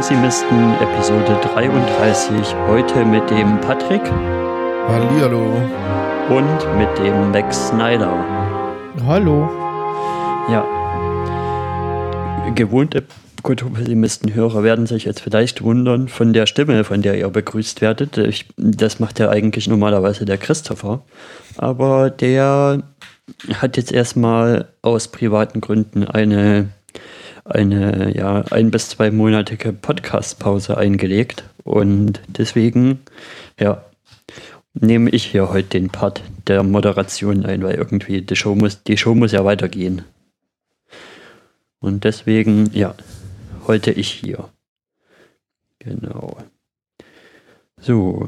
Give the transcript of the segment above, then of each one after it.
Kulturpessimisten, Episode 33, heute mit dem Patrick. Hallihallo. Und mit dem Max Snyder. Hallo. Ja. Gewohnte Kulturpessimisten-Hörer werden sich jetzt vielleicht wundern von der Stimme, von der ihr begrüßt werdet. Das macht ja eigentlich normalerweise der Christopher. Aber der hat jetzt erstmal aus privaten Gründen eine 1 bis 2 monatige Podcast-Pause eingelegt. Und deswegen, nehme ich hier heute den Part der Moderation ein, weil irgendwie die Show muss ja weitergehen. Und deswegen, heute ich hier. Genau. So.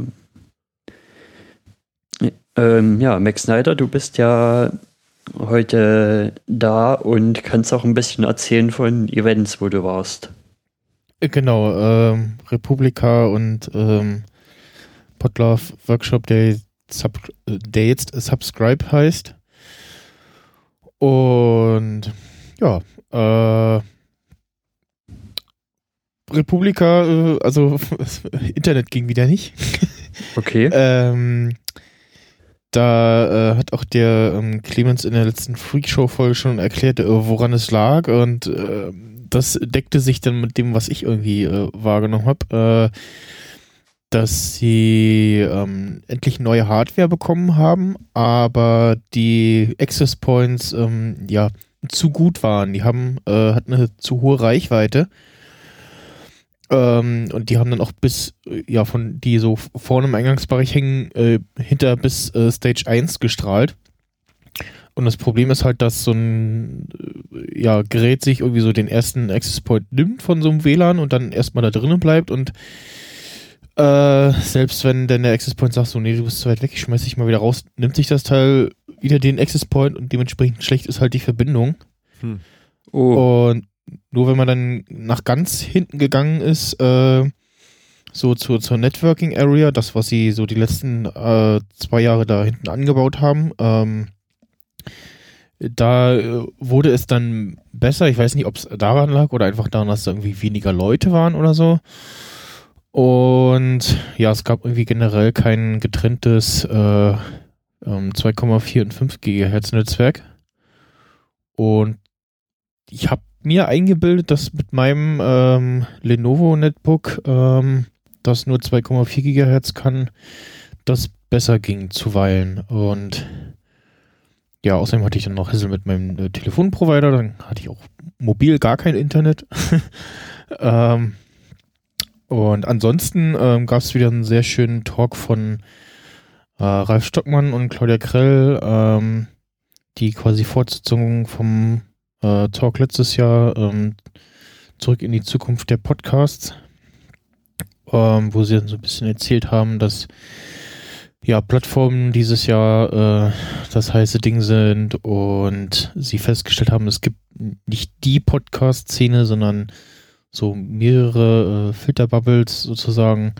Max Snyder, du bist ja heute da und kannst auch ein bisschen erzählen von Events, wo du warst. Genau, Republika und Podlove Workshop, der jetzt Subscribe heißt. Und Republika, also Internet ging wieder nicht. Okay. Da hat auch der Clemens in der letzten Freakshow-Folge schon erklärt, woran es lag, und das deckte sich dann mit dem, was ich irgendwie wahrgenommen habe, dass sie endlich neue Hardware bekommen haben, aber die Access Points zu gut waren. Die hatten eine zu hohe Reichweite. Und die haben dann auch von die so vorne im Eingangsbereich hängen, hinter bis Stage 1 gestrahlt. Und das Problem ist halt, dass so ein Gerät sich irgendwie so den ersten Access Point nimmt von so einem WLAN und dann erstmal da drinnen bleibt, und selbst wenn dann der Access Point sagt, so, nee, du bist zu weit weg, ich schmeiß dich mal wieder raus, nimmt sich das Teil wieder den Access Point, und dementsprechend schlecht ist halt die Verbindung. Und nur wenn man dann nach ganz hinten gegangen ist, so zur Networking Area, das, was sie so die letzten 2 Jahre da hinten angebaut haben, da wurde es dann besser. Ich weiß nicht, ob es daran lag oder einfach daran, dass da irgendwie weniger Leute waren oder so. Und es gab irgendwie generell kein getrenntes 2,4 und 5 Gigahertz Netzwerk. Und ich habe mir eingebildet, dass mit meinem Lenovo Netbook, das nur 2,4 Gigahertz kann, das besser ging zuweilen. Und außerdem hatte ich dann noch Hassel mit meinem Telefonprovider, dann hatte ich auch mobil gar kein Internet. Und ansonsten gab es wieder einen sehr schönen Talk von Ralf Stockmann und Claudia Krell, die quasi Fortsetzung vom Talk letztes Jahr, zurück in die Zukunft der Podcasts, wo sie dann so ein bisschen erzählt haben, dass Plattformen dieses Jahr das heiße Ding sind, und sie festgestellt haben, es gibt nicht die Podcast-Szene, sondern so mehrere Filterbubbles sozusagen.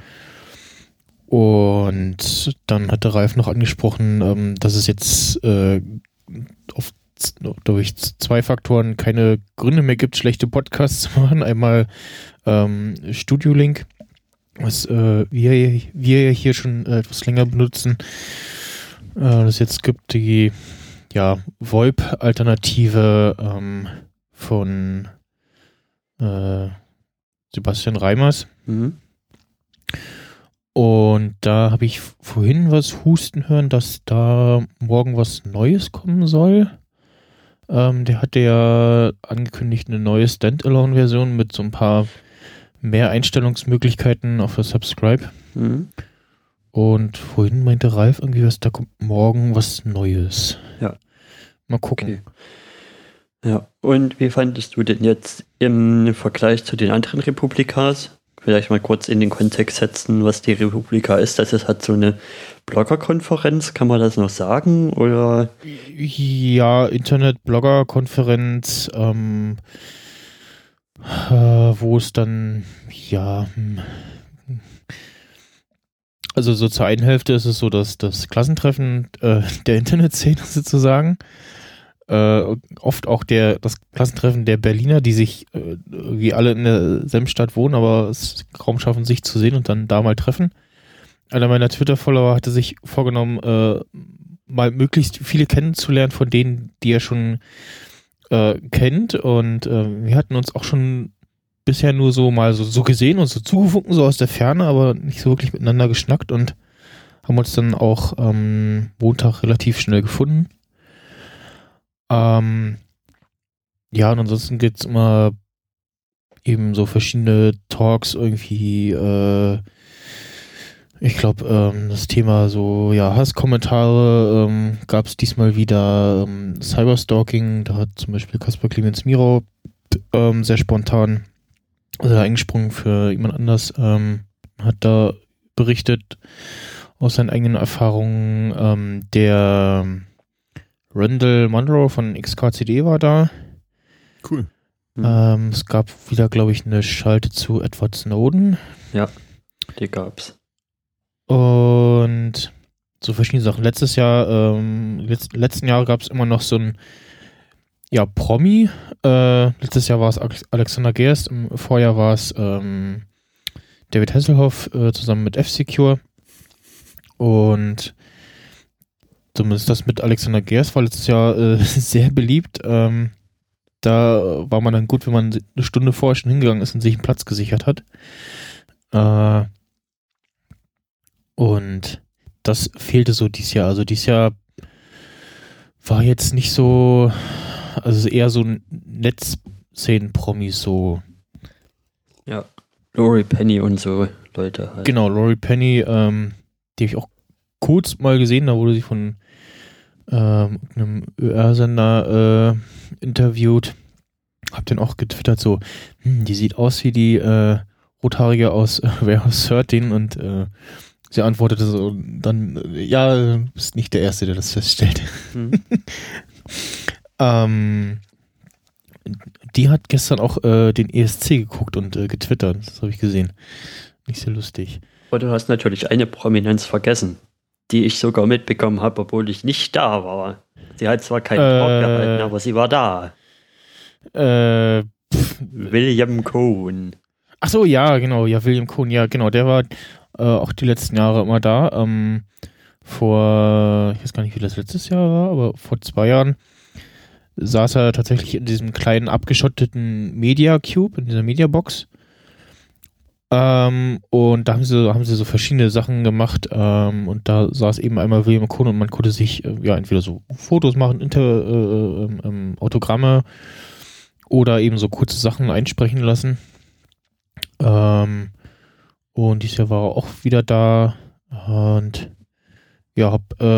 Und dann hatte Ralf noch angesprochen, dass es jetzt durch 2 Faktoren keine Gründe mehr gibt, schlechte Podcasts zu machen. Einmal Studio Link, was wir ja hier schon etwas länger benutzen. Das jetzt gibt die VoIP-Alternative von Sebastian Reimers. Mhm. Und da habe ich vorhin was husten hören, dass da morgen was Neues kommen soll. Der hatte ja angekündigt, eine neue Standalone-Version mit so ein paar mehr Einstellungsmöglichkeiten auf der Subscribe. Mhm. Und vorhin meinte Ralf irgendwie, da kommt morgen was Neues. Ja. Mal gucken. Okay. Ja, und wie fandest du denn jetzt im Vergleich zu den anderen Republikas? Vielleicht mal kurz in den Kontext setzen, was die Republika ist. Das ist halt so eine Bloggerkonferenz, kann man das noch sagen? Oder? Ja, Internet-Blogger-Konferenz, wo es dann, also so zur einen Hälfte ist es so, dass das Klassentreffen der Internetszene sozusagen. oft auch das Klassentreffen der Berliner, die sich wie alle in derselben Stadt wohnen, aber es kaum schaffen, sich zu sehen und dann da mal treffen. Einer meiner Twitter-Follower hatte sich vorgenommen, mal möglichst viele kennenzulernen von denen, die er schon kennt, und wir hatten uns auch schon bisher nur so mal so gesehen und so zugewunken, so aus der Ferne, aber nicht so wirklich miteinander geschnackt, und haben uns dann auch Montag relativ schnell gefunden. Ja, und ansonsten gibt es immer eben so verschiedene Talks irgendwie, ich glaube, das Thema so, ja, Hasskommentare gab es diesmal wieder, Cyberstalking, da hat zum Beispiel Kaspar Clemens Miro sehr spontan eingesprungen für jemand anders, hat da berichtet aus seinen eigenen Erfahrungen. Der Randall Monroe von XKCD war da. Cool. Es gab wieder, glaube ich, eine Schalte zu Edward Snowden. Ja, die gab's. Und so verschiedene Sachen. Letzten Jahr gab es immer noch so ein Promi. Letztes Jahr war es Alexander Gerst, im Vorjahr war es David Hasselhoff zusammen mit F-Secure. Und zumindest das mit Alexander Gerst war letztes Jahr sehr beliebt. Da war man dann gut, wenn man eine Stunde vorher schon hingegangen ist und sich einen Platz gesichert hat. Und das fehlte so dieses Jahr. Also dieses Jahr war jetzt nicht so, also eher so Netzszenen-Promis so. Ja, Laurie Penny und so Leute halt. Genau, Laurie Penny, die habe ich auch kurz mal gesehen, da wurde sie von einem ÖR-Sender interviewt. Hab dann auch getwittert so, die sieht aus wie die Rothaarige aus Warehouse 13, und sie antwortete so dann, ja, bist nicht der Erste, der das feststellt. Die hat gestern auch den ESC geguckt und getwittert, das habe ich gesehen. Nicht sehr lustig. Aber du hast natürlich eine Prominenz vergessen, die ich sogar mitbekommen habe, obwohl ich nicht da war. Sie hat zwar keinen Talk gehalten, aber sie war da. William Cohn. Ach so, ja, genau, ja, William Cohn, ja, genau, der war auch die letzten Jahre immer da. Ich weiß gar nicht, wie das letztes Jahr war, aber vor 2 Jahren saß er tatsächlich in diesem kleinen abgeschotteten Media Cube, in dieser Mediabox. Und da haben sie so verschiedene Sachen gemacht, und da saß eben einmal William Cohn, und man konnte sich entweder so Fotos machen, Autogramme oder eben so kurze Sachen einsprechen lassen. Und dieses Jahr war er auch wieder da, und hab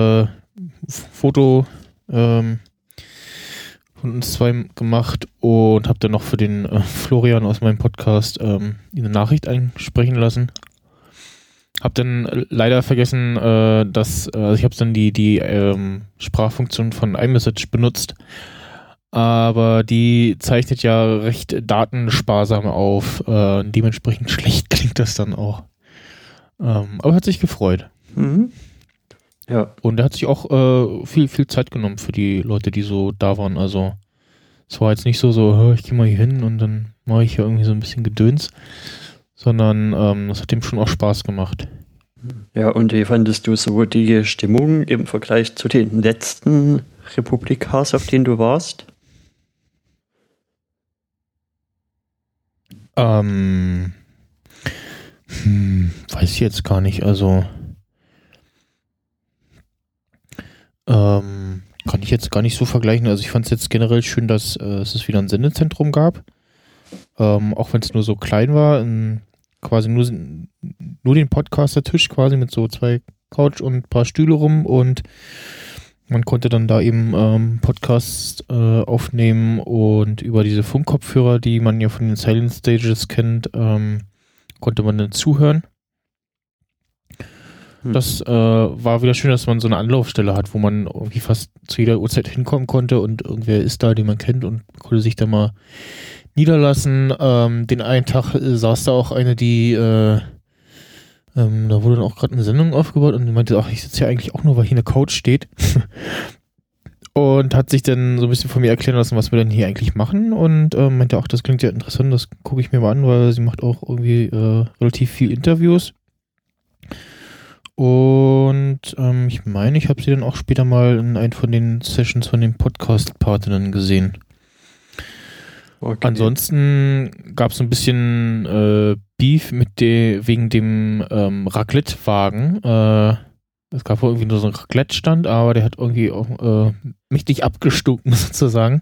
Foto von uns zwei gemacht und hab dann noch für den Florian aus meinem Podcast eine Nachricht einsprechen lassen. Hab dann leider vergessen, dass ich habe dann die Sprachfunktion von iMessage benutzt, aber die zeichnet ja recht datensparsam auf. Dementsprechend schlecht klingt das dann auch. Aber hat sich gefreut. Mhm. Ja. Und er hat sich auch viel Zeit genommen für die Leute, die so da waren. Also es war jetzt nicht so, ich gehe mal hier hin und dann mache ich hier irgendwie so ein bisschen Gedöns, sondern das hat ihm schon auch Spaß gemacht. Ja, und wie fandest du so die Stimmung im Vergleich zu den letzten Republikas, auf denen du warst? Weiß ich jetzt gar nicht, also kann ich jetzt gar nicht so vergleichen. Also ich fand es jetzt generell schön, dass es wieder ein Sendezentrum gab, auch wenn es nur so klein war, quasi nur den Podcaster-Tisch quasi mit so 2 Couch und ein paar Stühle rum, und man konnte dann da eben Podcasts aufnehmen, und über diese Funkkopfhörer, die man ja von den Silent Stages kennt, konnte man dann zuhören. Das war wieder schön, dass man so eine Anlaufstelle hat, wo man irgendwie fast zu jeder Uhrzeit hinkommen konnte, und irgendwer ist da, den man kennt, und konnte sich da mal niederlassen. Den einen Tag saß da auch eine, die da wurde dann auch gerade eine Sendung aufgebaut, und die meinte, ach, ich sitze hier eigentlich auch nur, weil hier eine Couch steht. Und hat sich dann so ein bisschen von mir erklären lassen, was wir denn hier eigentlich machen. Und meinte auch, das klingt ja interessant, das gucke ich mir mal an, weil sie macht auch irgendwie relativ viel Interviews. Und ich meine, ich habe sie dann auch später mal in einem von den Sessions von den Podcast-Partnern gesehen. Okay. Ansonsten gab es so ein bisschen Beef wegen dem Raclette-Wagen. Es gab wohl irgendwie nur so einen Raclette-Stand, aber der hat irgendwie auch mächtig abgestunken sozusagen.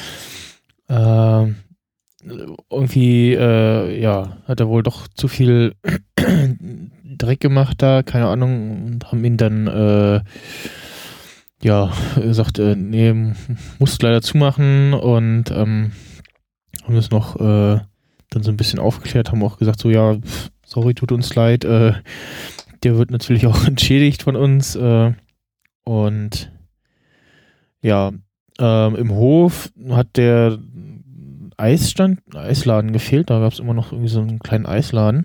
Irgendwie, hat er wohl doch zu viel Dreck gemacht da, keine Ahnung, und haben ihn dann, gesagt, nee, musst leider zumachen und haben das noch dann so ein bisschen aufgeklärt, haben auch gesagt, so, ja, sorry, tut uns leid, der wird natürlich auch entschädigt von uns und ja, im Hof hat der Eisladen gefehlt, da gab es immer noch irgendwie so einen kleinen Eisladen.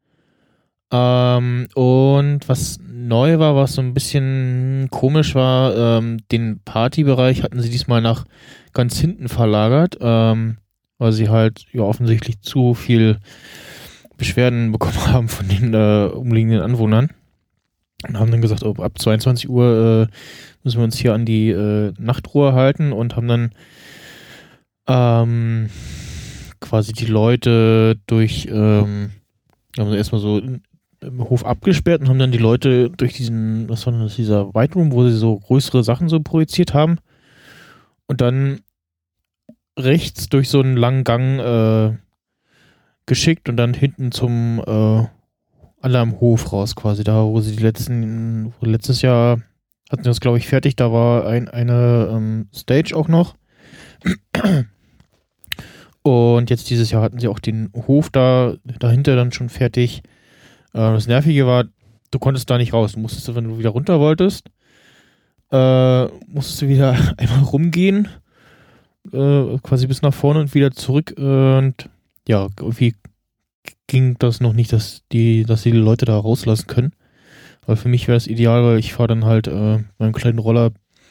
Und was neu war, was so ein bisschen komisch war, den Partybereich hatten sie diesmal nach ganz hinten verlagert, weil sie halt ja offensichtlich zu viel Beschwerden bekommen haben von den umliegenden Anwohnern und haben dann gesagt, ab 22 Uhr müssen wir uns hier an die Nachtruhe halten und haben dann quasi die Leute haben erstmal so im Hof abgesperrt und haben dann die Leute durch was war das, dieser White Room, wo sie so größere Sachen so projiziert haben und dann rechts durch so einen langen Gang geschickt und dann hinten zum anderen Hof raus quasi, da wo sie letztes Jahr hatten sie das glaube ich fertig, da war eine Stage auch noch und jetzt dieses Jahr hatten sie auch den Hof dahinter dann schon fertig. Das Nervige war, du konntest da nicht raus. Du musstest, wenn du wieder runter wolltest, musstest du wieder einmal rumgehen, quasi bis nach vorne und wieder zurück. Und ja, irgendwie ging das noch nicht, dass die Leute da rauslassen können. Aber für mich wäre es ideal, weil ich fahre dann halt mit meinem kleinen Roller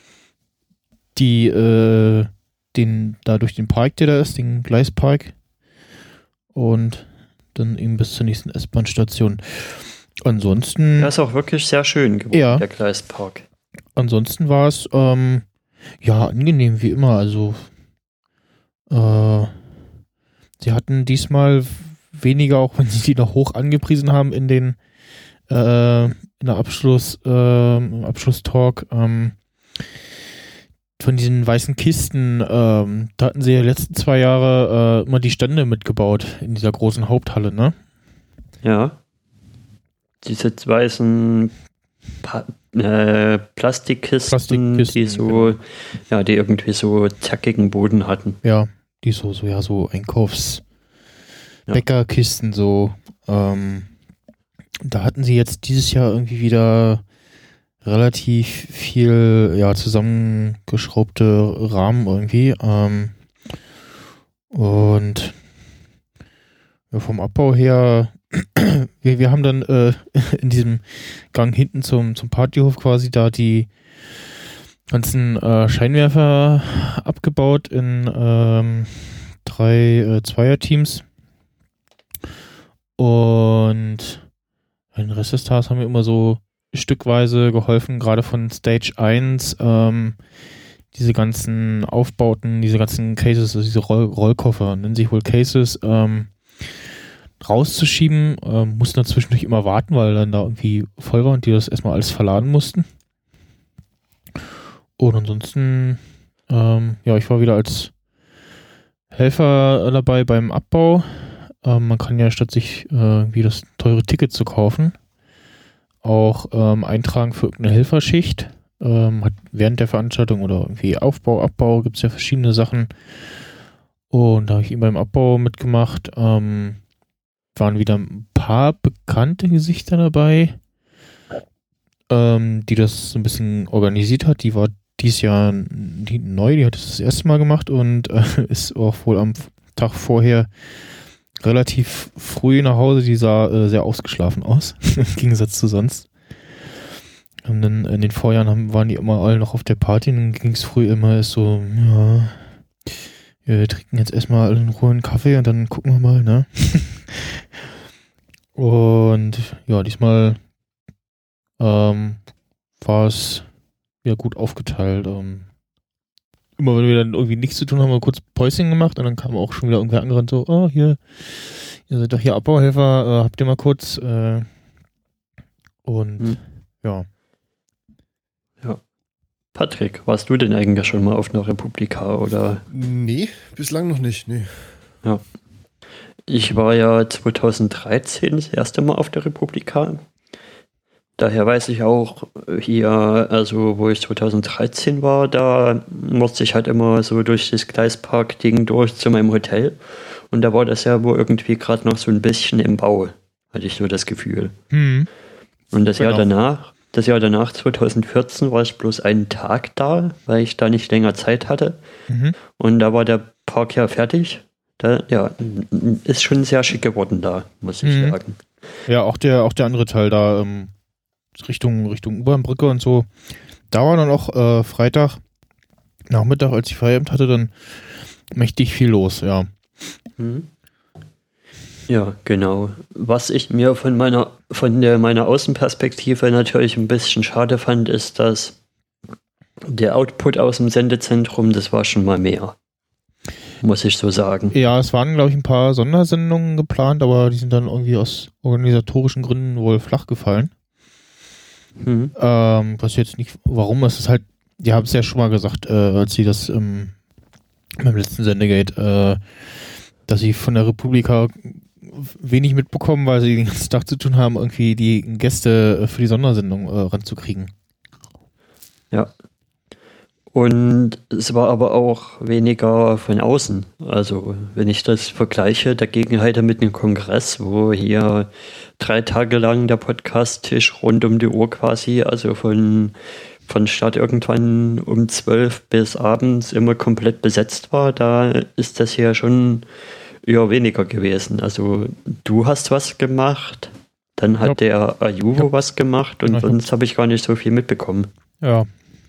da durch den Park, der da ist, den Gleispark. Und dann eben bis zur nächsten S-Bahn-Station. Ansonsten... Das ist auch wirklich sehr schön geworden, ja. Der Gleispark. Ansonsten war es, angenehm wie immer. Also, sie hatten diesmal weniger, auch wenn sie die noch hoch angepriesen haben in der im Abschlusstalk, von diesen weißen Kisten, da hatten sie ja die letzten 2 Jahre immer die Stände mitgebaut in dieser großen Haupthalle, ne? Ja. Diese weißen Plastikkisten, die so, genau. Ja, die irgendwie so zackigen Boden hatten. Ja, die so Bäckerkisten so. Da hatten sie jetzt dieses Jahr irgendwie wieder relativ viel, zusammengeschraubte Rahmen irgendwie. Und vom Abbau her, wir haben dann in diesem Gang hinten zum Partyhof quasi da die ganzen Scheinwerfer abgebaut in 3 Zweierteams. Und den Rest des Tages haben wir immer so stückweise geholfen, gerade von Stage 1, diese ganzen Aufbauten, diese ganzen Cases, also diese Rollkoffer, nennen sich wohl Cases, rauszuschieben. Mussten dann zwischendurch immer warten, weil dann da irgendwie voll war und die das erstmal alles verladen mussten. Und ansonsten, ich war wieder als Helfer dabei beim Abbau. Man kann ja statt sich wie das teure Ticket zu kaufen, auch eintragen für irgendeine Helferschicht. Hat während der Veranstaltung oder irgendwie Aufbau, Abbau, gibt es ja verschiedene Sachen. Und da habe ich eben beim Abbau mitgemacht. Waren wieder ein paar bekannte Gesichter dabei, die das so ein bisschen organisiert hat. Die war dieses Jahr neu, die hat das erste Mal gemacht und ist auch wohl am Tag vorher relativ früh nach Hause. Die sah sehr ausgeschlafen aus, im Gegensatz zu sonst. Und dann in den Vorjahren waren die immer alle noch auf der Party und dann ging es früh immer erst so, ja, wir trinken jetzt erstmal alle in Ruhe einen Kaffee und dann gucken wir mal, ne? Und ja, diesmal war es ja gut aufgeteilt. Immer wenn wir dann irgendwie nichts zu tun haben, haben wir kurz Päuschen gemacht und dann kam auch schon wieder irgendwer angerannt, so, oh, hier, ihr seid doch hier Abbauhelfer, habt ihr mal kurz ja. Ja. Patrick, warst du denn eigentlich schon mal auf einer Republika oder? Nee, bislang noch nicht, nee. Ja. Ich war ja 2013 das erste Mal auf der Republika. Daher weiß ich auch hier, also wo ich 2013 war, da musste ich halt immer so durch das Gleispark-Ding durch zu meinem Hotel. Und da war das ja wohl irgendwie gerade noch so ein bisschen im Bau, hatte ich so das Gefühl. Mhm. Und das Jahr danach, 2014, war ich bloß einen Tag da, weil ich da nicht länger Zeit hatte. Mhm. Und da war der Park ja fertig. Da, ja, ist schon sehr schick geworden da, muss ich sagen. Ja, auch der andere Teil da, Richtung U-Bahn-Brücke und so. Da war dann auch Freitag Nachmittag, als ich Feierabend hatte, dann mächtig viel los, ja. Mhm. Ja, genau. Was ich mir von meiner Außenperspektive natürlich ein bisschen schade fand, ist, dass der Output aus dem Sendezentrum, das war schon mal mehr. Muss ich so sagen. Ja, es waren, glaube ich, ein paar Sondersendungen geplant, aber die sind dann irgendwie aus organisatorischen Gründen wohl flach gefallen. Mhm. Was jetzt nicht, warum, es ist halt, die haben es ja schon mal gesagt, als sie das beim letzten Sendegate, dass sie von der Republika wenig mitbekommen, weil sie den ganzen Tag zu tun haben, irgendwie die Gäste für die Sondersendung ranzukriegen. Ja. Und es war aber auch weniger von außen. Also wenn ich das vergleiche, dagegen halt mit dem Kongress, wo hier 3 Tage lang der Podcast-Tisch rund um die Uhr quasi, also von Start irgendwann um 12 bis abends immer komplett besetzt war, da ist das hier schon eher weniger gewesen. Also du hast was gemacht, dann hat der Ayuvo was gemacht und sonst habe ich gar nicht so viel mitbekommen. Ja.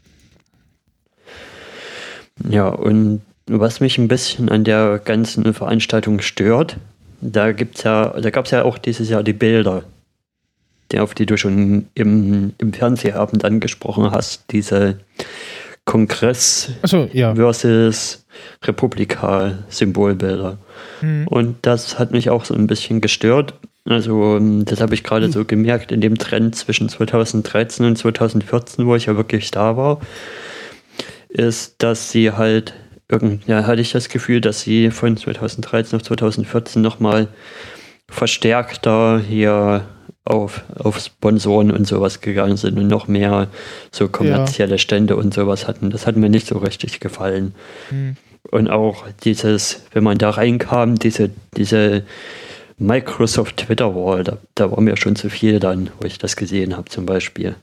Ja, und was mich ein bisschen an der ganzen Veranstaltung stört, da gab's ja auch dieses Jahr die Bilder, auf die du schon im Fernsehabend angesprochen hast, diese Kongress versus Republika-Symbolbilder. Mhm. Und das hat mich auch so ein bisschen gestört. Also das habe ich gerade so gemerkt in dem Trend zwischen 2013 und 2014, wo ich ja wirklich da war, ist, dass sie halt hatte ich das Gefühl, dass sie von 2013 auf 2014 nochmal verstärkter hier auf Sponsoren und sowas gegangen sind und noch mehr so kommerzielle Stände und sowas hatten. Das hat mir nicht so richtig gefallen. Mhm. Und auch wenn man da reinkam, diese Microsoft Twitter Wall, da war mir schon zu viel dann, wo ich das gesehen habe zum Beispiel.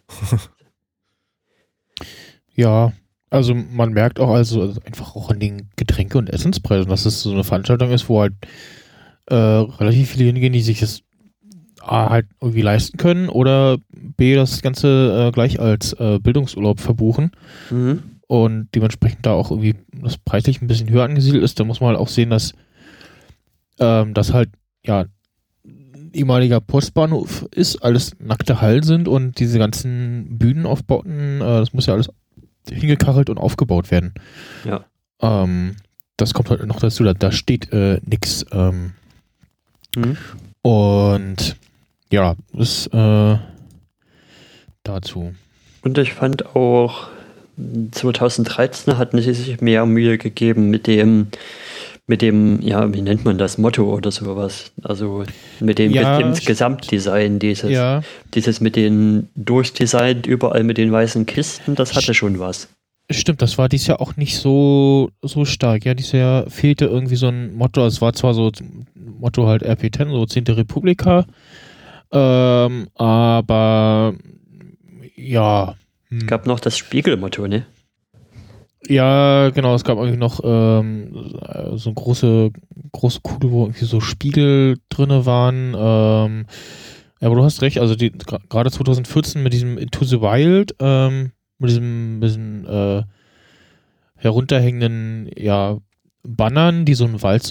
Ja, also man merkt auch also einfach auch an den Getränke- und Essenspreisen, dass es so eine Veranstaltung ist, wo halt relativ viele hingehen, die sich das A halt irgendwie leisten können oder B das Ganze gleich als Bildungsurlaub verbuchen und dementsprechend da auch irgendwie das preislich ein bisschen höher angesiedelt ist. Da muss man halt auch sehen, dass das halt ehemaliger Postbahnhof ist, alles nackte Hallen sind und diese ganzen Bühnenaufbauten, das muss ja alles hingekachelt und aufgebaut werden. Ja. Das kommt halt noch dazu, da steht nix. Und ja, das dazu. Und ich fand auch 2013 hatten sie sich mehr Mühe gegeben mit dem, wie nennt man das, Motto oder sowas. Also mit dem Gesamtdesign, dieses mit den durchdesignt, überall mit den weißen Kisten, das hatte schon was. Stimmt, das war dieses Jahr auch nicht so stark. Ja, dieses Jahr fehlte irgendwie so ein Motto. Es war zwar so Motto halt RP10, so 10. Republika, aber ja. Es gab noch das Spiegelmotto, ne? Ja, genau, es gab irgendwie noch so eine große Kugel, wo irgendwie so Spiegel drinne waren. Ja, aber du hast recht, also gerade 2014 mit diesem Into the Wild, mit diesem bisschen herunterhängenden, ja, Bannern, die so einen Wald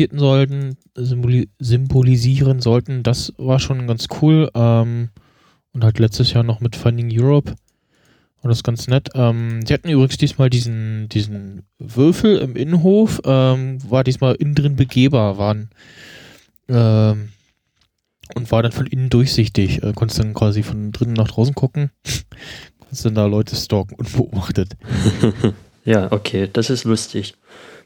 symbolisieren sollten, das war schon ganz cool. Und halt letztes Jahr noch mit Finding Europe. Und das ist ganz nett. Sie hatten übrigens diesmal diesen Würfel im Innenhof, war diesmal innen drin begehbar, und war dann von innen durchsichtig. Konntest dann quasi von drinnen nach draußen gucken. Konntest dann da Leute stalken unbeobachtet. Ja, okay, das ist lustig.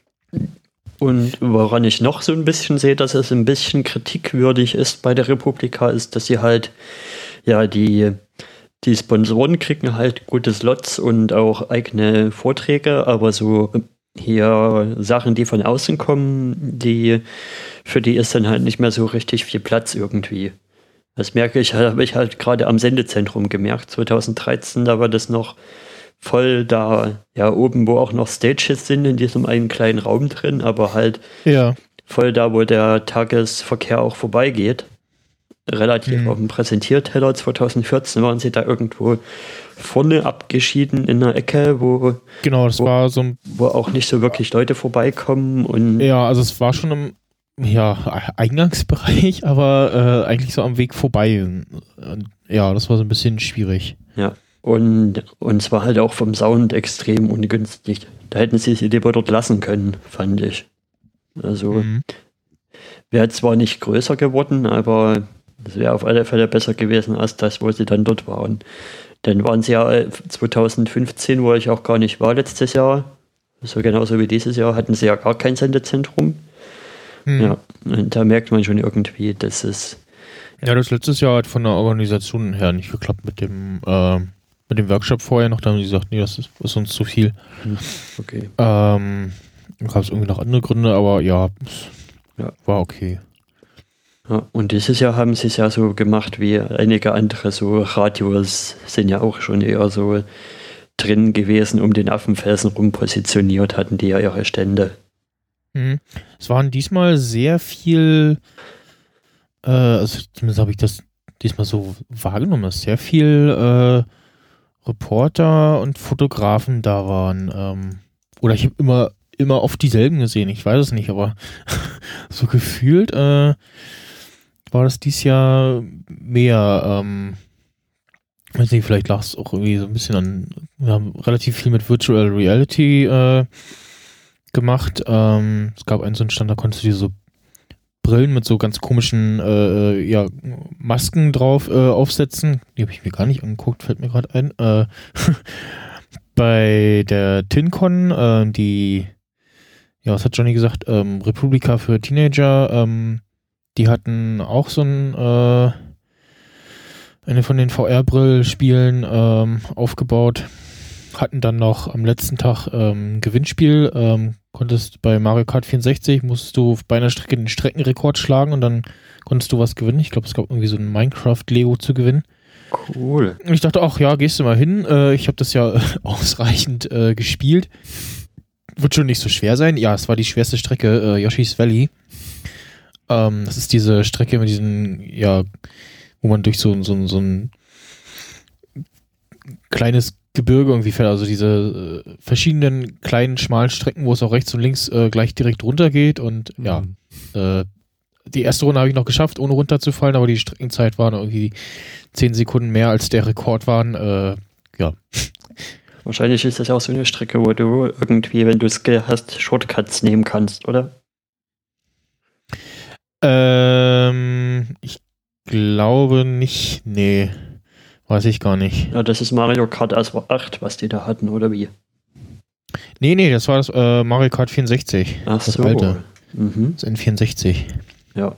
Und woran ich noch so ein bisschen sehe, dass es ein bisschen kritikwürdig ist bei der Republika, ist, dass sie halt, ja, die Sponsoren kriegen halt gute Slots und auch eigene Vorträge, aber so hier Sachen, die von außen kommen, für die ist dann halt nicht mehr so richtig viel Platz irgendwie. Das habe ich halt gerade am Sendezentrum gemerkt. 2013, da war das noch voll da, ja, oben, wo auch noch Stages sind, in diesem einen kleinen Raum drin, aber halt voll da, wo der Tagesverkehr auch vorbeigeht. Relativ auf dem Präsentierteller. 2014 waren sie da irgendwo vorne abgeschieden in der Ecke, wo war so wo auch nicht so wirklich Leute vorbeikommen. Und ja, also es war schon im Eingangsbereich, aber eigentlich so am Weg vorbei. Und, ja, das war so ein bisschen schwierig. Ja, und es war halt auch vom Sound extrem ungünstig. Da hätten sie lieber dort lassen können, fand ich. Also wäre zwar nicht größer geworden, aber es wäre auf alle Fälle besser gewesen als das, wo sie dann dort waren. Dann waren sie ja 2015, wo ich auch gar nicht war letztes Jahr, so genauso wie dieses Jahr, hatten sie ja gar kein Sendezentrum. Ja, und da merkt man schon irgendwie, dass es... Ja, das letztes Jahr hat von der Organisation her nicht geklappt mit dem Workshop vorher noch. Da haben die gesagt, nee, das ist uns zu viel. Okay. Gab es irgendwie noch andere Gründe, aber ja, war okay. Ja, und dieses Jahr haben sie es ja so gemacht wie einige andere, so Radios sind ja auch schon eher so drin gewesen, um den Affenfelsen rum positioniert, hatten die ja ihre Stände. Es waren diesmal sehr viel, also zumindest habe ich das diesmal so wahrgenommen, dass sehr viel Reporter und Fotografen da waren. Oder ich habe immer oft dieselben gesehen, ich weiß es nicht, aber so gefühlt war das dieses Jahr mehr, weiß nicht, vielleicht lag es auch irgendwie so ein bisschen an, wir haben relativ viel mit Virtual Reality gemacht. Es gab einen so einen Stand, da konntest du dir so Brillen mit so ganz komischen Masken drauf aufsetzen. Die habe ich mir gar nicht angeguckt, fällt mir gerade ein. Bei der TinCon, was hat Johnny gesagt? Republika für Teenager, die hatten auch so eine von den VR-Brill-Spielen aufgebaut. Hatten dann noch am letzten Tag ein Gewinnspiel. Konntest bei Mario Kart 64, musstest du bei einer Strecke den Streckenrekord schlagen und dann konntest du was gewinnen. Ich glaube, es gab irgendwie so ein Minecraft-Lego zu gewinnen. Cool. Und ich dachte, ach ja, gehst du mal hin. Ich habe das ja ausreichend gespielt. Wird schon nicht so schwer sein. Ja, es war die schwerste Strecke, Yoshi's Valley. Das ist diese Strecke mit diesen, wo man durch so ein kleines Gebirge irgendwie fährt, also diese verschiedenen kleinen, schmalen Strecken, wo es auch rechts und links gleich direkt runter geht und die erste Runde habe ich noch geschafft, ohne runterzufallen, aber die Streckenzeit waren irgendwie 10 Sekunden mehr als der Rekord waren, Wahrscheinlich ist das auch so eine Strecke, wo du irgendwie, wenn du Skill hast, Shortcuts nehmen kannst, oder? Ich glaube nicht, nee. Weiß ich gar nicht. Ja, das ist Mario Kart 8, was die da hatten, oder wie? Nee, das war das Mario Kart 64. Ach das so. alte. Das N64. Ja.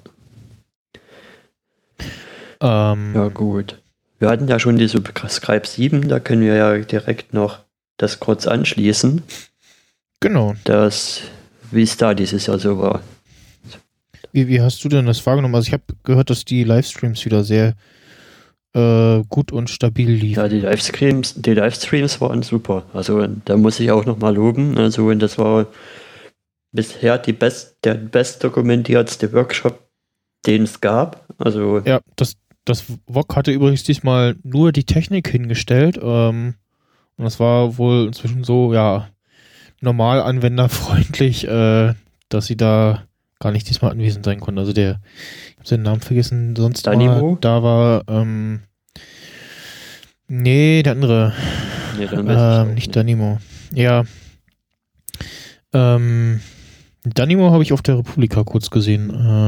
Ja, gut. Wir hatten ja schon die Subscribe 7, da können wir ja direkt noch das kurz anschließen. Genau. Wie es da dieses Jahr so war. Wie hast du denn das wahrgenommen? Also ich habe gehört, dass die Livestreams wieder sehr gut und stabil liefen. Ja, die Livestreams waren super. Also da muss ich auch nochmal loben. Also und das war bisher der best dokumentiertste Workshop, den es gab. Also ja, das das VOG hatte übrigens diesmal nur die Technik hingestellt. Und das war wohl inzwischen so, ja, normal anwenderfreundlich, dass sie da gar nicht diesmal anwesend sein konnten. Also ich habe seinen Namen vergessen, sonst Danimo? da war, nee, der andere. Nee, dann weiß ich nicht Danimo. Ja. Danimo habe ich auf der Republika kurz gesehen.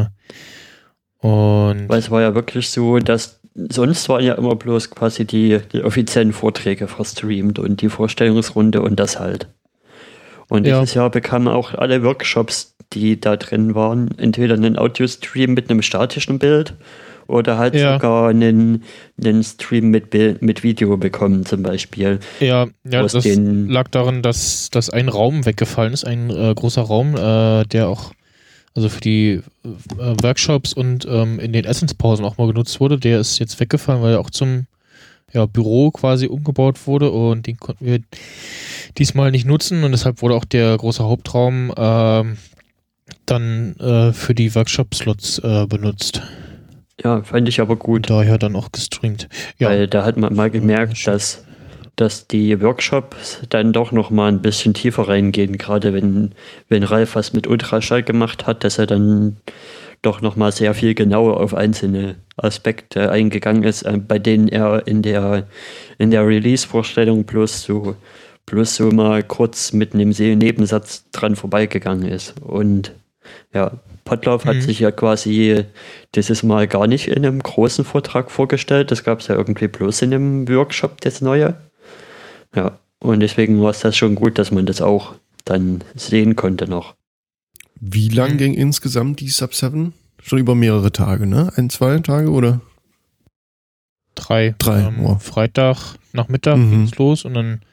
Und Weil es war ja wirklich so, dass sonst waren ja immer bloß quasi die offiziellen Vorträge verstreamt und die Vorstellungsrunde und das halt. Und dieses Jahr bekamen auch alle Workshops, die da drin waren, entweder einen Audio-Stream mit einem statischen Bild oder halt sogar einen Stream mit Video bekommen zum Beispiel. Ja, das lag daran, dass ein Raum weggefallen ist, ein großer Raum, der auch also für die Workshops und in den Essenspausen auch mal genutzt wurde. Der ist jetzt weggefallen, weil er auch zum Büro quasi umgebaut wurde und den konnten wir diesmal nicht nutzen und deshalb wurde auch der große Hauptraum dann für die Workshop-Slots benutzt. Ja, fand ich aber gut. Und daher dann auch gestreamt. Ja. Weil da hat man mal gemerkt, dass die Workshops dann doch noch mal ein bisschen tiefer reingehen, gerade wenn Ralf was mit Ultraschall gemacht hat, dass er dann doch noch mal sehr viel genauer auf einzelne Aspekte eingegangen ist, bei denen er in der Release-Vorstellung bloß so mal kurz mit einem Nebensatz dran vorbeigegangen ist. Und ja, Potlauf hat sich ja quasi dieses Mal gar nicht in einem großen Vortrag vorgestellt. Das gab es ja irgendwie bloß in einem Workshop, das Neue. Ja, und deswegen war es das schon gut, dass man das auch dann sehen konnte noch. Wie lang ging insgesamt die Sub 7? Schon über mehrere Tage, ne? 1, 2 Tage oder? 3. Freitag Nachmittag ging's los und dann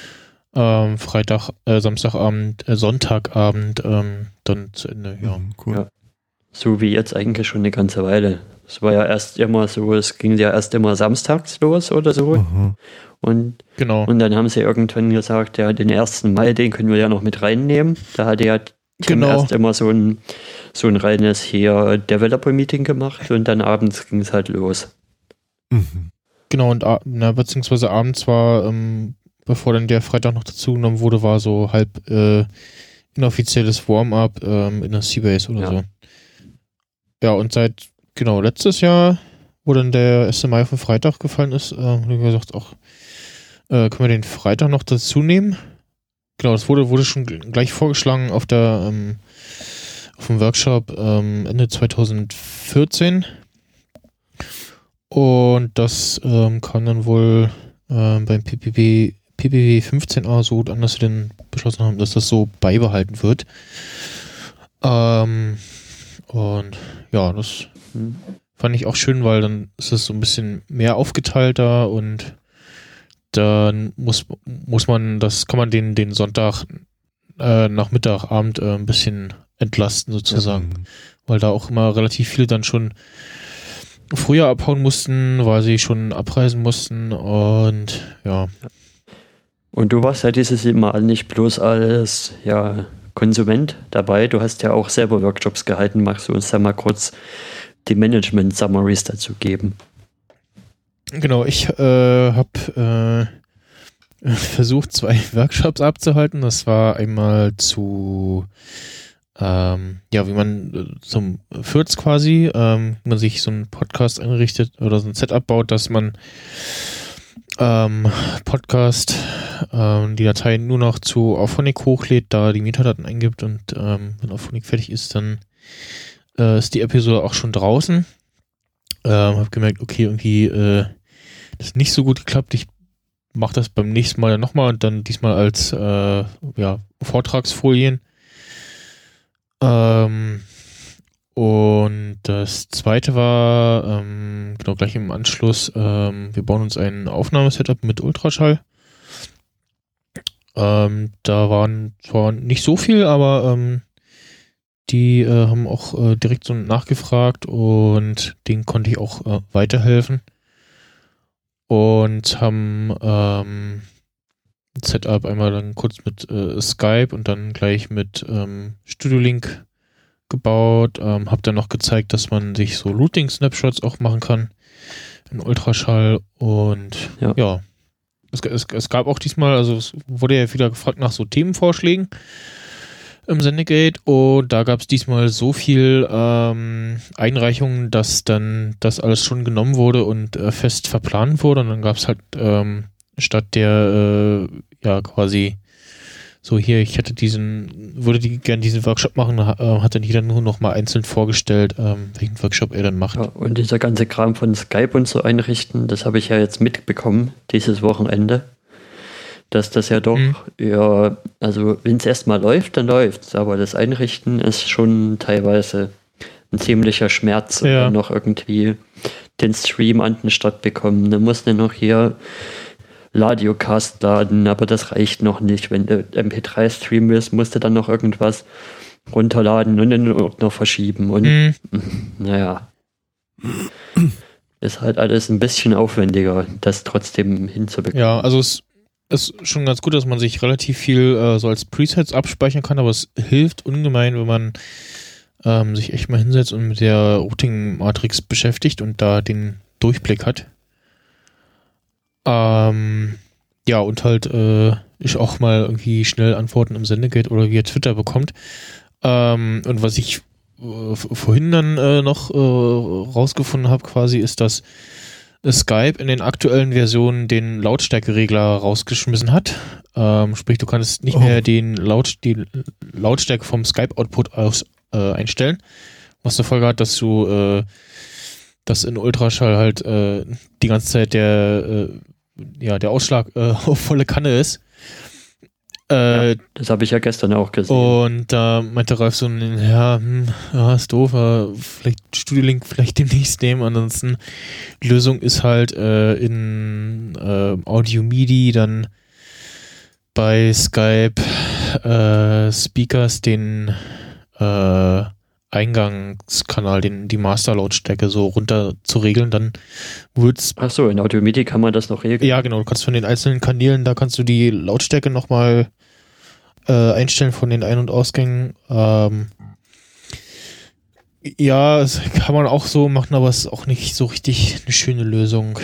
Samstagabend, Sonntagabend dann zu Ende, ja. Cool. Ja. So wie jetzt eigentlich schon eine ganze Weile. Es war ja erst immer so, es ging ja erst immer samstags los oder so. Mhm. Und dann haben sie irgendwann gesagt, ja, den 1. Mai, den können wir ja noch mit reinnehmen. Da hatte ja Tim erst immer so ein reines hier Developer-Meeting gemacht und dann abends ging es halt los. Mhm. Genau, und beziehungsweise abends war, bevor dann der Freitag noch dazu genommen wurde, war so halb inoffizielles Warm-up in der Seabase oder so. Ja, und seit, letztes Jahr, wo dann der 1. Mai auf den Freitag gefallen ist, haben wir gesagt, auch können wir den Freitag noch dazu nehmen? Genau, das wurde schon gleich vorgeschlagen auf dem Workshop Ende 2014. Und das kam dann wohl beim PPW 15a so gut an, dass sie dann beschlossen haben, dass das so beibehalten wird. Und ja, das fand ich auch schön, weil dann ist es so ein bisschen mehr aufgeteilter und dann kann man den Sonntag Nachmittag, Abend ein bisschen entlasten sozusagen, weil da auch immer relativ viele dann schon früher abhauen mussten, weil sie schon abreisen mussten und ja. Und du warst ja dieses Mal nicht bloß als Konsument dabei, du hast ja auch selber Workshops gehalten. Magst du uns da mal kurz die Management-Summaries dazu geben? Genau, ich habe versucht, 2 Workshops abzuhalten. Das war einmal zu wie man zum FIRZ quasi, wie man sich so einen Podcast einrichtet oder so ein Setup baut, dass man Podcast die Datei nur noch zu Auphonic hochlädt, da die Metadaten eingibt und wenn Auphonic fertig ist, dann ist die Episode auch schon draußen. Habe gemerkt, okay, irgendwie das ist nicht so gut geklappt. Ich mache das beim nächsten Mal nochmal und dann diesmal als Vortragsfolien. Und das zweite war, gleich im Anschluss, wir bauen uns ein Aufnahmesetup mit Ultraschall. Da waren zwar nicht so viel, aber die haben auch direkt so nachgefragt und denen konnte ich auch weiterhelfen. Und haben Setup einmal dann kurz mit Skype und dann gleich mit Studio Link gebaut, habe dann noch gezeigt, dass man sich so Routing-Snapshots auch machen kann in Ultraschall und ja. Es gab auch diesmal, also es wurde ja wieder gefragt nach so Themenvorschlägen im Sendegate und da gab es diesmal so viel Einreichungen, dass dann das alles schon genommen wurde und fest verplant wurde und dann gab es halt statt der quasi so hier, ich hätte würde gerne diesen Workshop machen, hat dann jeder nur noch mal einzeln vorgestellt, welchen Workshop er dann macht. Ja, und dieser ganze Kram von Skype und so einrichten, das habe ich ja jetzt mitbekommen, dieses Wochenende, dass das ja doch, also wenn es erstmal läuft, dann läuft's, aber das Einrichten ist schon teilweise ein ziemlicher Schmerz, noch irgendwie den Stream an den Start bekommen. Dann musst du noch hier Radiocast laden, aber das reicht noch nicht. Wenn du MP3 streamen willst, musst du dann noch irgendwas runterladen und in den Ordner verschieben. Und naja, ist halt alles ein bisschen aufwendiger, das trotzdem hinzubekommen. Ja, also es ist schon ganz gut, dass man sich relativ viel so als Presets abspeichern kann, aber es hilft ungemein, wenn man sich echt mal hinsetzt und mit der Routing-Matrix beschäftigt und da den Durchblick hat. Und halt ich auch mal irgendwie schnell Antworten im Sendegate oder via Twitter bekommt. Und was ich vorhin dann noch rausgefunden habe quasi, ist, dass Skype in den aktuellen Versionen den Lautstärkeregler rausgeschmissen hat. Sprich, du kannst nicht mehr die Lautstärke vom Skype-Output aus einstellen. Was zur Folge hat, dass du dass in Ultraschall halt die ganze Zeit der Ausschlag auf volle Kanne ist. Das habe ich ja gestern auch gesehen. Und da meinte Ralf so, ist doof, vielleicht Studio Link vielleicht demnächst nehmen. Ansonsten die Lösung ist halt in Audio MIDI dann bei Skype Speakers den Eingangskanal, die Master-Lautstärke so runter zu regeln, dann wird's... Achso, in Audio MIDI kann man das noch regeln? Ja, genau, du kannst von den einzelnen Kanälen, da kannst du die Lautstärke nochmal einstellen von den Ein- und Ausgängen. Das kann man auch so machen, aber es ist auch nicht so richtig eine schöne Lösung.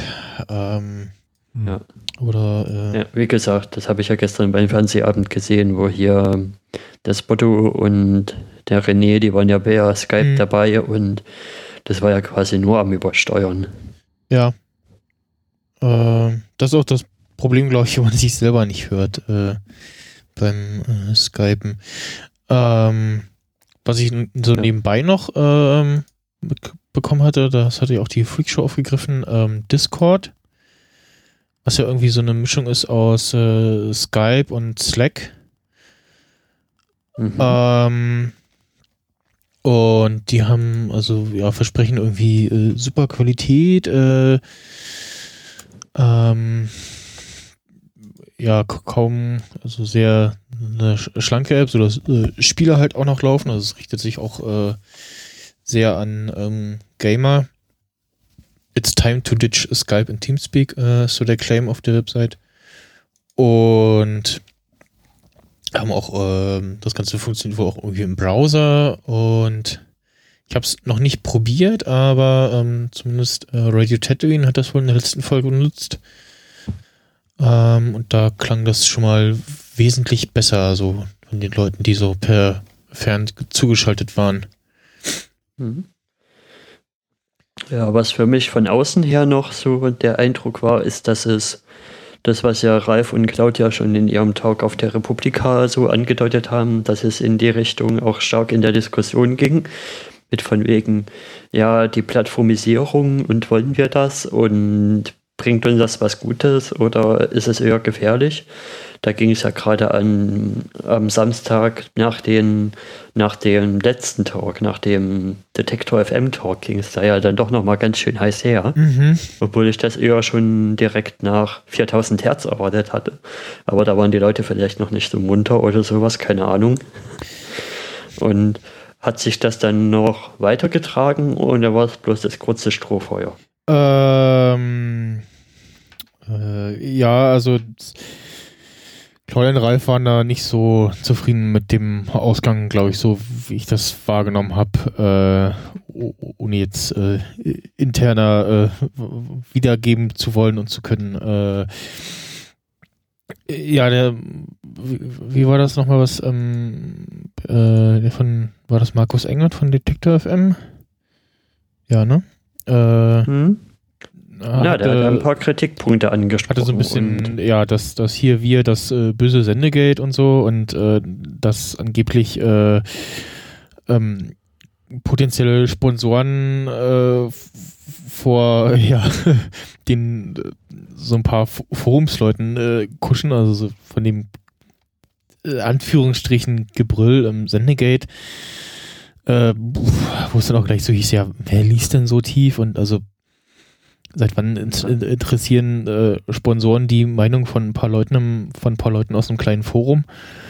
Wie gesagt, das habe ich ja gestern beim Fernsehabend gesehen, wo hier das Botto und der René, die waren ja bei Skype dabei und das war ja quasi nur am Übersteuern. Ja. Das ist auch das Problem, glaube ich, wenn man sich selber nicht hört beim Skypen. Was ich so nebenbei noch bekommen hatte, das hatte ja auch die Freakshow aufgegriffen, Discord, was ja irgendwie so eine Mischung ist aus Skype und Slack. Und die haben versprechen irgendwie super Qualität, kaum, also sehr eine schlanke App, sodass Spiele halt auch noch laufen, also es richtet sich auch sehr an Gamer. It's time to ditch Skype and Teamspeak, so der Claim auf der Website. Und haben auch, das Ganze funktioniert wohl auch irgendwie im Browser und ich habe es noch nicht probiert, aber zumindest Radio Tatooine hat das wohl in der letzten Folge benutzt. Und da klang das schon mal wesentlich besser, so von den Leuten, die so per Fern zugeschaltet waren. Ja, was für mich von außen her noch so der Eindruck war, ist, dass es das, was ja Ralf und Claudia schon in ihrem Talk auf der Republika so angedeutet haben, dass es in die Richtung auch stark in der Diskussion ging, mit von wegen, ja, die Plattformisierung und wollen wir das und bringt uns das was Gutes oder ist es eher gefährlich? Da ging es ja gerade am Samstag nach dem letzten Talk, nach dem Detektor FM Talk, ging es da ja dann doch nochmal ganz schön heiß her. Obwohl ich das eher schon direkt nach 4000 Hertz erwartet hatte. Aber da waren die Leute vielleicht noch nicht so munter oder sowas, keine Ahnung. Und hat sich das dann noch weitergetragen oder war es bloß das kurze Strohfeuer? Also Claudia und Ralf waren da nicht so zufrieden mit dem Ausgang, glaube ich, so wie ich das wahrgenommen habe, ohne jetzt interner wiedergeben zu wollen und zu können. Ja, wie war das nochmal, was war das Markus Engert von Detektor FM? Ja, ne? Ja, der hat ein paar Kritikpunkte angesprochen. Hatte so ein bisschen, ja, dass hier das böse Sendegate und so und dass angeblich potenzielle Sponsoren vor den so ein paar Forumsleuten kuschen, also so von dem Anführungsstrichen Gebrüll im Sendegate, wo es dann auch gleich so hieß, ja, wer liest denn so tief und also seit wann interessieren Sponsoren die Meinung von ein paar Leuten aus einem kleinen Forum?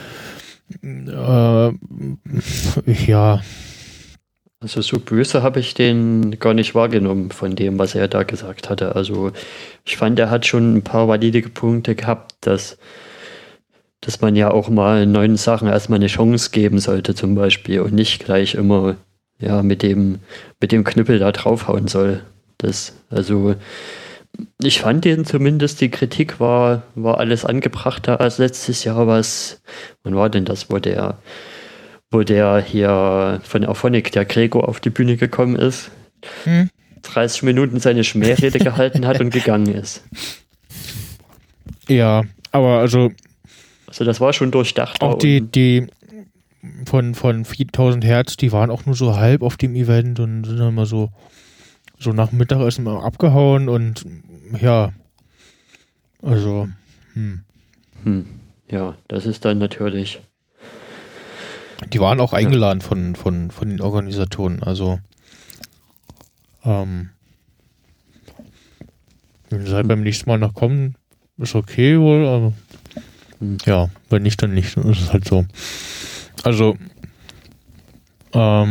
Ja. Also so böse habe ich den gar nicht wahrgenommen von dem, was er da gesagt hatte. Also ich fand, er hat schon ein paar valide Punkte gehabt, dass man ja auch mal neuen Sachen erstmal eine Chance geben sollte zum Beispiel und nicht gleich immer mit dem Knüppel da draufhauen soll. Also ich fand den zumindest, die Kritik war alles angebrachter als letztes Jahr. Wann war denn das, wo der hier von Auphonic, der Gregor, auf die Bühne gekommen ist, 30 Minuten seine Schmährede gehalten hat und gegangen ist. Ja, aber also das war schon durchdacht. Auch die von 4000 Hertz, die waren auch nur so halb auf dem Event und sind dann mal so nach Mittagessen mal abgehauen und ja, also ja, das ist dann natürlich. Die waren auch eingeladen von den Organisatoren, also wenn sie halt beim nächsten Mal noch kommen, ist okay wohl, aber ja, wenn nicht, dann nicht, dann ist es halt so. Also ja,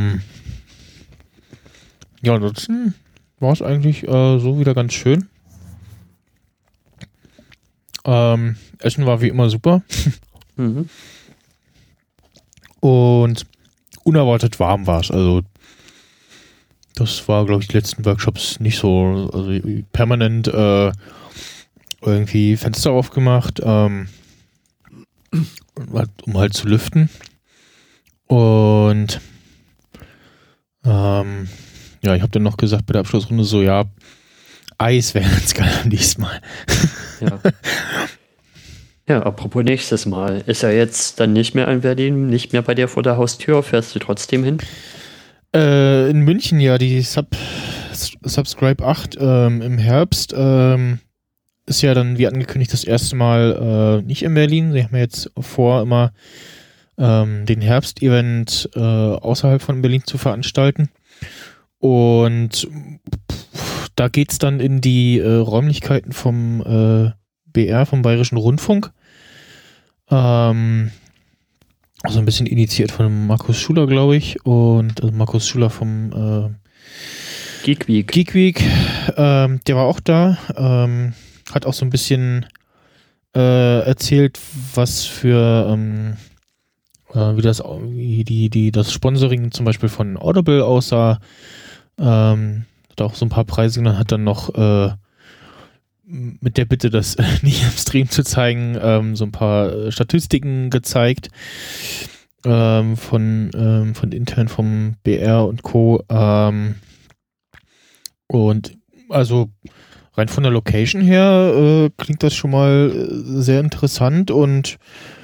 ansonsten war es eigentlich so wieder ganz schön. Essen war wie immer super. Und unerwartet warm war es. Also das war, glaube ich, die letzten Workshops nicht so. Also permanent irgendwie Fenster aufgemacht, um halt zu lüften. Und ja, ich habe dann noch gesagt bei der Abschlussrunde so, ja, Eis wäre ganz geil am nächsten Mal. Ja. Ja, apropos nächstes Mal. Ist er jetzt dann nicht mehr in Berlin, nicht mehr bei dir vor der Haustür? Fährst du trotzdem hin? In München, ja, die Subscribe 8 im Herbst ist ja dann, wie angekündigt, das erste Mal nicht in Berlin. Sie haben ja jetzt vor, immer den Herbst-Event außerhalb von Berlin zu veranstalten. Und da geht's dann in die Räumlichkeiten vom BR, vom Bayerischen Rundfunk. Also ein bisschen initiiert von Markus Schuler, glaube ich. Und also Markus Schuler vom Geek Week. Der war auch da. Hat auch so ein bisschen erzählt, was für wie das Sponsoring zum Beispiel von Audible aussah. Hat auch so ein paar Preise genannt, hat dann noch mit der Bitte, das nicht im Stream zu zeigen, so ein paar Statistiken gezeigt von intern vom BR und Co. Und also rein von der Location her klingt das schon mal sehr interessant und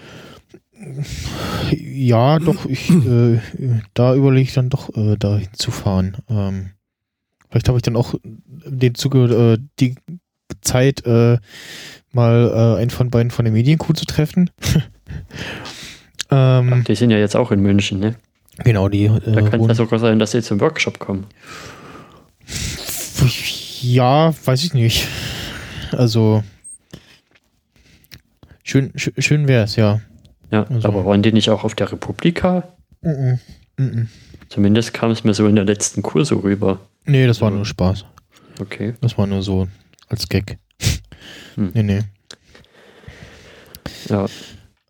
ja, doch, da überlege ich dann doch dahin zu fahren. Vielleicht habe ich dann auch den Zuge die Zeit, mal einen von beiden von der Medienkuh zu treffen. Die sind ja jetzt auch in München, ne? Genau, die. Da kann es ja sogar sein, dass sie zum Workshop kommen. Ja, weiß ich nicht. Also schön wäre es, ja. Ja, also. Aber waren die nicht auch auf der Republika? Zumindest kam es mir so in der letzten Kur so rüber. Nee, das war nur Spaß. Okay. Das war nur so als Gag. Nee. Ja.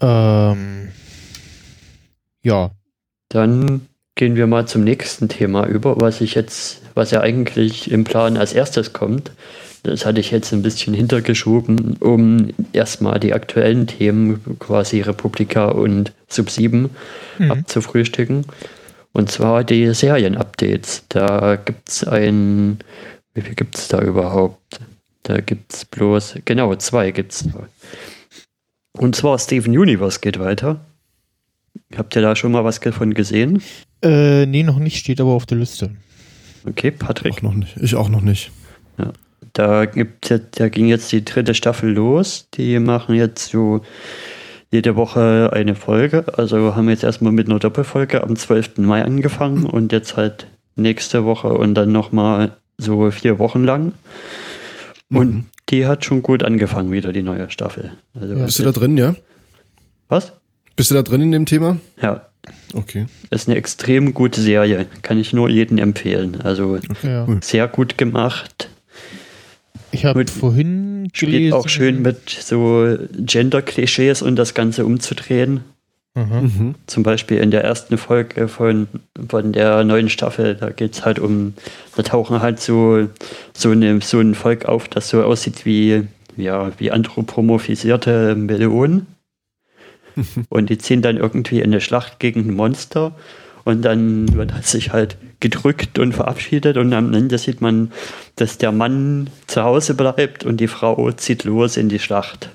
Ja. Dann gehen wir mal zum nächsten Thema über, was ja eigentlich im Plan als erstes kommt. Das hatte ich jetzt ein bisschen hintergeschoben, um erstmal die aktuellen Themen, quasi Republika und Sub 7, abzufrühstücken. Und zwar die Serien-Updates. Da gibt es wie viel gibt es da überhaupt? Da gibt es bloß, genau, 2 gibt es da. Und zwar Steven Universe geht weiter. Habt ihr da schon mal was davon gesehen? Nee, noch nicht, steht aber auf der Liste. Okay, Patrick? Auch noch nicht. Ich auch noch nicht. Ja. Da ging jetzt die 3. Staffel los. Die machen jetzt so jede Woche eine Folge. Also haben jetzt erstmal mit einer Doppelfolge am 12. Mai angefangen und jetzt halt nächste Woche und dann nochmal so 4 Wochen lang. Und die hat schon gut angefangen wieder, die neue Staffel. Also Bist du da drin, ja? Was? Bist du da drin in dem Thema? Ja. Okay. Ist eine extrem gute Serie. Kann ich nur jedem empfehlen. Also sehr gut gemacht. Ich habe vorhin Spielt gelesen. auch schön mit so Gender-Klischees und das Ganze umzudrehen. Zum Beispiel in der ersten Folge von der neuen Staffel, da tauchen halt so ein Volk auf, das so aussieht wie anthropomorphisierte Melonen. Und die ziehen dann irgendwie in eine Schlacht gegen ein Monster und dann wird sich halt gedrückt und verabschiedet und am Ende sieht man, dass der Mann zu Hause bleibt und die Frau zieht los in die Schlacht.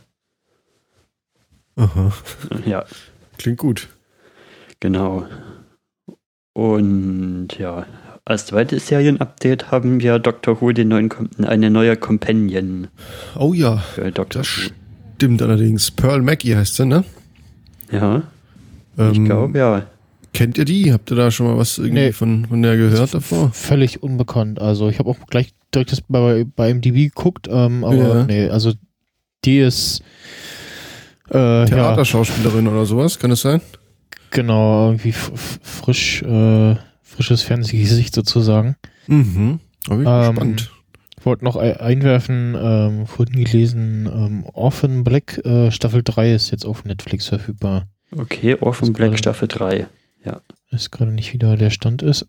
Aha. Ja. Klingt gut. Genau. Und ja, als zweites Serien-Update haben wir Doctor Who eine neue Companion. Oh ja, für Doctor Who. Stimmt allerdings. Pearl Mackie heißt sie, ne? Ja, ich glaube, ja. Kennt ihr die? Habt ihr da schon mal was irgendwie von der gehört davor? Völlig unbekannt. Also ich habe auch gleich direkt das bei MDB geguckt, aber nee, also die ist Theaterschauspielerin oder sowas, kann es sein? Genau, irgendwie frisches Fernsehgesicht sozusagen. Mhm. Aber spannend. Ich wollte noch einwerfen, vorhin gelesen, Orphan Black Staffel 3 ist jetzt auf Netflix verfügbar. Okay, Orphan Black Staffel 3. Ja. Ist gerade nicht wieder der Stand ist.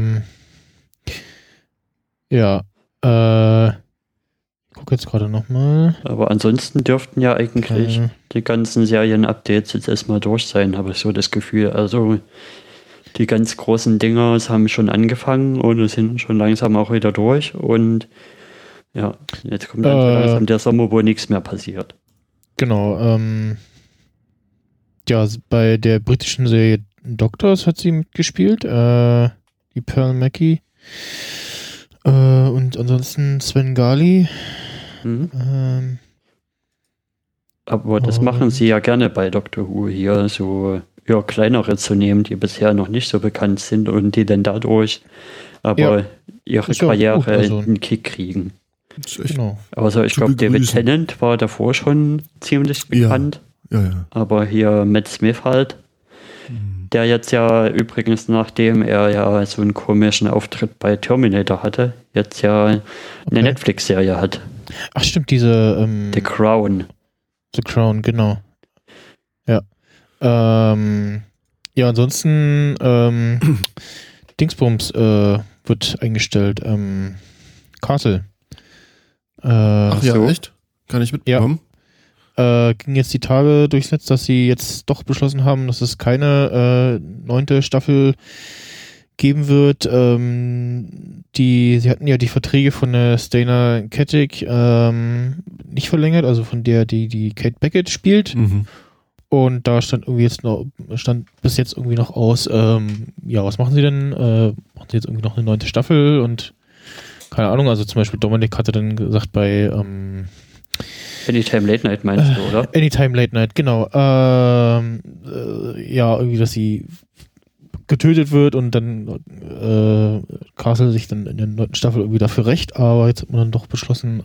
Ich gucke jetzt gerade nochmal. Aber ansonsten dürften ja eigentlich die ganzen Serien-Updates jetzt erstmal durch sein, habe ich so das Gefühl. Also die ganz großen Dinger haben schon angefangen und sind schon langsam auch wieder durch. Und ja, jetzt kommt dann langsam der Sommer, wo nichts mehr passiert. Genau. Bei der britischen Serie Doctors hat sie mitgespielt. Die Pearl Mackie. Und ansonsten Sven Gali. Aber das machen sie ja gerne bei Doctor Who hier, so kleinere zu nehmen, die bisher noch nicht so bekannt sind und die dann dadurch ihre Karriere einen Kick kriegen. Genau. Also ich glaube, David Tennant war davor schon ziemlich bekannt. Ja. Aber hier Matt Smith halt, der jetzt ja übrigens, nachdem er ja so einen komischen Auftritt bei Terminator hatte, jetzt ja eine Netflix-Serie hat. Ach stimmt, diese The Crown. The Crown, genau. Ja. Ansonsten Dingsbums wird eingestellt. Castle. Ach ja, echt? Kann ich mitbekommen? Ging jetzt die Tage durchs Netz, dass sie jetzt doch beschlossen haben, dass es keine 9. Staffel geben wird. Sie hatten ja die Verträge von der Stana Katic nicht verlängert, also von der die Kate Beckett spielt. Und da stand bis jetzt irgendwie noch aus, was machen sie denn? Machen sie jetzt irgendwie noch eine 9. Staffel und keine Ahnung, also zum Beispiel Dominik hatte dann gesagt bei Anytime Late Night meinst du, oder? Anytime Late Night, genau. Irgendwie, dass sie getötet wird und dann Castle sich dann in der 9. Staffel irgendwie dafür rächt, aber jetzt hat man dann doch beschlossen,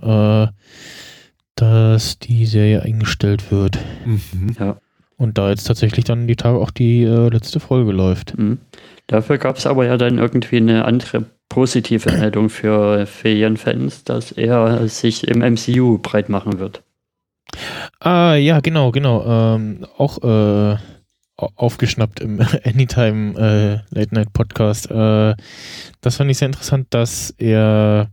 dass die Serie eingestellt wird. Ja. Und da jetzt tatsächlich dann die Tage auch die letzte Folge läuft. Dafür gab es aber ja dann irgendwie eine andere positive Meldung für Fans, dass er sich im MCU breit machen wird. Ja, genau. Auch aufgeschnappt im Anytime Late Night Podcast. Das fand ich sehr interessant, dass er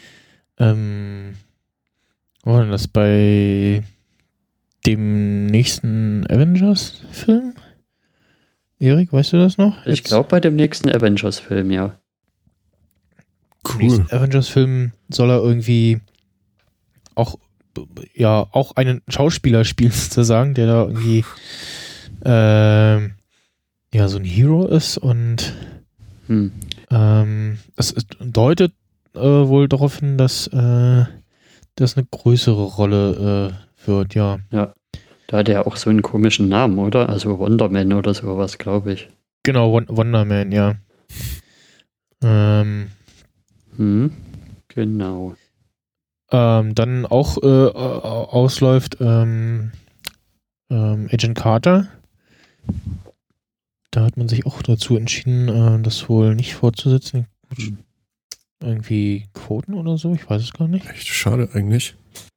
wo war denn das bei dem nächsten Avengers-Film? Erik, weißt du das noch? Ich glaube bei dem nächsten Avengers-Film, ja. Im nächsten Avengers-Film soll er irgendwie auch einen Schauspieler spielen, sozusagen, der da irgendwie so ein Hero ist und es deutet wohl darauf hin, dass das eine größere Rolle wird, ja. Ja, da hat er auch so einen komischen Namen, oder? Also Wonderman oder sowas, glaube ich. Genau, Wonderman, ja. Genau. Dann auch ausläuft Agent Carter. Da hat man sich auch dazu entschieden, das wohl nicht fortzusetzen. Irgendwie Quoten oder so, ich weiß es gar nicht. Echt schade eigentlich.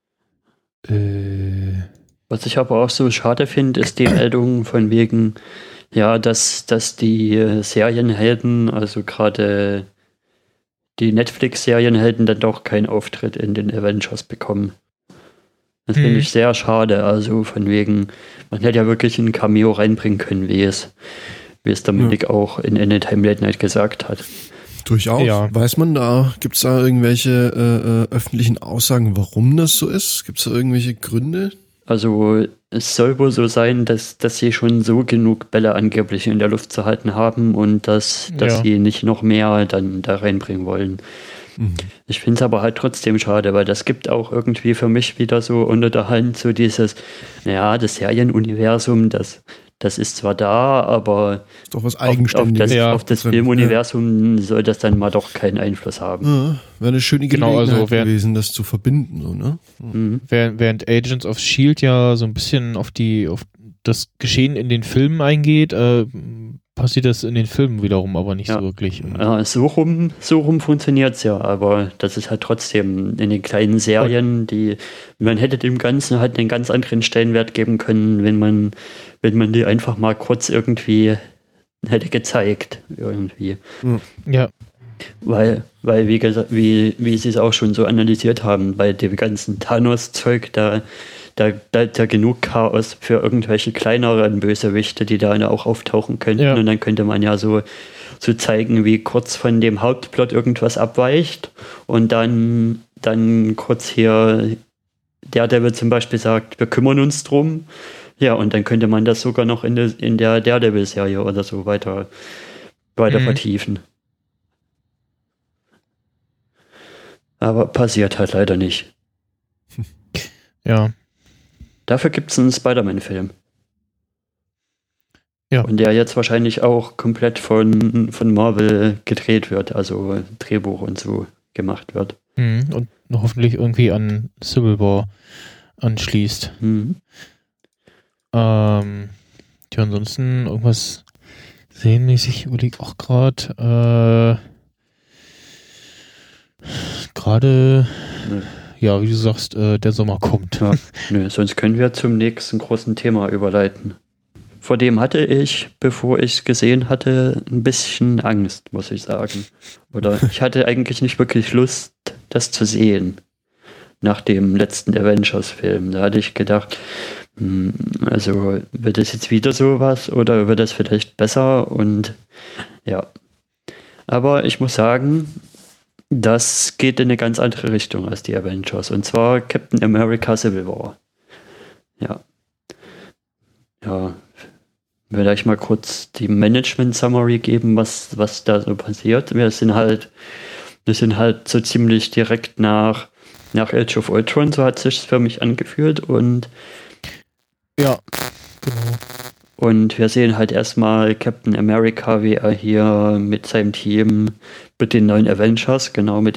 Was ich aber auch so schade finde, ist die Meldung von wegen, ja, dass die Serienhelden, also gerade die Netflix-Serienhelden, dann doch keinen Auftritt in den Avengers bekommen. Das finde ich sehr schade. Also von wegen, man hätte ja wirklich ein Cameo reinbringen können, wie es Dominik auch in Anytime Late Night gesagt hat. Durchaus. Ja. Weiß man da, gibt es da irgendwelche öffentlichen Aussagen, warum das so ist? Gibt es da irgendwelche Gründe? Also es soll wohl so sein, dass sie schon so genug Bälle angeblich in der Luft zu halten haben und dass sie nicht noch mehr dann da reinbringen wollen. Ich finde es aber halt trotzdem schade, weil das gibt auch irgendwie für mich wieder so unter der Hand so dieses, das Serienuniversum, das ist zwar da, aber ist doch was Eigenständiges. Auf das Filmuniversum soll das dann mal doch keinen Einfluss haben. Ja, wäre eine schöne Gelegenheit gewesen, das zu verbinden. So, ne? Während Agents of S.H.I.E.L.D. ja so ein bisschen auf das Geschehen in den Filmen eingeht, passiert das in den Filmen wiederum aber nicht so wirklich. Ja, so rum funktioniert es ja, aber das ist halt trotzdem in den kleinen Serien, man hätte dem Ganzen halt einen ganz anderen Stellenwert geben können, wenn man die einfach mal kurz irgendwie hätte gezeigt. Irgendwie. Ja. Weil wie gesagt, wie sie es auch schon so analysiert haben, bei dem ganzen Thanos-Zeug, da ist ja genug Chaos für irgendwelche kleineren Bösewichte, die da auch auftauchen könnten. Ja. Und dann könnte man ja so zeigen, wie kurz von dem Hauptplot irgendwas abweicht und dann kurz hier Daredevil zum Beispiel sagt, wir kümmern uns drum. Ja, und dann könnte man das sogar noch in der Daredevil-Serie oder so weiter vertiefen. Aber passiert halt leider nicht. Ja. Dafür gibt es einen Spider-Man-Film. Ja. Und der jetzt wahrscheinlich auch komplett von Marvel gedreht wird, also Drehbuch und so gemacht wird. Und hoffentlich irgendwie an Civil War anschließt. Ansonsten irgendwas serienmäßig überlege auch gerade. Ja, wie du sagst, der Sommer kommt. Ja, sonst können wir zum nächsten großen Thema überleiten. Vor dem hatte ich, bevor ich es gesehen hatte, ein bisschen Angst, muss ich sagen. Oder ich hatte eigentlich nicht wirklich Lust, das zu sehen. Nach dem letzten Avengers-Film. Da hatte ich gedacht, also wird das jetzt wieder sowas oder wird das vielleicht besser? Und ja. Aber ich muss sagen, das geht in eine ganz andere Richtung als die Avengers. Und zwar Captain America Civil War. Ja. Ja. Will ich mal kurz die Management-Summary geben, was da so passiert. Wir sind halt so ziemlich direkt nach Age of Ultron, so hat es sich für mich angefühlt. Und ja, genau. Und wir sehen halt erstmal Captain America, wie er hier mit seinem Team mit den neuen Avengers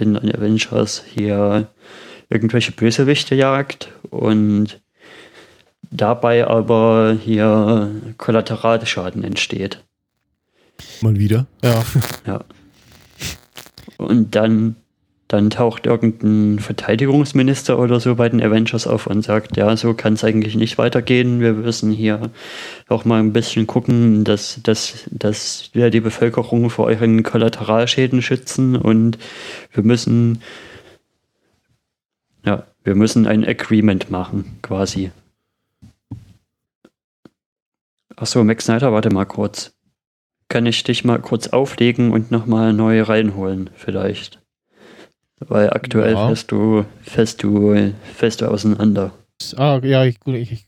hier irgendwelche Bösewichte jagt und dabei aber hier Kollateralschaden entsteht. Mal wieder? Ja. Ja. Und dann Dann taucht irgendein Verteidigungsminister oder so bei den Avengers auf und sagt, ja, so kann es eigentlich nicht weitergehen. Wir müssen hier auch mal ein bisschen gucken, dass wir die Bevölkerung vor euren Kollateralschäden schützen und wir müssen ein Agreement machen, quasi. Achso, Max Snyder, warte mal kurz. Kann ich dich mal kurz auflegen und nochmal neu reinholen, vielleicht? Weil aktuell fällst du auseinander. Ja, gut. Ich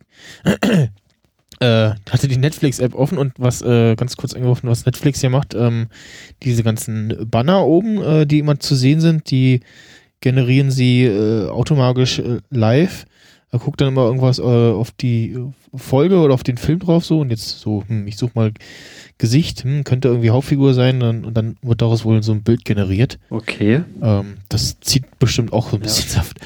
hatte die Netflix-App offen und was ganz kurz eingeworfen, was Netflix hier macht, diese ganzen Banner oben, die immer zu sehen sind, die generieren sie automatisch live. Er guckt dann immer irgendwas auf die Folge oder auf den Film drauf so und jetzt so, ich suche mal Gesicht, könnte irgendwie Hauptfigur sein und dann wird daraus wohl so ein Bild generiert. Okay. Das zieht bestimmt auch so ein bisschen Saft.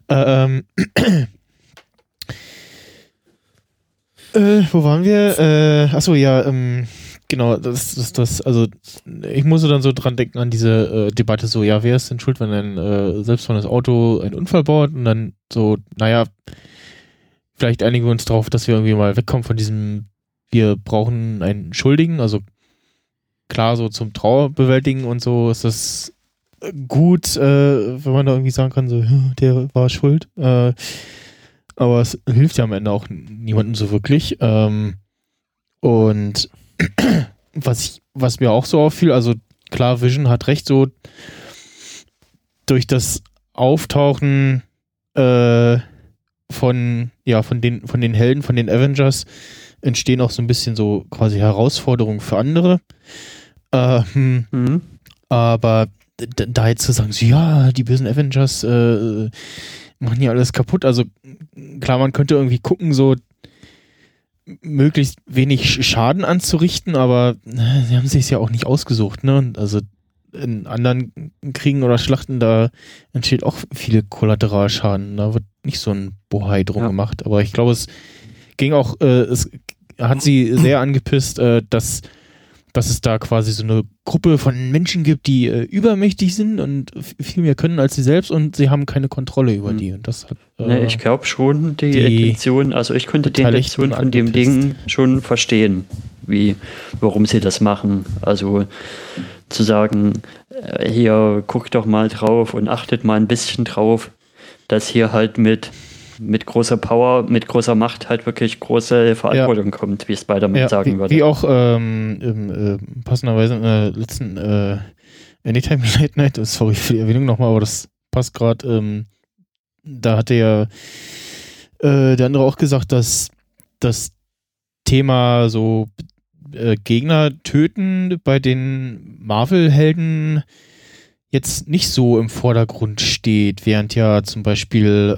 Wo waren wir? Achso, ja, genau, also ich musste dann so dran denken an diese Debatte so, ja, wer ist denn schuld, wenn ein selbstfahrendes Auto einen Unfall baut und dann so, naja, vielleicht einigen wir uns darauf, dass wir irgendwie mal wegkommen von diesem, wir brauchen einen Schuldigen, also klar, so zum Trauerbewältigen und so ist das gut, wenn man da irgendwie sagen kann, so, der war schuld, aber es hilft ja am Ende auch niemandem so wirklich, und was mir auch so auffiel, also klar, Vision hat recht, so durch das Auftauchen von den Helden, von den Avengers entstehen auch so ein bisschen so quasi Herausforderungen für andere. Aber da jetzt zu sagen, so, ja, die bösen Avengers machen hier alles kaputt, also klar, man könnte irgendwie gucken, so möglichst wenig Schaden anzurichten, aber sie haben sich ja auch nicht ausgesucht, ne? Also in anderen Kriegen oder Schlachten, da entsteht auch viel Kollateralschaden. Da wird nicht so ein Bohai drum gemacht. Aber ich glaube, es ging auch, es hat sie sehr angepisst, dass es da quasi so eine Gruppe von Menschen gibt, die übermächtig sind und viel mehr können als sie selbst und sie haben keine Kontrolle über die. Und das hat, ich glaube schon, die Intention, also ich konnte die Intention von dem Ding schon verstehen, warum sie das machen. Also zu sagen, hier guckt doch mal drauf und achtet mal ein bisschen drauf, dass hier halt mit großer Power, mit großer Macht halt wirklich große Verantwortung kommt, wie Spider-Man sagen würde. Wie auch passenderweise in der letzten Anytime Late Night, sorry für die Erwähnung nochmal, aber das passt gerade, da hatte ja der andere auch gesagt, dass das Thema so Gegner töten bei den Marvel-Helden jetzt nicht so im Vordergrund steht, während ja zum Beispiel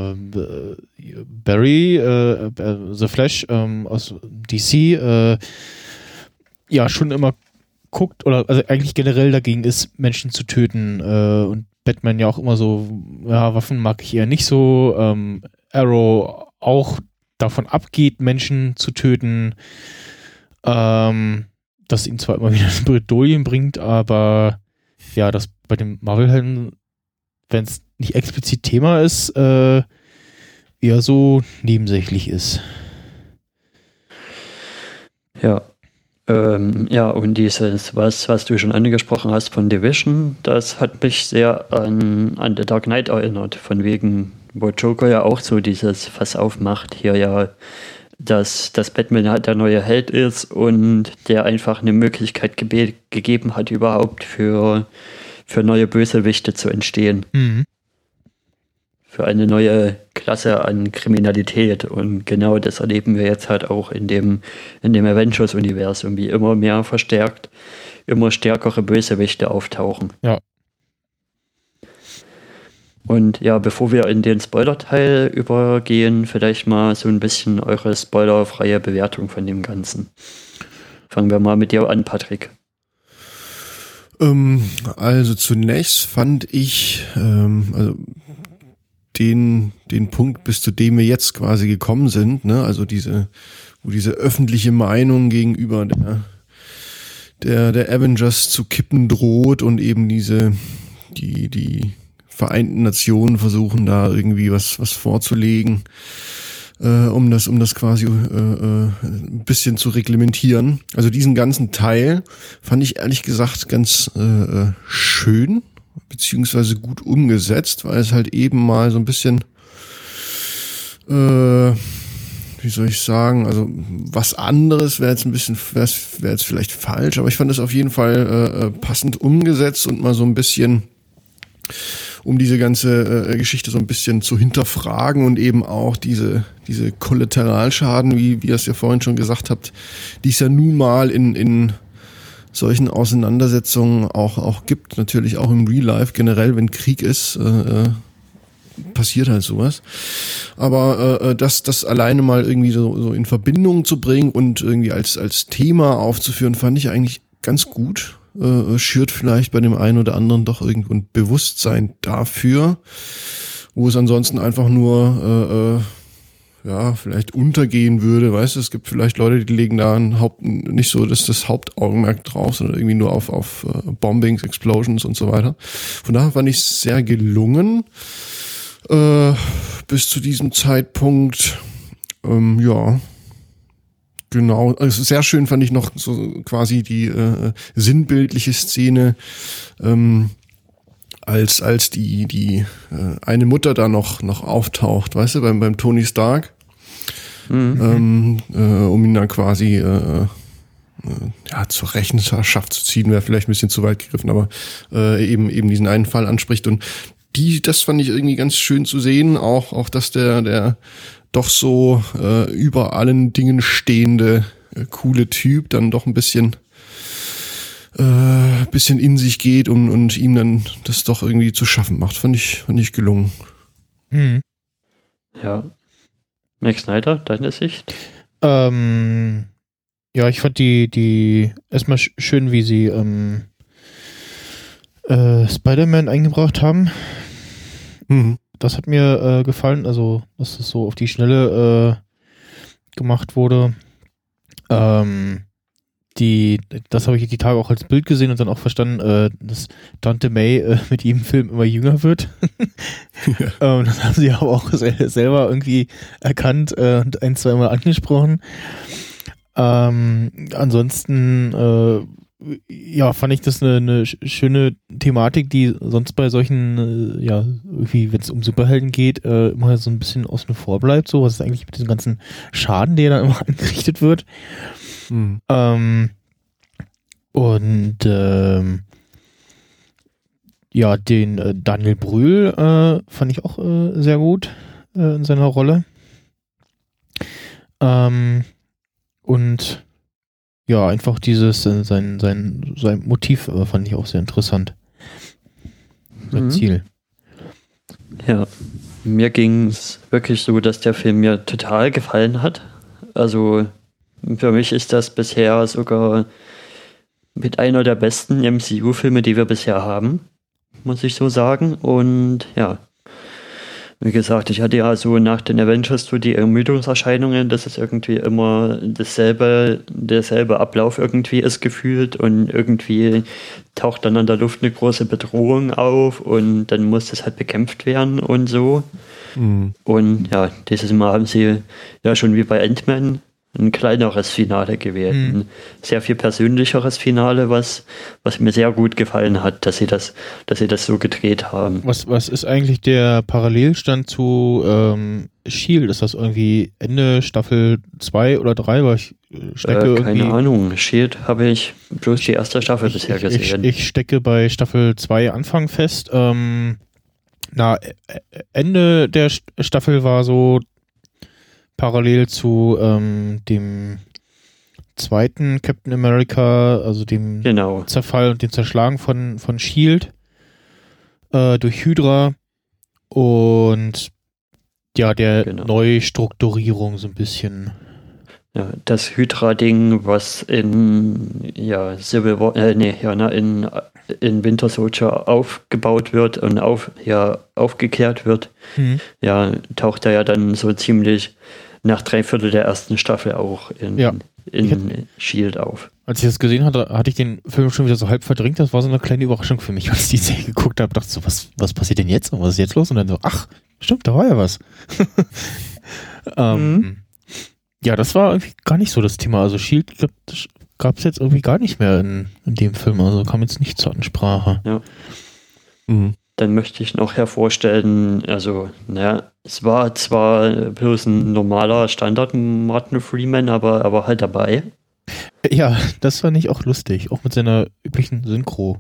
Barry, The Flash aus DC, ja schon immer guckt, oder also eigentlich generell dagegen ist, Menschen zu töten, und Batman ja auch immer so, ja, Waffen mag ich eher nicht so, Arrow auch davon abgeht, Menschen zu töten, das ihn zwar immer wieder in Bredouillen bringt, aber ja, das bei den Marvel-Helden, wenn es nicht explizit Thema ist, eher so nebensächlich ist. Ja. Und dieses, was du schon angesprochen hast von Division, das hat mich sehr an The Dark Knight erinnert, von wegen, wo Joker ja auch so dieses Fass aufmacht, hier ja, dass Batman halt der neue Held ist und der einfach eine Möglichkeit gegeben hat, überhaupt für neue Bösewichte zu entstehen. Mhm. Für eine neue Klasse an Kriminalität. Und genau das erleben wir jetzt halt auch in dem Avengers-Universum, wie immer mehr verstärkt, immer stärkere Bösewichte auftauchen. Ja. Und ja, bevor wir in den Spoiler-Teil übergehen, vielleicht mal so ein bisschen eure spoilerfreie Bewertung von dem Ganzen. Fangen wir mal mit dir an, Patrick. Also zunächst fand ich also den Punkt, bis zu dem wir jetzt quasi gekommen sind, ne, also wo diese öffentliche Meinung gegenüber der Avengers zu kippen droht und eben die Vereinten Nationen versuchen da irgendwie was vorzulegen, um das quasi ein bisschen zu reglementieren. Also diesen ganzen Teil fand ich ehrlich gesagt ganz schön, beziehungsweise gut umgesetzt, weil es halt eben mal so ein bisschen, wie soll ich sagen, also was anderes wäre jetzt ein bisschen, wäre jetzt vielleicht falsch, aber ich fand es auf jeden Fall passend umgesetzt und mal so ein bisschen, um diese ganze Geschichte so ein bisschen zu hinterfragen und eben auch diese Kollateralschaden, wie ihr es ja vorhin schon gesagt habt, die es ja nun mal in solchen Auseinandersetzungen auch gibt, natürlich auch im Real Life generell, wenn Krieg ist, passiert halt sowas. Aber das alleine mal irgendwie so in Verbindung zu bringen und irgendwie als Thema aufzuführen, fand ich eigentlich ganz gut. Schürt vielleicht bei dem einen oder anderen doch irgendwo ein Bewusstsein dafür, wo es ansonsten einfach nur vielleicht untergehen würde, weißt du, es gibt vielleicht Leute, die legen da nicht so das Hauptaugenmerk drauf, sondern irgendwie nur auf Bombings, Explosions und so weiter. Von daher fand ich es sehr gelungen, bis zu diesem Zeitpunkt, genau, also sehr schön fand ich noch so quasi die sinnbildliche Szene, als die eine Mutter da noch auftaucht, weißt du, beim Tony Stark, um ihn dann quasi zur Rechenschaft zu ziehen, wäre vielleicht ein bisschen zu weit gegriffen, aber eben diesen einen Fall anspricht und das fand ich irgendwie ganz schön zu sehen, auch dass der doch so über allen Dingen stehende coole Typ dann doch ein bisschen in sich geht und ihm dann das doch irgendwie zu schaffen macht. Fand ich gelungen. Mhm. Ja. Max Snyder, deine Sicht? Ja, ich fand die erstmal schön, wie sie Spider-Man eingebracht haben. Mhm. Das hat mir gefallen, also dass es so auf die Schnelle gemacht wurde. Das habe ich die Tage auch als Bild gesehen und dann auch verstanden, dass Tante May mit jedem Film immer jünger wird. Ja. Das haben sie aber auch selber irgendwie erkannt und ein, zweimal angesprochen. Ansonsten fand ich das eine schöne Thematik, die sonst bei solchen, irgendwie, wenn es um Superhelden geht, immer so ein bisschen außen vor bleibt. So, was ist eigentlich mit diesem ganzen Schaden, der dann immer angerichtet wird? Mhm. Den Daniel Brühl fand ich auch sehr gut in seiner Rolle. Und ja, einfach dieses, sein Motiv fand ich auch sehr interessant. Sein Ziel. Ja, mir ging es wirklich so, dass der Film mir total gefallen hat. Also für mich ist das bisher sogar mit einer der besten MCU-Filme, die wir bisher haben, muss ich so sagen. Und ja, wie gesagt, ich hatte ja so nach den Avengers so die Ermüdungserscheinungen, dass es irgendwie immer derselbe Ablauf irgendwie ist gefühlt und irgendwie taucht dann an der Luft eine große Bedrohung auf und dann muss das halt bekämpft werden und so. Mhm. Und ja, dieses Mal haben sie ja schon wie bei Ant-Man ein kleineres Finale gewählt. Ein sehr viel persönlicheres Finale, was mir sehr gut gefallen hat, dass sie das so gedreht haben. Was ist eigentlich der Parallelstand zu S.H.I.E.L.D.? Ist das irgendwie Ende Staffel 2 oder 3? Weil ich stecke keine Ahnung. S.H.I.E.L.D. habe ich bloß die erste Staffel bisher gesehen. Ich stecke bei Staffel 2 Anfang fest. Ende der Staffel war so parallel zu dem zweiten Captain America, also dem Zerfall und dem Zerschlagen von S.H.I.E.L.D. Durch Hydra und ja, der Neustrukturierung so ein bisschen. Ja, das Hydra-Ding, was in Civil War, in Winter Soldier aufgebaut wird und aufgeklärt wird, taucht er ja dann so ziemlich nach 3/4 der ersten Staffel auch in in S.H.I.E.L.D. auf. Als ich das gesehen hatte, hatte ich den Film schon wieder so halb verdrängt. Das war so eine kleine Überraschung für mich, als ich die Serie geguckt habe. Dachte so, was passiert denn jetzt? Und was ist jetzt los? Und dann so, ach, stimmt, da war ja was. Ja, das war irgendwie gar nicht so das Thema. Also S.H.I.E.L.D. gab es jetzt irgendwie gar nicht mehr in dem Film. Also kam jetzt nicht zur Ansprache. Ja. Dann möchte ich noch hervorstellen, also, es war zwar bloß ein normaler Standard Martin Freeman, aber er war halt dabei. Ja, das fand ich auch lustig. Auch mit seiner üblichen Synchro.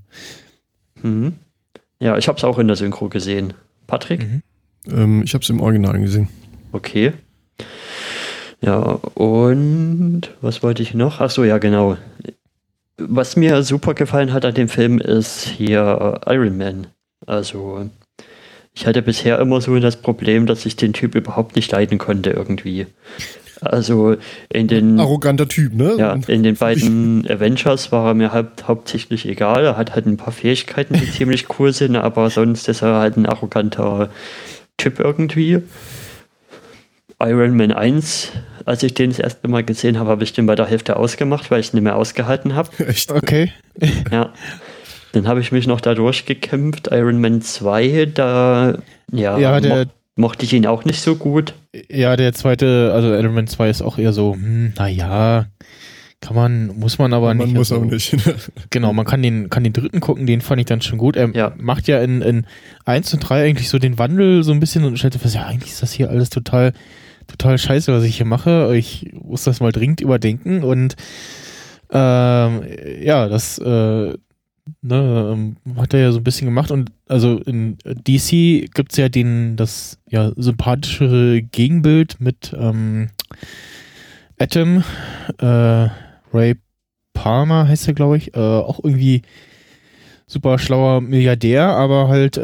Ja, ich habe es auch in der Synchro gesehen. Patrick? Ich habe es im Original gesehen. Okay. Ja, und was wollte ich noch? Ach so, ja, genau. Was mir super gefallen hat an dem Film ist hier Iron Man. Also, ich hatte bisher immer so das Problem, dass ich den Typ überhaupt nicht leiden konnte irgendwie. Also in den arroganter Typ, ne? Ja, in den beiden Avengers war er mir hauptsächlich egal. Er hat halt ein paar Fähigkeiten, die ziemlich cool sind, aber sonst ist er halt ein arroganter Typ irgendwie. Iron Man 1, als ich den das erste Mal gesehen habe, habe ich den bei der Hälfte ausgemacht, weil ich es nicht mehr ausgehalten habe. Echt? Okay. Ja. Dann habe ich mich noch da durchgekämpft. Iron Man 2, da mochte ich ihn auch nicht so gut. Ja, der zweite, also Iron Man 2 ist auch eher so, naja, muss man aber nicht. Man muss auch nicht. Genau, man kann den dritten gucken, den fand ich dann schon gut. Er macht ja in 1 und 3 eigentlich so den Wandel so ein bisschen und stellt fest, ja, eigentlich ist das hier alles total scheiße, was ich hier mache. Ich muss das mal dringend überdenken und das hat er ja so ein bisschen gemacht und also in DC gibt es ja das sympathischere Gegenbild mit Atom, Ray Palmer heißt er, glaube ich, auch irgendwie super schlauer Milliardär, aber halt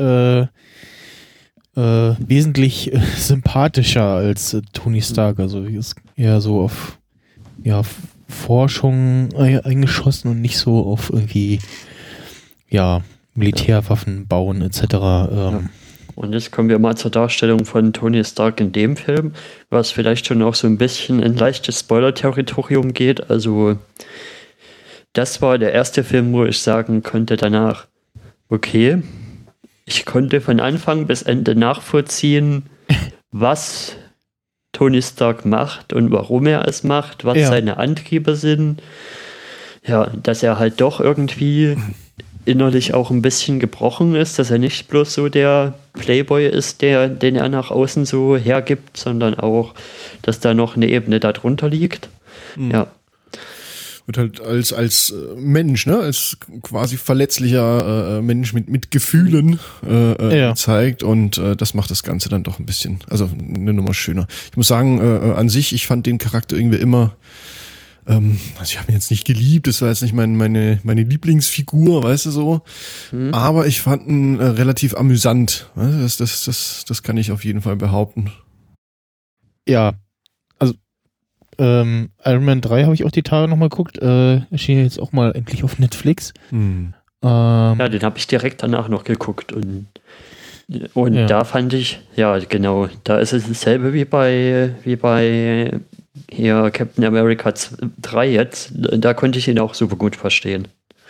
wesentlich sympathischer als Tony Stark, also ist eher so auf Forschung eingeschossen und nicht so auf irgendwie Militärwaffen bauen etc. Und jetzt kommen wir mal zur Darstellung von Tony Stark in dem Film, was vielleicht schon auch so ein bisschen in leichtes Spoiler-Territorium geht. Also das war der erste Film, wo ich sagen konnte danach, okay, ich konnte von Anfang bis Ende nachvollziehen, was Tony Stark macht und warum er es macht, was seine Antriebe sind. Ja, dass er halt doch irgendwie innerlich auch ein bisschen gebrochen ist, dass er nicht bloß so der Playboy ist, den er nach außen so hergibt, sondern auch, dass da noch eine Ebene darunter liegt. Ja. Wird halt als Mensch, ne, als quasi verletzlicher Mensch mit Gefühlen gezeigt und das macht das Ganze dann doch ein bisschen, also eine Nummer schöner. Ich muss sagen, an sich, ich fand den Charakter irgendwie immer also ich habe ihn jetzt nicht geliebt, das war jetzt nicht meine Lieblingsfigur, weißt du so, aber ich fand ihn relativ amüsant. Das kann ich auf jeden Fall behaupten. Ja, also Iron Man 3 habe ich auch die Tage nochmal geguckt, erschien jetzt auch mal endlich auf Netflix. Den habe ich direkt danach noch geguckt und da fand ich, ja genau, da ist es dasselbe wie bei hier Captain America 3 jetzt, da konnte ich ihn auch super gut verstehen.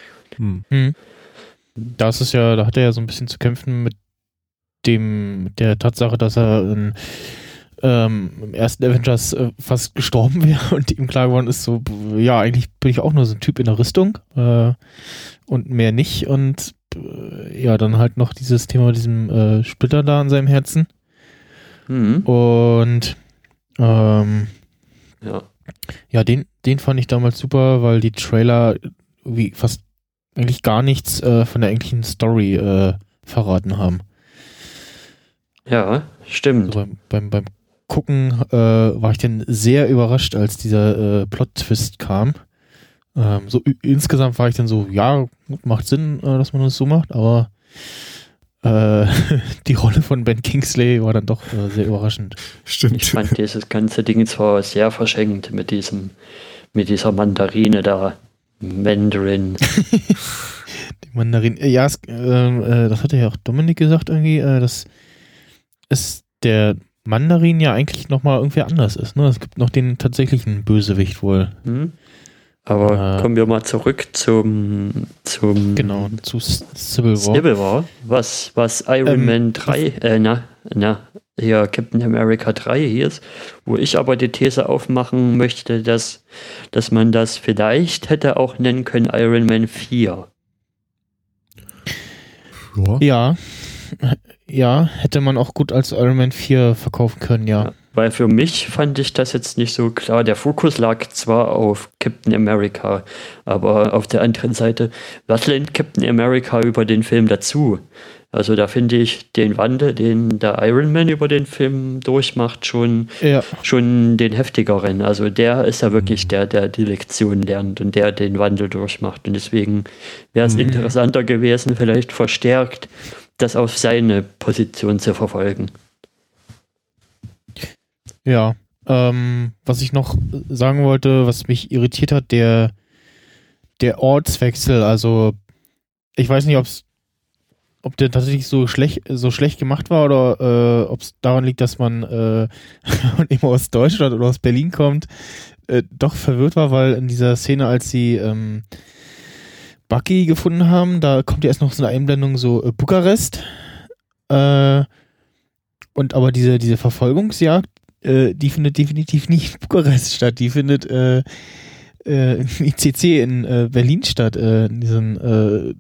Da hat er ja so ein bisschen zu kämpfen mit der Tatsache, dass er im ersten Avengers fast gestorben wäre und ihm klar geworden ist, so, ja, eigentlich bin ich auch nur so ein Typ in der Rüstung und mehr nicht und dann halt noch dieses Thema mit diesem Splitter da an seinem Herzen und den fand ich damals super, weil die Trailer irgendwie fast eigentlich gar nichts von der eigentlichen Story verraten haben. Ja, stimmt. Also beim Gucken war ich dann sehr überrascht, als dieser Plot-Twist kam. Insgesamt war ich dann so, ja, macht Sinn, dass man das so macht, aber die Rolle von Ben Kingsley war dann doch sehr überraschend. Stimmt. Ich fand dieses ganze Ding zwar sehr verschenkt mit dieser Mandarine da. Mandarin. Die Mandarin. Ja, das hatte ja auch Dominik gesagt irgendwie, dass es der Mandarin ja eigentlich nochmal irgendwie anders ist. Ne? Es gibt noch den tatsächlichen Bösewicht wohl. Aber kommen wir mal zurück zum genau, zu Civil War. Civil War, was Iron Man 3, hier Captain America 3 hieß, wo ich aber die These aufmachen möchte, dass man das vielleicht hätte auch nennen können Iron Man 4. Ja, hätte man auch gut als Iron Man 4 verkaufen können, ja. Weil für mich fand ich das jetzt nicht so klar. Der Fokus lag zwar auf Captain America, aber auf der anderen Seite, was lernt Captain America über den Film dazu? Also da finde ich den Wandel, den der Iron Man über den Film durchmacht, schon den heftigeren. Also der ist ja wirklich der die Lektion lernt und der den Wandel durchmacht. Und deswegen wäre es interessanter gewesen, vielleicht verstärkt das auf seine Position zu verfolgen. Ja, was ich noch sagen wollte, was mich irritiert hat, der Ortswechsel, also ich weiß nicht, ob der tatsächlich so schlecht gemacht war oder ob es daran liegt, dass man immer aus Deutschland oder aus Berlin kommt, doch verwirrt war, weil in dieser Szene, als sie Bucky gefunden haben, da kommt ja erst noch so eine Einblendung so Bukarest und aber diese Verfolgungsjagd, die findet definitiv nicht in Bukarest statt, die findet im ICC in Berlin statt, in diesen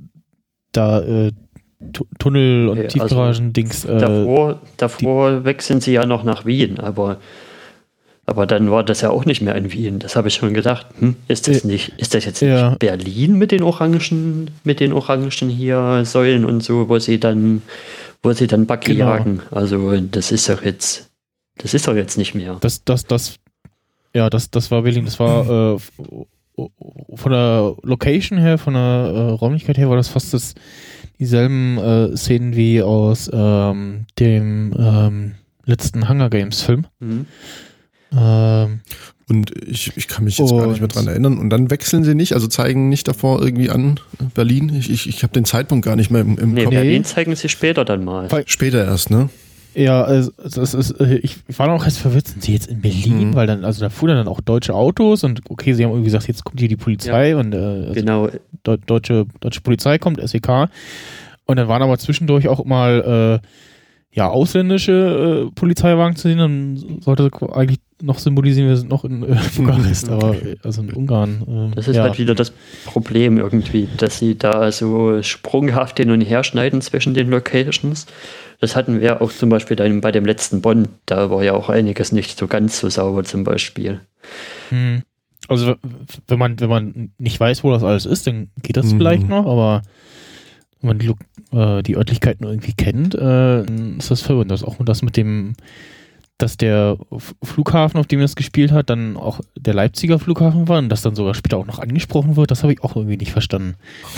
Tunnel- und Tiefgaragen-Dings. Davor wechseln sie ja noch nach Wien, aber dann war das ja auch nicht mehr in Wien. Das habe ich schon gedacht. Ist das jetzt nicht Berlin mit den orangen hier Säulen und so, wo sie dann Bucky jagen? Also das ist doch jetzt nicht mehr. Das war Berlin. Das war von der Location her, von der Räumlichkeit her, war das fast dieselben Szenen wie aus dem letzten Hunger Games Film. Und ich kann mich jetzt gar nicht mehr dran erinnern. Und dann wechseln sie nicht, also zeigen nicht davor irgendwie an Berlin. Ich habe den Zeitpunkt gar nicht mehr im Kopf. Berlin zeigen sie später dann mal. Später erst, ne? Ja, also ich war noch erst verwirrt, sind sie jetzt in Berlin? Weil dann, also da fuhren dann auch deutsche Autos und okay, sie haben irgendwie gesagt, jetzt kommt hier die Polizei und genau. Deutsche Polizei kommt, SEK. Und dann waren aber zwischendurch auch mal ausländische Polizeiwagen zu sehen, dann sollte eigentlich noch symbolisieren, wir sind noch in Bukarest, aber also in Ungarn. Das ist halt wieder das Problem irgendwie, dass sie da so sprunghaft hin und her schneiden zwischen den Locations. Das hatten wir auch zum Beispiel dann bei dem letzten Bond, da war ja auch einiges nicht so ganz so sauber zum Beispiel. Also wenn man nicht weiß, wo das alles ist, dann geht das vielleicht noch, aber wenn man die Örtlichkeiten irgendwie kennt, ist das verwirrend. Das auch das mit dem, dass der Flughafen, auf dem das gespielt hat, dann auch der Leipziger Flughafen war und das dann sogar später auch noch angesprochen wird, das habe ich auch irgendwie nicht verstanden.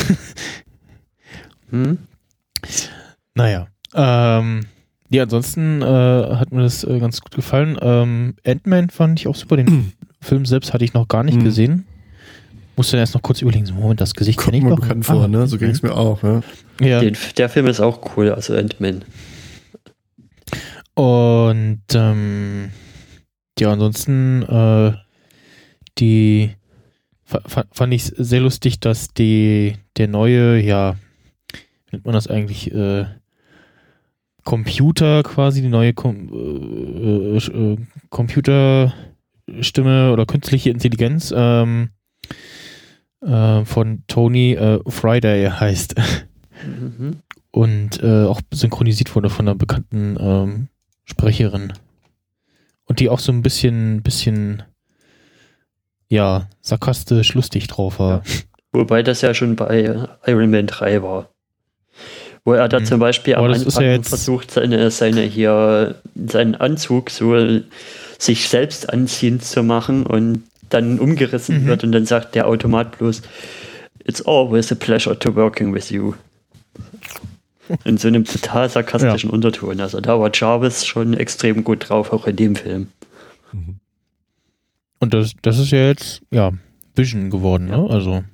Naja. Ansonsten hat mir das ganz gut gefallen. Ant-Man fand ich auch super. Den Film selbst hatte ich noch gar nicht gesehen. Musste dann erst noch kurz überlegen, so, Moment, das Gesicht kenne ich doch. Bekannt vor, ne? So ging es mir auch. Ja. Der Film ist auch cool, also Ant-Man. Und ansonsten fand ich sehr lustig, dass der neue, wie nennt man das eigentlich, Computer quasi, die neue Computerstimme oder künstliche Intelligenz von Tony Friday heißt. Und auch synchronisiert wurde von einer bekannten Sprecherin. Und die auch so ein bisschen sarkastisch lustig drauf war. Ja. Wobei das ja schon bei Iron Man 3 war. Wo er da zum Beispiel am Anfang versucht, seinen Anzug so sich selbst anziehend zu machen und dann umgerissen wird und dann sagt der Automat bloß, "It's always a pleasure to working with you." In so einem total sarkastischen Unterton. Also da war Jarvis schon extrem gut drauf, auch in dem Film. Und das ist ja jetzt, Vision geworden, ne? Also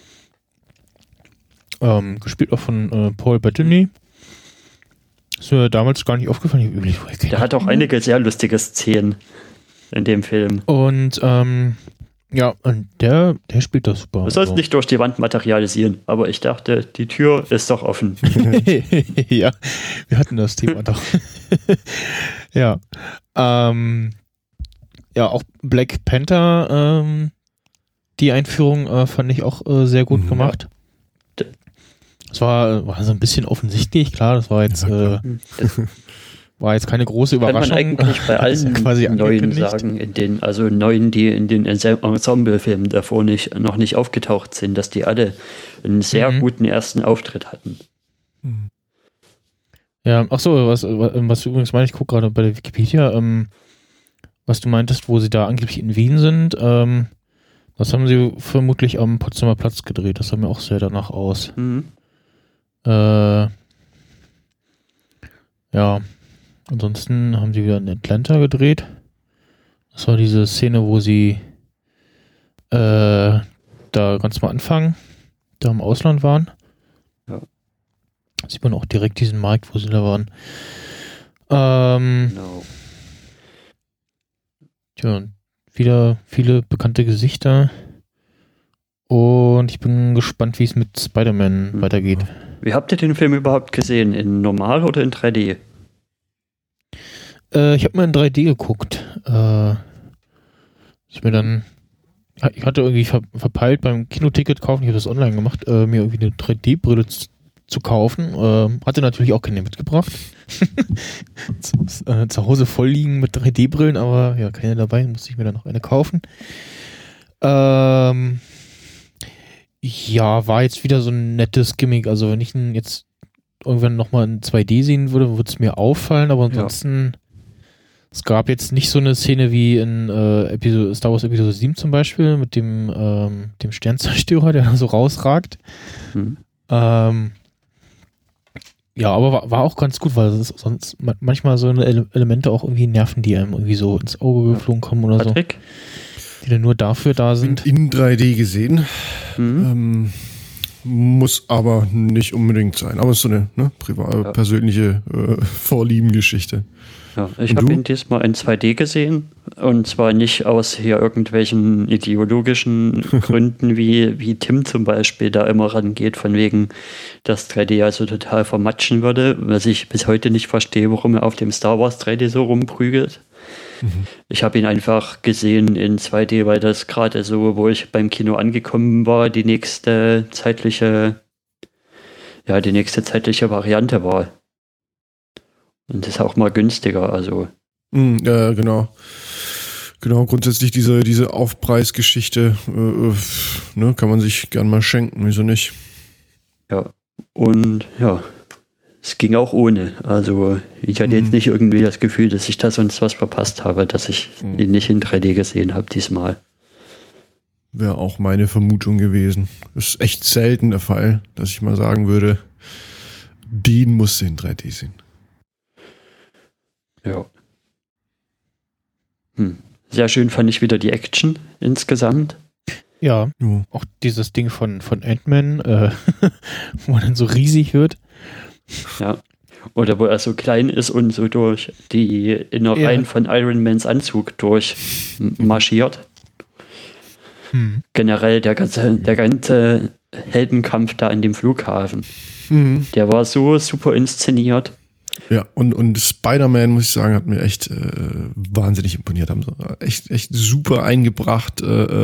gespielt auch von Paul Bettany. Ist mir damals gar nicht aufgefallen. Der hat auch einige sehr lustige Szenen in dem Film. Und Ja, und der spielt das super. Du sollst nicht durch die Wand materialisieren, aber ich dachte, die Tür ist doch offen. Ja, wir hatten das Thema doch. Ja. Ja, auch Black Panther, die Einführung fand ich auch sehr gut gemacht. Das war so ein bisschen offensichtlich, klar, das war jetzt war jetzt keine große Überraschung. Kann man eigentlich bei allen quasi neuen sagen, neuen, die in den Ensemble-Filmen davor noch nicht aufgetaucht sind, dass die alle einen sehr guten ersten Auftritt hatten. Ja, ach so, was du übrigens meinst, ich gucke gerade bei der Wikipedia, was du meintest, wo sie da angeblich in Wien sind, das haben sie vermutlich am Potsdamer Platz gedreht, das sah mir auch sehr danach aus. Ja, ansonsten haben sie wieder in Atlanta gedreht. Das war diese Szene, wo sie da ganz mal anfangen, da im Ausland waren. Ja. Sieht man auch direkt diesen Markt, wo sie da waren. Genau. Tja, wieder viele bekannte Gesichter. Und ich bin gespannt, wie es mit Spider-Man weitergeht. Wie habt ihr den Film überhaupt gesehen? In normal oder in 3D? Ich habe mal in 3D geguckt. Ich hatte irgendwie verpeilt beim Kinoticket kaufen, ich habe das online gemacht, mir irgendwie eine 3D-Brille zu kaufen. Hatte natürlich auch keine mitgebracht. Zu Hause voll liegen mit 3D-Brillen, aber ja, keine dabei, musste ich mir dann noch eine kaufen. Ja, war jetzt wieder so ein nettes Gimmick. Also wenn ich ihn jetzt irgendwann nochmal in 2D sehen würde, würde es mir auffallen, aber ansonsten es gab jetzt nicht so eine Szene wie in Star Wars Episode 7 zum Beispiel mit dem Sternzerstörer, der da so rausragt. Ja, aber war auch ganz gut, weil es sonst manchmal so eine Elemente auch irgendwie nerven, die einem irgendwie so ins Auge geflogen kommen oder Patrick? Die dann nur dafür da sind. In 3D gesehen. Muss aber nicht unbedingt sein. Aber es ist so eine persönliche Vorliebengeschichte. Ja, ich habe ihn diesmal in 2D gesehen und zwar nicht aus hier irgendwelchen ideologischen Gründen, wie Tim zum Beispiel da immer rangeht, von wegen, dass 3D also total vermatschen würde, was ich bis heute nicht verstehe, warum er auf dem Star Wars 3D so rumprügelt. Ich habe ihn einfach gesehen in 2D, weil das gerade so, wo ich beim Kino angekommen war, die nächste zeitliche Variante war. Und das ist auch mal günstiger, also. Ja, genau. Genau, grundsätzlich diese Aufpreisgeschichte kann man sich gern mal schenken, wieso nicht? Ja, und ja, es ging auch ohne. Also ich hatte jetzt nicht irgendwie das Gefühl, dass ich da sonst was verpasst habe, dass ich ihn nicht in 3D gesehen habe diesmal. Wäre auch meine Vermutung gewesen. Das ist echt selten der Fall, dass ich mal sagen würde, den musst du in 3D sehen. Ja. Sehr schön fand ich wieder die Action insgesamt. Ja, auch dieses Ding von Ant-Man, wo man dann so riesig wird. Ja. Oder wo er so klein ist und so durch die Innereien von Iron Mans Anzug durchmarschiert. Generell der ganze Heldenkampf da in dem Flughafen. Der war so super inszeniert. Ja, und Spider-Man, muss ich sagen, hat mir echt wahnsinnig imponiert. Haben so echt super eingebracht.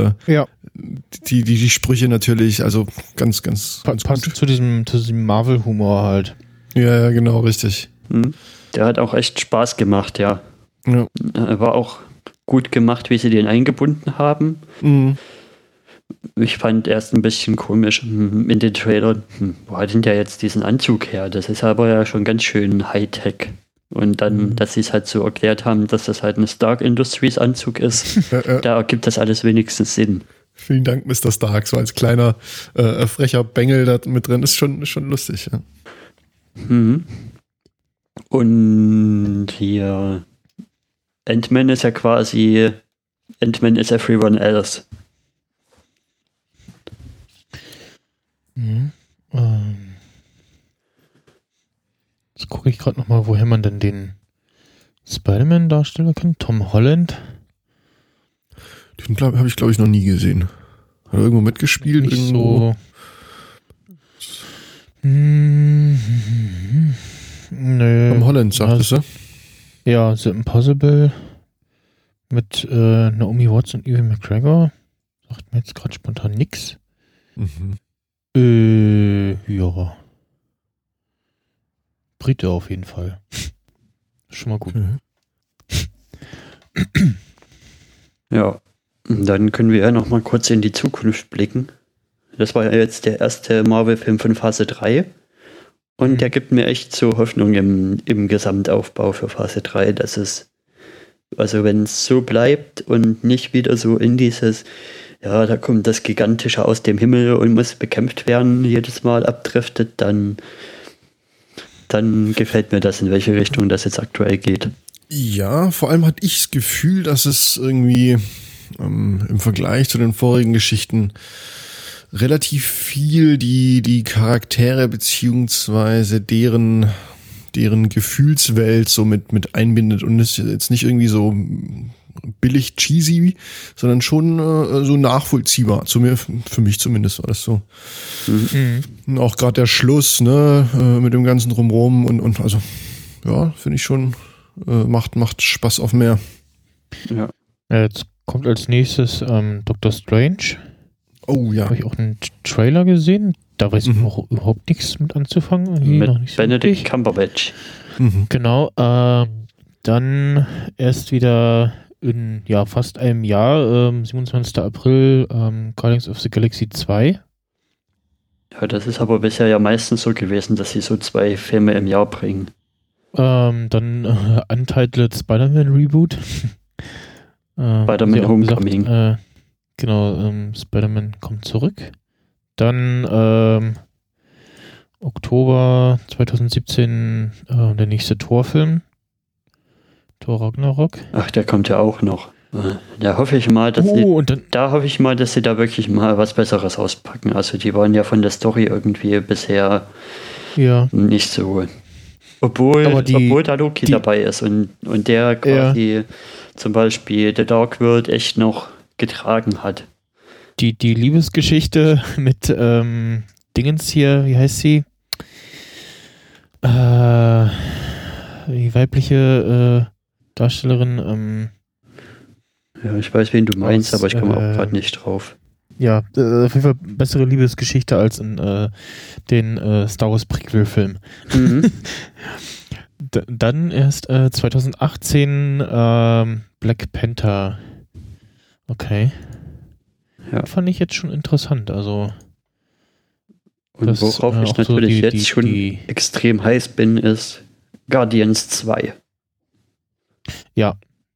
Die Sprüche natürlich, also ganz passt zu diesem Marvel-Humor halt. Ja, genau, richtig. Der hat auch echt Spaß gemacht, ja. War auch gut gemacht, wie sie den eingebunden haben. Ich fand erst ein bisschen komisch in den Trailern, wo hat denn der jetzt diesen Anzug her? Das ist aber ja schon ganz schön Hightech. Und dann, dass sie es halt so erklärt haben, dass das halt ein Stark Industries Anzug ist, da ergibt das alles wenigstens Sinn. Vielen Dank, Mr. Stark. So als kleiner, frecher Bengel da mit drin ist schon lustig. Ja. Und hier Ant-Man ist ja quasi Ant-Man is everyone else. Jetzt gucke ich gerade nochmal, woher man denn den Spider-Man darstellen kann. Tom Holland. Den habe ich, glaube ich, noch nie gesehen. Hat er irgendwo mitgespielt? Nicht irgendwo? So. Nö. Tom Holland, sagtest du? Ja, The Impossible mit Naomi Watts und Ewan McGregor. Sagt mir jetzt gerade spontan nix. Mhm. Ja. Brite auf jeden Fall. Schon mal gut. Okay. Ja, dann können wir ja noch mal kurz in die Zukunft blicken. Das war ja jetzt der erste Marvel-Film von Phase 3. Und der gibt mir echt so Hoffnung im Gesamtaufbau für Phase 3, dass es, also wenn es so bleibt und nicht wieder so in dieses, ja, da kommt das Gigantische aus dem Himmel und muss bekämpft werden, jedes Mal abdriftet, dann gefällt mir das, in welche Richtung das jetzt aktuell geht. Ja, vor allem hatte ich das Gefühl, dass es irgendwie im Vergleich zu den vorigen Geschichten relativ viel die Charaktere beziehungsweise deren Gefühlswelt so mit einbindet und ist jetzt nicht irgendwie so billig cheesy, sondern schon so nachvollziehbar. Für mich zumindest war das so. Mhm. Und auch gerade der Schluss, ne, mit dem ganzen Drumherum und also, ja, finde ich schon, macht Spaß auf mehr. Ja. Jetzt kommt als nächstes Doctor Strange. Oh ja. Habe ich auch einen Trailer gesehen. Da weiß ich auch überhaupt nichts mit anzufangen. Irgendwie Mit noch nicht so Benedict richtig. Cumberbatch. Mhm. Genau. Dann erst wieder in fast einem Jahr, 27. April, Guardians of the Galaxy 2. Ja, das ist aber bisher ja meistens so gewesen, dass sie so 2 Filme im Jahr bringen. Dann Untitled Spider-Man Reboot. Spider-Man Homecoming. Genau, Spider-Man kommt zurück. Dann Oktober 2017 der nächste Thor-Film. Thor Ragnarok. Ach, der kommt ja auch noch. Da hoffe ich mal, dass sie da wirklich mal was Besseres auspacken. Also die waren ja von der Story irgendwie bisher nicht so. Obwohl da Loki dabei ist und der quasi zum Beispiel The Dark World echt noch getragen hat. Die Liebesgeschichte mit Dingens hier, wie heißt sie? Die weibliche Darstellerin. Ja, ich weiß, wen du meinst, aber ich komme auch gerade nicht drauf. Ja, auf jeden Fall bessere Liebesgeschichte als in den Star Wars Prequel-Film. Mhm. Dann erst 2018 Black Panther. Okay. Ja. Fand ich jetzt schon interessant. Also und worauf ich natürlich jetzt schon extrem heiß bin, ist Guardians 2. Ja.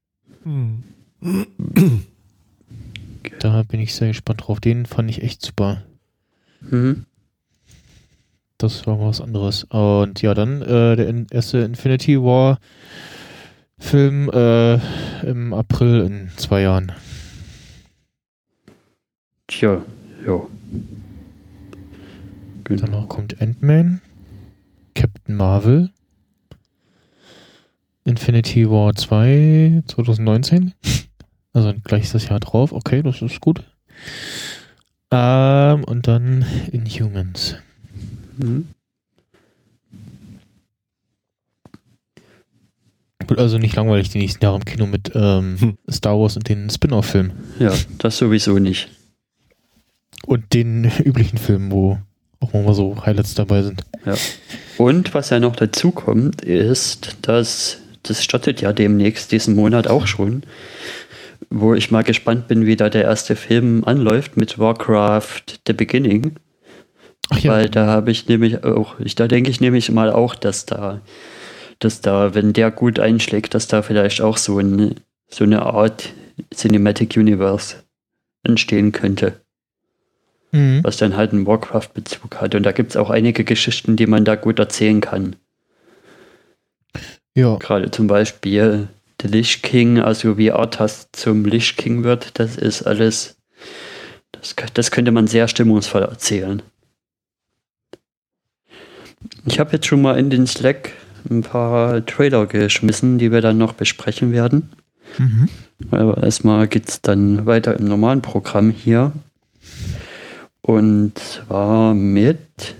Da bin ich sehr gespannt drauf. Den fand ich echt super. Mhm. Das war mal was anderes. Und ja, dann der erste Infinity War Film im April in 2 Jahren. Tja, ja. Genau. Danach kommt Ant-Man, Captain Marvel, Infinity War 2 2019. Also gleich ist das Jahr drauf. Okay, das ist gut. Und dann Inhumans. Mhm. Wird also nicht langweilig die nächsten Jahre im Kino mit Star Wars und den Spin-off-Filmen. Ja, das sowieso nicht. Und den üblichen Filmen, wo auch mal so Highlights dabei sind. Ja. Und was ja noch dazu kommt, ist, dass das startet ja demnächst diesen Monat auch schon, wo ich mal gespannt bin, wie da der erste Film anläuft mit Warcraft The Beginning. Ach ja. Weil da habe ich nämlich auch, da denke ich nämlich mal auch, dass da, wenn der gut einschlägt, dass da vielleicht auch so eine Art Cinematic Universe entstehen könnte. Was dann halt einen Warcraft-Bezug hat. Und da gibt es auch einige Geschichten, die man da gut erzählen kann. Ja. Gerade zum Beispiel The Lich King, also wie Arthas zum Lich King wird, das ist alles, das könnte man sehr stimmungsvoll erzählen. Ich habe jetzt schon mal in den Slack ein paar Trailer geschmissen, die wir dann noch besprechen werden. Aber erstmal geht es dann weiter im normalen Programm hier. Und zwar mit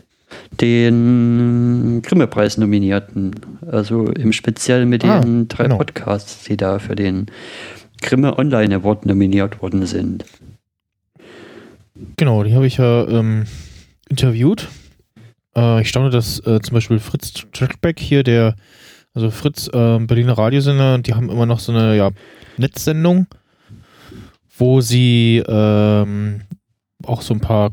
den Grimme-Preis-Nominierten. Also im Speziellen mit den 3 Podcasts, die da für den Grimme Online Award nominiert worden sind. Genau, die habe ich ja interviewt. Ich staune, dass zum Beispiel Fritz Trackback hier, also Fritz, Berliner Radiosender, die haben immer noch so eine Netzsendung, wo sie auch so ein paar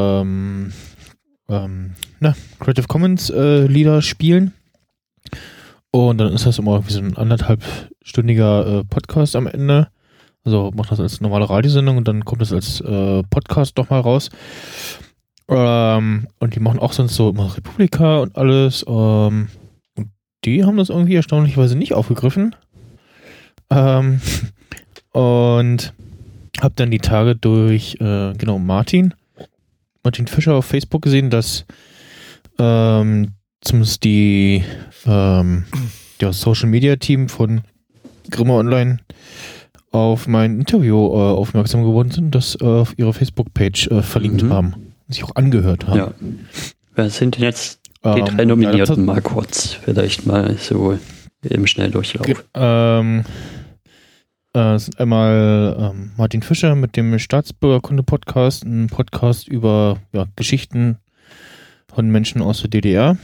Creative Commons Lieder spielen. Und dann ist das immer wie so ein 1,5-stündiger Podcast am Ende. Also macht das als normale Radiosendung und dann kommt das als Podcast doch mal raus. Und die machen auch sonst so immer Republika und alles. Und die haben das irgendwie erstaunlicherweise nicht aufgegriffen. Und habe dann die Tage durch Martin Fischer auf Facebook gesehen, dass zumindest die Social Media Team von Grimme Online auf mein Interview aufmerksam geworden sind, das auf ihre Facebook-Page verlinkt haben und sich auch angehört haben. Ja. Wer sind denn jetzt die 3 Nominierten? Mal kurz, vielleicht mal so im Schnelldurchlauf. Es sind einmal Martin Fischer mit dem Staatsbürgerkunde-Podcast, ein Podcast über Geschichten von Menschen aus der DDR.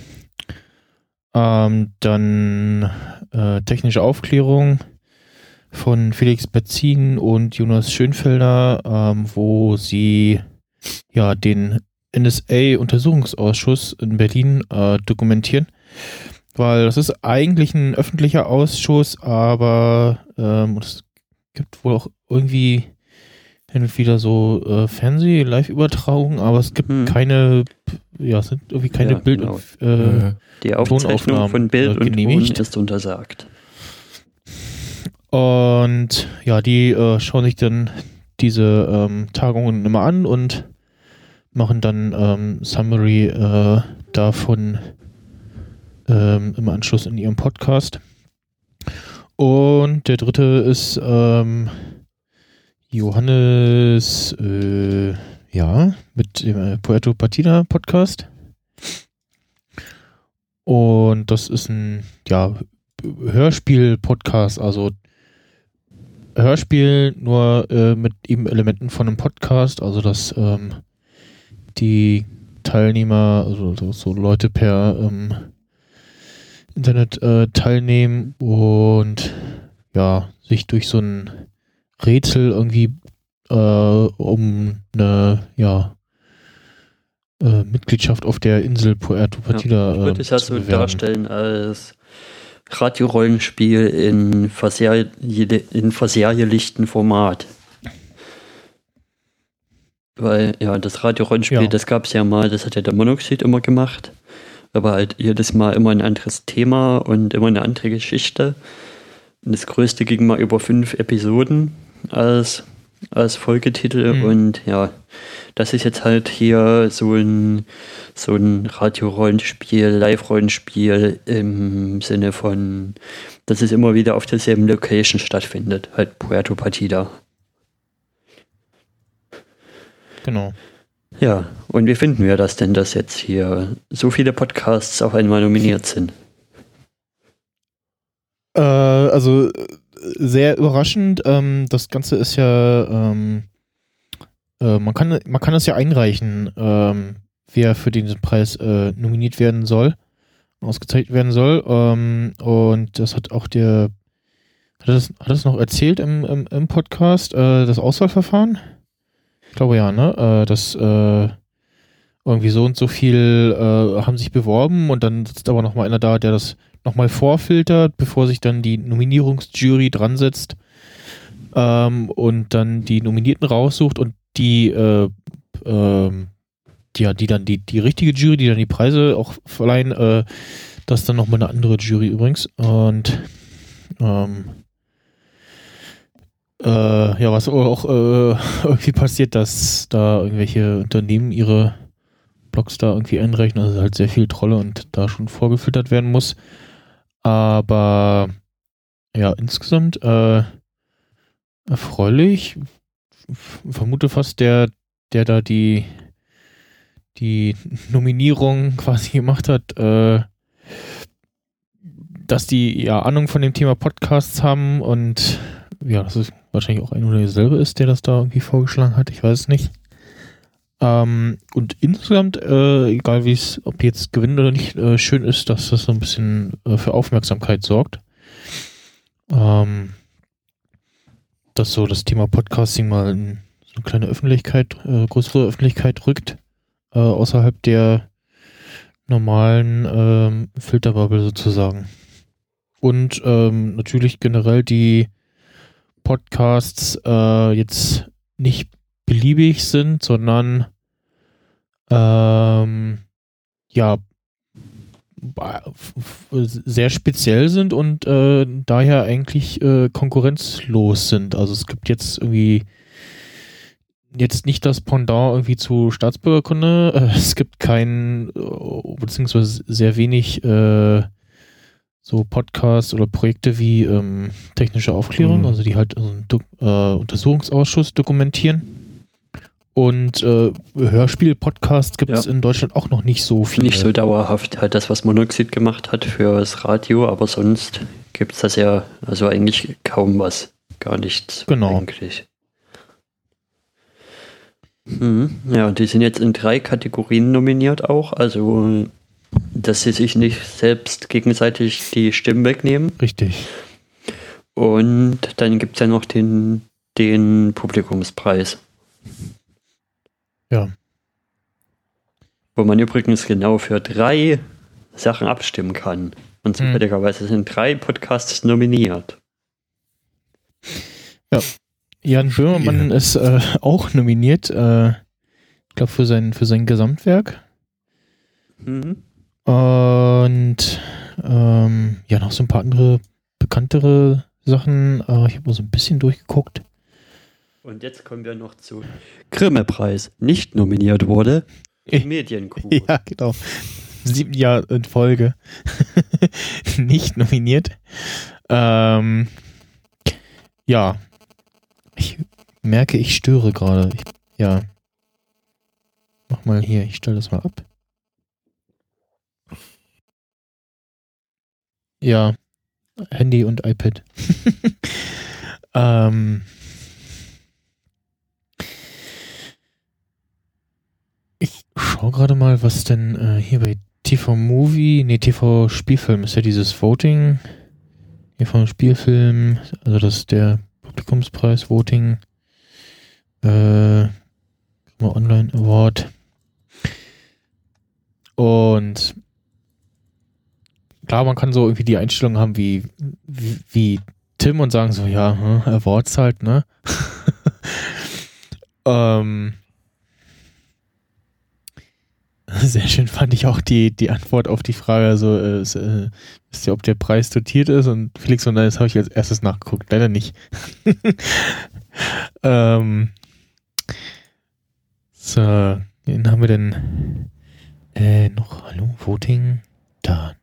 Dann technische Aufklärung von Felix Betzin und Jonas Schönfelder, wo sie den NSA-Untersuchungsausschuss in Berlin dokumentieren. Weil das ist eigentlich ein öffentlicher Ausschuss, aber es gibt wohl auch irgendwie hin und wieder so Fernseh-Live-Übertragungen, aber es gibt keine, es sind irgendwie keine Bild- und die Aufzeichnung von Bild und Ton ist untersagt. Und die schauen sich dann diese Tagungen immer an und machen dann Summary davon im Anschluss in ihrem Podcast. Und der dritte ist Johannes mit dem Puerto Partida Podcast. Und das ist ein Hörspiel-Podcast, also Hörspiel nur mit eben Elementen von einem Podcast, also dass die Teilnehmer, also so Leute per Internet teilnehmen und sich durch so ein Rätsel irgendwie um eine Mitgliedschaft auf der Insel Puerto Partida ich würde es ja so darstellen als Radiorollenspiel in verserjelichten Format. Weil das Radiorollenspiel, das gab es ja mal, das hat ja der Monoxid immer gemacht. Aber halt jedes Mal immer ein anderes Thema und immer eine andere Geschichte. Und das Größte ging mal über 5 Episoden als Folgetitel. Und das ist jetzt halt hier so ein Radio-Rollenspiel, Live-Rollenspiel im Sinne von, dass es immer wieder auf derselben Location stattfindet, halt Puerto Partida. Genau. Ja, und wie finden wir das denn, dass jetzt hier so viele Podcasts auf einmal nominiert sind? Also sehr überraschend. Das Ganze ist ja, man kann das ja einreichen, wer für diesen Preis nominiert werden soll, ausgezeichnet werden soll. Und das hat auch hat das noch erzählt im Podcast, das Auswahlverfahren? Ich glaube ja, ne? Dass irgendwie so und so viel haben sich beworben und dann sitzt aber nochmal einer da, der das nochmal vorfiltert, bevor sich dann die Nominierungsjury dran setzt und dann die Nominierten raussucht und die dann die richtige Jury, die dann die Preise auch verleihen, das ist dann nochmal eine andere Jury übrigens. Und was auch irgendwie passiert, dass da irgendwelche Unternehmen ihre Blogs da irgendwie einreichen, also halt sehr viel Trolle und da schon vorgefiltert werden muss. Aber Ja, insgesamt erfreulich. Vermute fast der da die Nominierung quasi gemacht hat, dass die ja Ahnung von dem Thema Podcasts haben und ja, dass es wahrscheinlich auch ein oder derselbe ist, der das da irgendwie vorgeschlagen hat. Ich weiß es nicht. Und insgesamt, egal wie es, ob die jetzt gewinnen oder nicht, schön ist, dass das so ein bisschen für Aufmerksamkeit sorgt. Dass so das Thema Podcasting mal in so eine kleine Öffentlichkeit, größere Öffentlichkeit rückt, außerhalb der normalen Filterbubble sozusagen. Und natürlich generell die Podcasts jetzt nicht beliebig sind, sondern ja sehr speziell sind und daher eigentlich konkurrenzlos sind. Also es gibt jetzt irgendwie jetzt nicht das Pendant irgendwie zu Staatsbürgerkunde. Es gibt beziehungsweise sehr wenig so Podcasts oder Projekte wie technische Aufklärung, also die halt Untersuchungsausschuss dokumentieren. Und Hörspiel-Podcasts gibt es in Deutschland auch noch nicht so viele. Nicht so dauerhaft. Halt das, was Monoxid gemacht hat fürs Radio, aber sonst gibt es das ja, also eigentlich kaum was. Gar nichts. Genau. Eigentlich. Ja, die sind jetzt in 3 Kategorien nominiert auch, also dass sie sich nicht selbst gegenseitig die Stimmen wegnehmen. Richtig. Und dann gibt es ja noch den Publikumspreis. Ja. Wo man übrigens genau für 3 Sachen abstimmen kann. Und zufälligerweise sind 3 Podcasts nominiert. Ja. Jan Böhmermann ist auch nominiert, ich glaube für sein Gesamtwerk. Und ja, noch so ein paar andere bekanntere Sachen. Ich habe mal so ein bisschen durchgeguckt. Und jetzt kommen wir noch zu Grimme-Preis. Nicht nominiert wurde Medienkuh. Ja, genau. 7 Jahre in Folge. Nicht nominiert. Ja. Ich merke, ich störe gerade. Ja. Mach mal hier, ich stelle das mal ab. Ja. Handy und iPad. Ich schaue gerade mal, was denn hier bei TV Spielfilm ist ja dieses Voting. TV Spielfilm, also das ist der Publikumspreis Voting. Online Award. Und klar, man kann so irgendwie die Einstellung haben wie Tim und sagen so, ja, Awards halt, ne? Sehr schön fand ich auch die Antwort auf die Frage, also wisst ihr, ob der Preis dotiert ist? Und Felix von das habe ich als erstes nachgeguckt, leider nicht. So, wen haben wir denn noch? Hallo, Voting, da.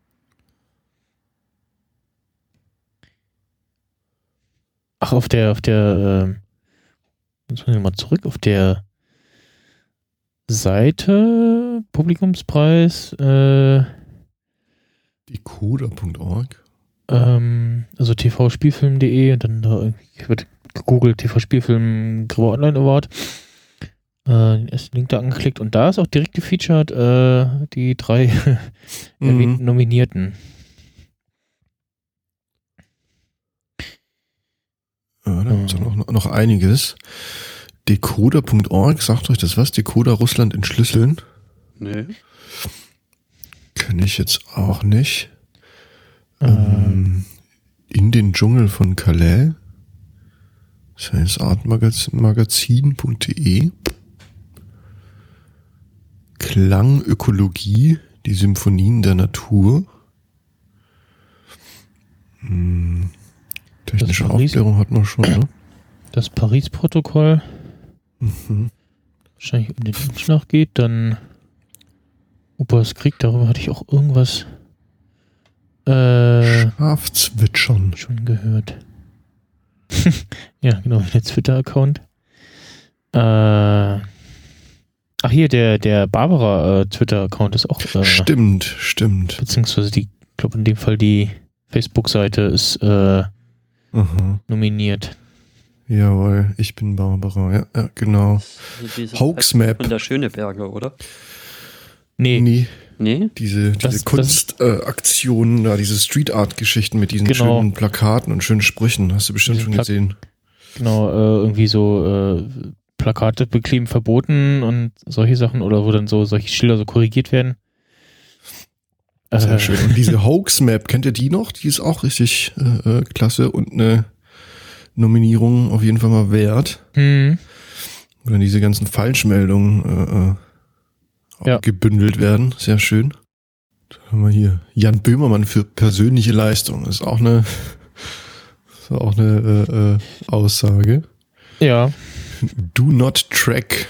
Ach, auf der jetzt müssen wir mal zurück, auf der Seite, Publikumspreis, decoder.org. Also tvspielfilm.de und dann da wird gegoogelt TV-Spielfilm Grimme Online Award. Den ersten Link da angeklickt und da ist auch direkt gefeatured die 3 erwähnten Nominierten. Ja, da gibt es noch einiges. Decoder.org, sagt euch das was? Decoder Russland entschlüsseln? Nee. Kenne ich jetzt auch nicht. In den Dschungel von Calais. Science Art Magazin.de. Klangökologie, die Symphonien der Natur. Technische Aufklärung hat man schon, ne? Das Paris-Protokoll. Wahrscheinlich um den Umschlag geht, dann Opas Krieg, darüber hatte ich auch irgendwas Schafzwitschern. Schon gehört. Ja, genau, der Twitter-Account. Ach hier, der Barbara Twitter-Account ist auch. Stimmt. Beziehungsweise ich glaube in dem Fall die Facebook-Seite ist nominiert. Jawohl, ich bin Barbara, ja genau. Hoaxmap. Von der Schöneberger, oder? Nee. Diese Kunstaktionen, diese Street Art Geschichten mit diesen schönen Plakaten und schönen Sprüchen, hast du bestimmt schon gesehen. Genau, irgendwie so Plakate bekleben verboten und solche Sachen oder wo dann so solche Schilder so korrigiert werden. Sehr schön. Und diese Hoaxmap, kennt ihr die noch? Die ist auch richtig klasse und eine Nominierung auf jeden Fall mal wert. Oder diese ganzen Falschmeldungen gebündelt werden. Sehr schön. Da haben wir hier Jan Böhmermann für persönliche Leistung. Das ist auch eine Aussage. Ja. Do not track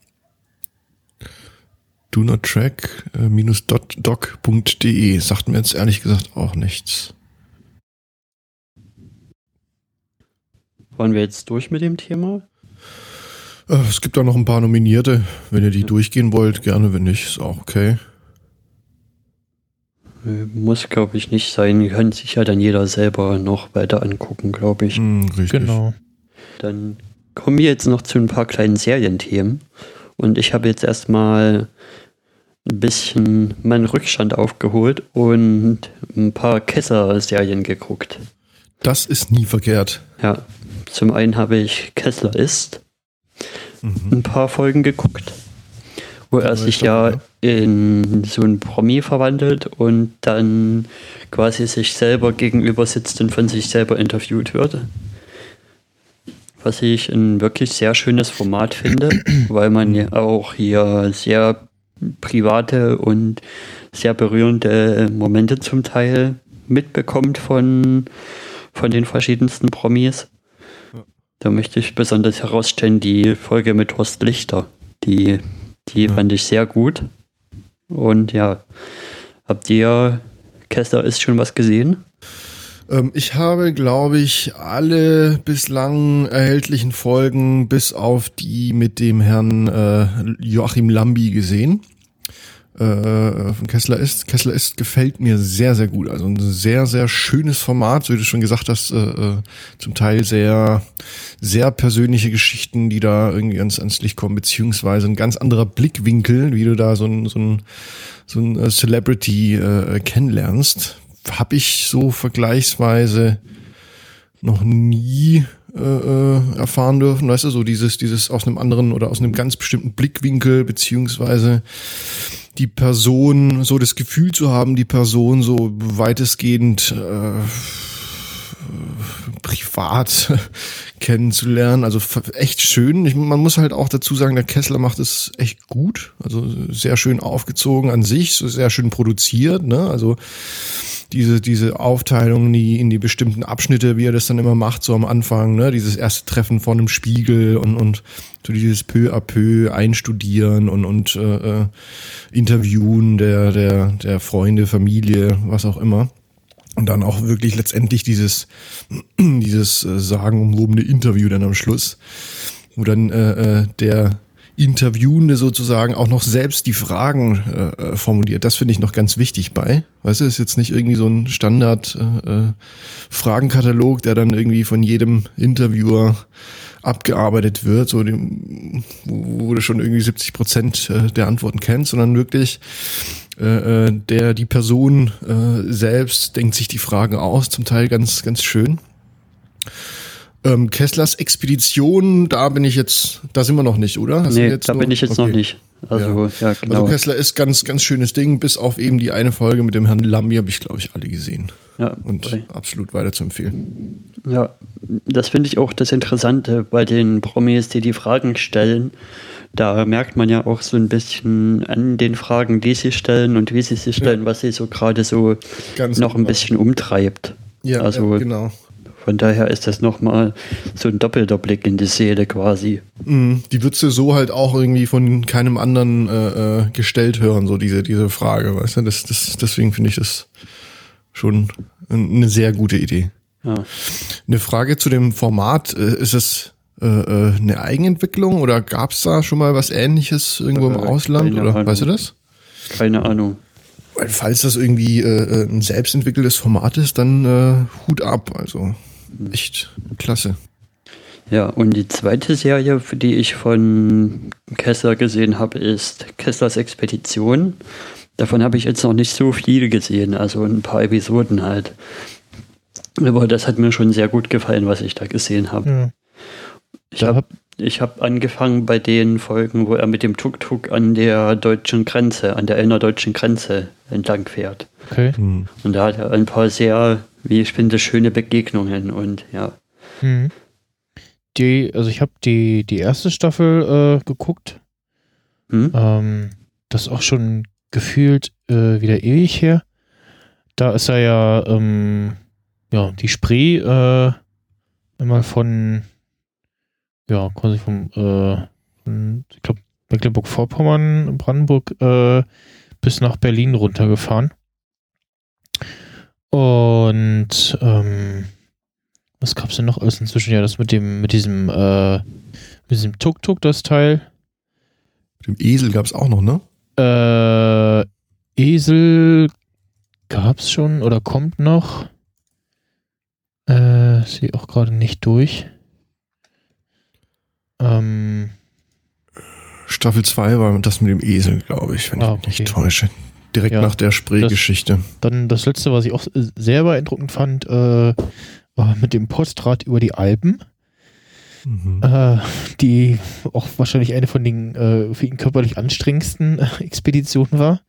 -doc.de sagt mir jetzt ehrlich gesagt auch nichts. Waren wir jetzt durch mit dem Thema? Es gibt auch noch ein paar Nominierte. Wenn ihr die durchgehen wollt, gerne. Wenn nicht, ist auch okay. Muss, glaube ich, nicht sein. Kann sich ja dann jeder selber noch weiter angucken, glaube ich. Richtig. Genau. Dann kommen wir jetzt noch zu ein paar kleinen Serienthemen. Und ich habe jetzt erstmal ein bisschen meinen Rückstand aufgeholt und ein paar Kessler-Serien geguckt. Das ist nie verkehrt. Ja, zum einen habe ich Kessler ist ein paar Folgen geguckt, wo er sich in so ein Promi verwandelt und dann quasi sich selber gegenüber sitzt und von sich selber interviewt wird. Was ich ein wirklich sehr schönes Format finde, weil man ja auch hier sehr private und sehr berührende Momente zum Teil mitbekommt von den verschiedensten Promis. Da möchte ich besonders herausstellen, die Folge mit Horst Lichter. Die fand ich sehr gut. Und ja, habt ihr Kessler ist schon was gesehen? Ich habe, glaube ich, alle bislang erhältlichen Folgen bis auf die mit dem Herrn Joachim Lambi gesehen. Von Kessler ist. Kessler ist gefällt mir sehr, sehr gut. Also ein sehr, sehr schönes Format, so wie du schon gesagt hast, zum Teil sehr, sehr persönliche Geschichten, die da irgendwie ans Licht kommen, beziehungsweise ein ganz anderer Blickwinkel, wie du da so ein Celebrity kennenlernst. Habe ich so vergleichsweise noch nie erfahren dürfen, weißt du, so dieses aus einem anderen oder aus einem ganz bestimmten Blickwinkel, beziehungsweise die Person, so das Gefühl zu haben, die Person so weitestgehend privat kennenzulernen. Also echt schön. Man muss halt auch dazu sagen, der Kessler macht es echt gut. Also sehr schön aufgezogen an sich, so sehr schön produziert, ne? Also diese Aufteilung in die bestimmten Abschnitte, wie er das dann immer macht, so am Anfang, ne, dieses erste Treffen vor einem Spiegel und so dieses peu à peu einstudieren und Interviewen der Freunde, Familie, was auch immer. Und dann auch wirklich letztendlich dieses sagenumwobene Interview dann am Schluss, wo dann der Interviewende sozusagen auch noch selbst die Fragen formuliert. Das finde ich noch ganz wichtig bei. Weißt du, ist jetzt nicht irgendwie so ein Standard Fragenkatalog, der dann irgendwie von jedem Interviewer abgearbeitet wird, so wo du schon irgendwie 70% der Antworten kennst, sondern wirklich die Person selbst denkt sich die Fragen aus, zum Teil ganz, ganz schön. Kesslers Expedition, da sind wir noch nicht, oder? Bin ich jetzt noch nicht. Also, ja, genau. Also Kessler ist ganz, ganz schönes Ding, bis auf eben die eine Folge mit dem Herrn Lambi habe ich, glaube ich, alle gesehen. Ja. Und absolut weiter zu empfehlen. Ja, das finde ich auch das Interessante bei den Promis, die Fragen stellen. Da merkt man ja auch so ein bisschen an den Fragen, die sie stellen und wie sie sie stellen, was sie so gerade so ganz noch ein bisschen umtreibt. Ja, also, genau. Von daher ist das nochmal so ein doppelter Blick in die Seele quasi. Die würdest du so halt auch irgendwie von keinem anderen gestellt hören, so diese Frage, weißt du? Deswegen finde ich das schon eine sehr gute Idee. Ja. Eine Frage zu dem Format, ist es eine Eigenentwicklung oder gab es da schon mal was Ähnliches irgendwo im Ausland? Oder Ahnung. weißt du das? Keine Ahnung. Weil falls das irgendwie ein selbstentwickeltes Format ist, dann Hut ab. Also echt klasse. Ja, und die zweite Serie, für die ich von Kessler gesehen habe, ist Kesslers Expedition. Davon habe ich jetzt noch nicht so viel gesehen, also ein paar Episoden halt. Aber das hat mir schon sehr gut gefallen, was ich da gesehen habe. Ja. Ich hab angefangen bei den Folgen, wo er mit dem Tuk-Tuk an der deutschen Grenze, an der innerdeutschen Grenze entlang fährt. Okay. Hm. Und da hat er ein paar sehr, wie ich finde, schöne Begegnungen und ja. Mhm. Also ich habe die erste Staffel geguckt. Das ist auch schon gefühlt wieder ewig her. Da ist er ja, die Spree einmal von quasi ich glaube, Mecklenburg-Vorpommern, Brandenburg bis nach Berlin runtergefahren. Und was gab's denn noch alles inzwischen? Ja, das mit diesem Tuk-Tuk, das Teil. Mit dem Esel gab es auch noch, ne? Esel gab's schon oder kommt noch. Sehe auch gerade nicht durch. Staffel 2 war das mit dem Esel, glaube ich, wenn ich mich nicht täusche. Direkt nach der Spree-Geschichte. Dann das letzte, was ich auch sehr beeindruckend fand, war mit dem Postrad über die Alpen. Die auch wahrscheinlich eine von den für ihn körperlich anstrengendsten Expeditionen war.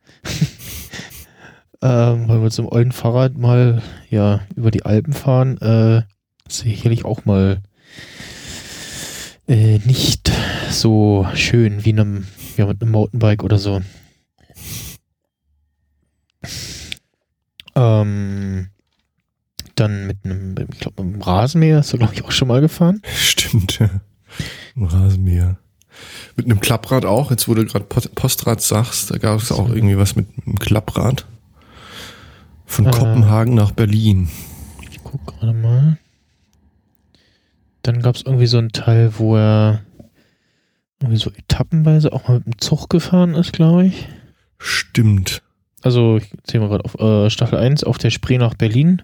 Weil wir mit so einem ollen Fahrrad mal über die Alpen fahren, sicherlich auch mal nicht so schön wie mit einem Mountainbike oder so. Dann mit einem Rasenmäher hast du, glaube ich, auch schon mal gefahren. Stimmt, ja. Ein Rasenmäher. Mit einem Klapprad auch, jetzt wo du gerade Postrad sagst, da gab es auch irgendwie was mit einem Klapprad. Von Kopenhagen nach Berlin. Ich guck gerade mal. Dann gab es irgendwie so einen Teil, wo er irgendwie so etappenweise auch mal mit dem Zug gefahren ist, glaube ich. Stimmt. Also, ich zähle mal gerade auf Staffel 1 auf der Spree nach Berlin.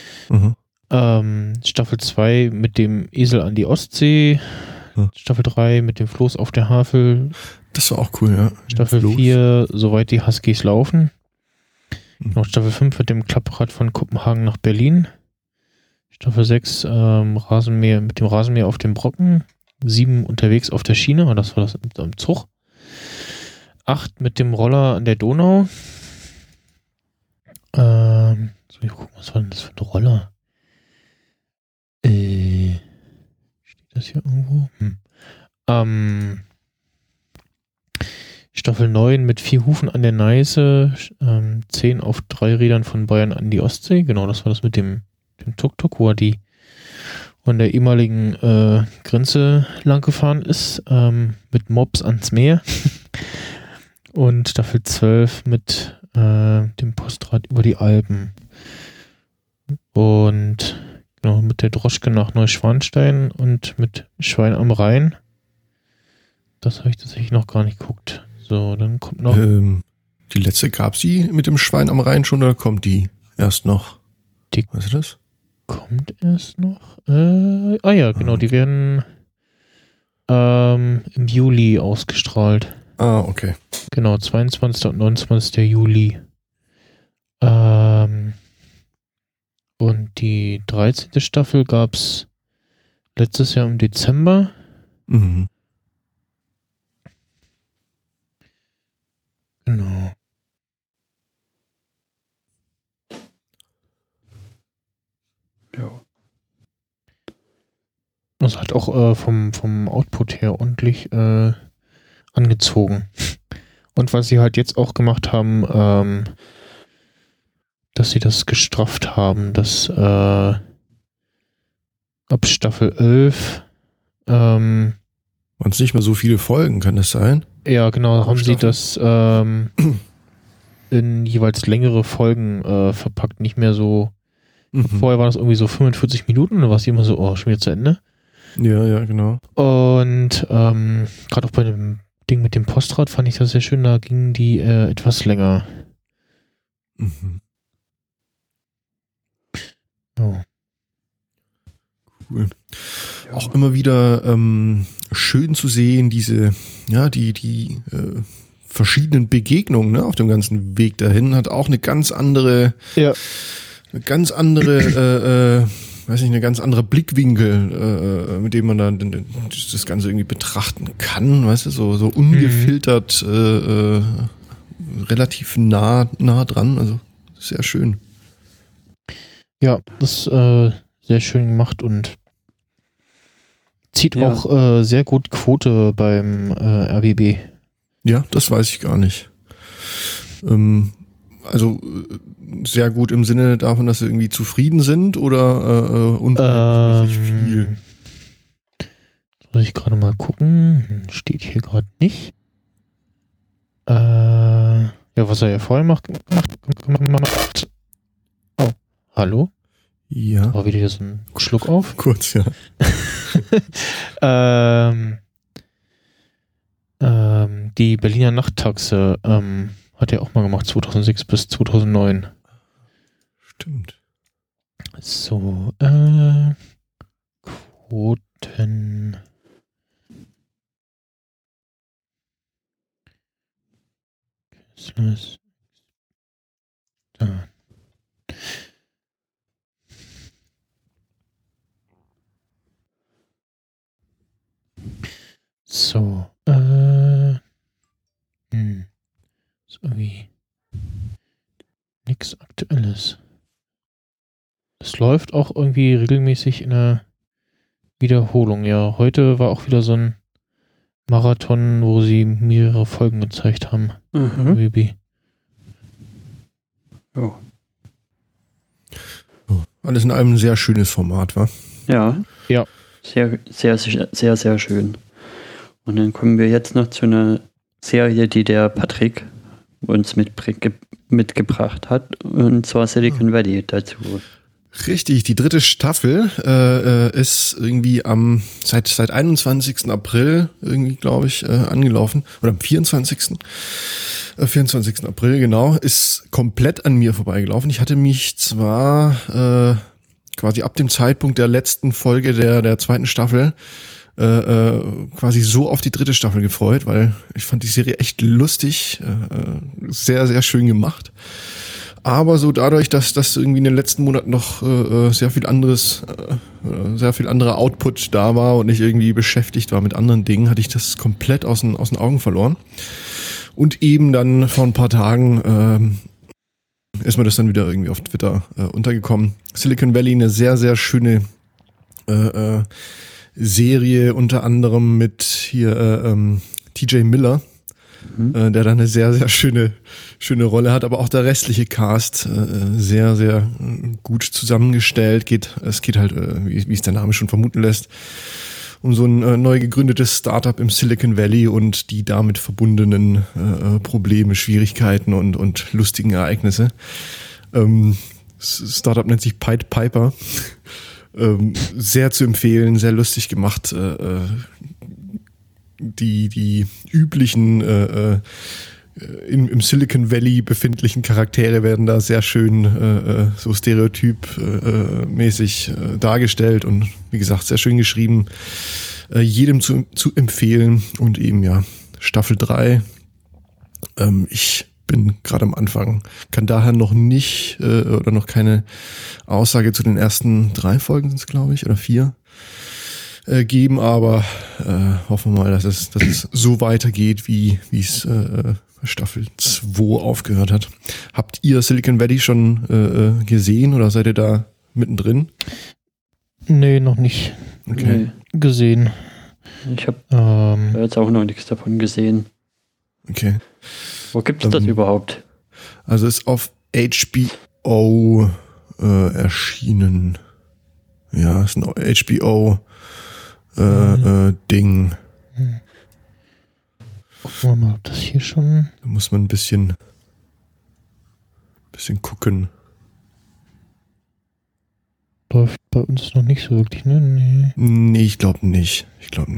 Staffel 2 mit dem Esel an die Ostsee. Staffel 3 mit dem Floß auf der Havel. Das war auch cool, ja. Staffel 4, soweit die Huskies laufen. Noch Staffel 5 mit dem Klapprad von Kopenhagen nach Berlin. Staffel 6 Rasenmäher mit dem Rasenmäher auf dem Brocken. 7 unterwegs auf der Schiene, das war das am Zug. 8 mit dem Roller an der Donau. Soll ich gucken, was war denn das für ein Roller? Steht das hier irgendwo? Staffel 9 mit 4 Hufen an der Neiße, 10 auf 3 Rädern von Bayern an die Ostsee. Genau, das war das mit dem Tuk-Tuk, wo er von der ehemaligen Grenze lang gefahren ist, mit Mops ans Meer. Und Staffel 12 mit dem Postrad über die Alpen. Und genau, mit der Droschke nach Neuschwanstein und mit Schwein am Rhein. Das habe ich tatsächlich noch gar nicht geguckt. So, dann kommt noch... die letzte gab's die mit dem Schwein am Rhein schon oder kommt die erst noch? Weißt du das? Kommt erst noch? Genau, die werden im Juli ausgestrahlt. Ah, okay. Genau, 22. und 29. Juli. Und die 13. Staffel gab's letztes Jahr im Dezember. Mhm. Genau. Ja. Das hat auch vom Output her ordentlich angezogen. Und was sie halt jetzt auch gemacht haben, dass sie das gestrafft haben, dass ab Staffel 11 waren es nicht mehr so viele Folgen, kann das sein? ja, genau, haben sie das in jeweils längere Folgen verpackt, nicht mehr so. Vorher war das irgendwie so 45 Minuten und dann war es immer so, schon wieder zu Ende. Ja, genau. Und gerade auch bei dem Ding mit dem Postrad fand ich das sehr schön, da gingen die etwas länger. Mhm. Oh. Cool. Ja. Auch immer wieder schön zu sehen, die verschiedenen Begegnungen, ne, auf dem ganzen Weg dahin, hat auch eine ganz andere, eine ganz andere Blickwinkel, mit dem man dann das Ganze irgendwie betrachten kann, weißt du, so ungefiltert, relativ nah dran, also sehr schön. Ja, das sehr schön gemacht und zieht auch sehr gut Quote beim RBB. Ja, das weiß ich gar nicht. Also sehr gut im Sinne davon, dass sie irgendwie zufrieden sind oder unverhältnismäßig viel? Muss ich gerade mal gucken. Steht hier gerade nicht. Ja, was er ja vorher macht. Oh, hallo? Ja. War wieder hier so ein Schluck auf. Kurz, ja. Die Berliner Nachttaxe hat er auch mal gemacht, 2006 bis 2009. Stimmt. So, Quoten. Da. So, ist irgendwie nichts Aktuelles. Es läuft auch irgendwie regelmäßig in der Wiederholung. Ja, heute war auch wieder so ein Marathon, wo sie mehrere Folgen gezeigt haben. Mhm. Oh. Alles in allem ein sehr schönes Format, wa? Ja. Ja. Sehr, sehr, sehr, sehr schön. Und dann kommen wir jetzt noch zu einer Serie, die der Patrick uns mitgebracht hat, und zwar Silicon Valley dazu. Richtig, die 3. Staffel ist irgendwie seit 21. April irgendwie, glaube ich, angelaufen. Oder am 24. April, genau, ist komplett an mir vorbeigelaufen. Ich hatte mich zwar quasi ab dem Zeitpunkt der letzten Folge der 2. Staffel quasi so auf die 3. Staffel gefreut, weil ich fand die Serie echt lustig, sehr, sehr schön gemacht. Aber so dadurch, dass das irgendwie in den letzten Monaten noch sehr viel anderer Output da war und ich irgendwie beschäftigt war mit anderen Dingen, hatte ich das komplett aus den Augen verloren. Und eben dann vor ein paar Tagen ist mir das dann wieder irgendwie auf Twitter untergekommen. Silicon Valley, eine sehr, sehr schöne Serie, unter anderem mit hier TJ Miller, der da eine sehr, sehr schöne Rolle hat, aber auch der restliche Cast sehr, sehr gut zusammengestellt. Es geht halt, wie es der Name schon vermuten lässt, um so ein neu gegründetes Startup im Silicon Valley und die damit verbundenen Probleme, Schwierigkeiten und lustigen Ereignisse. Das Startup nennt sich Pied Piper. Sehr zu empfehlen, sehr lustig gemacht. Die üblichen im Silicon Valley befindlichen Charaktere werden da sehr schön so stereotypmäßig dargestellt und wie gesagt, sehr schön geschrieben. Jedem zu empfehlen und eben ja, Staffel 3. Ich bin gerade am Anfang, kann daher noch nicht oder noch keine Aussage zu den ersten 3 Folgen sind es, glaube ich, oder 4 geben, aber hoffen wir mal, dass es so weitergeht, wie es Staffel 2 aufgehört hat. Habt ihr Silicon Valley schon gesehen oder seid ihr da mittendrin? Nee, noch nicht. Okay. Gesehen. Ich habe jetzt auch noch nichts davon gesehen. Okay. Wo gibt es das überhaupt? Also ist auf HBO erschienen. Ja, ist ein HBO Ding. Gucken wir mal, ob das hier schon... Da muss man ein bisschen bisschen gucken. Läuft bei uns noch nicht so wirklich, ne? Nee, ich glaube nicht.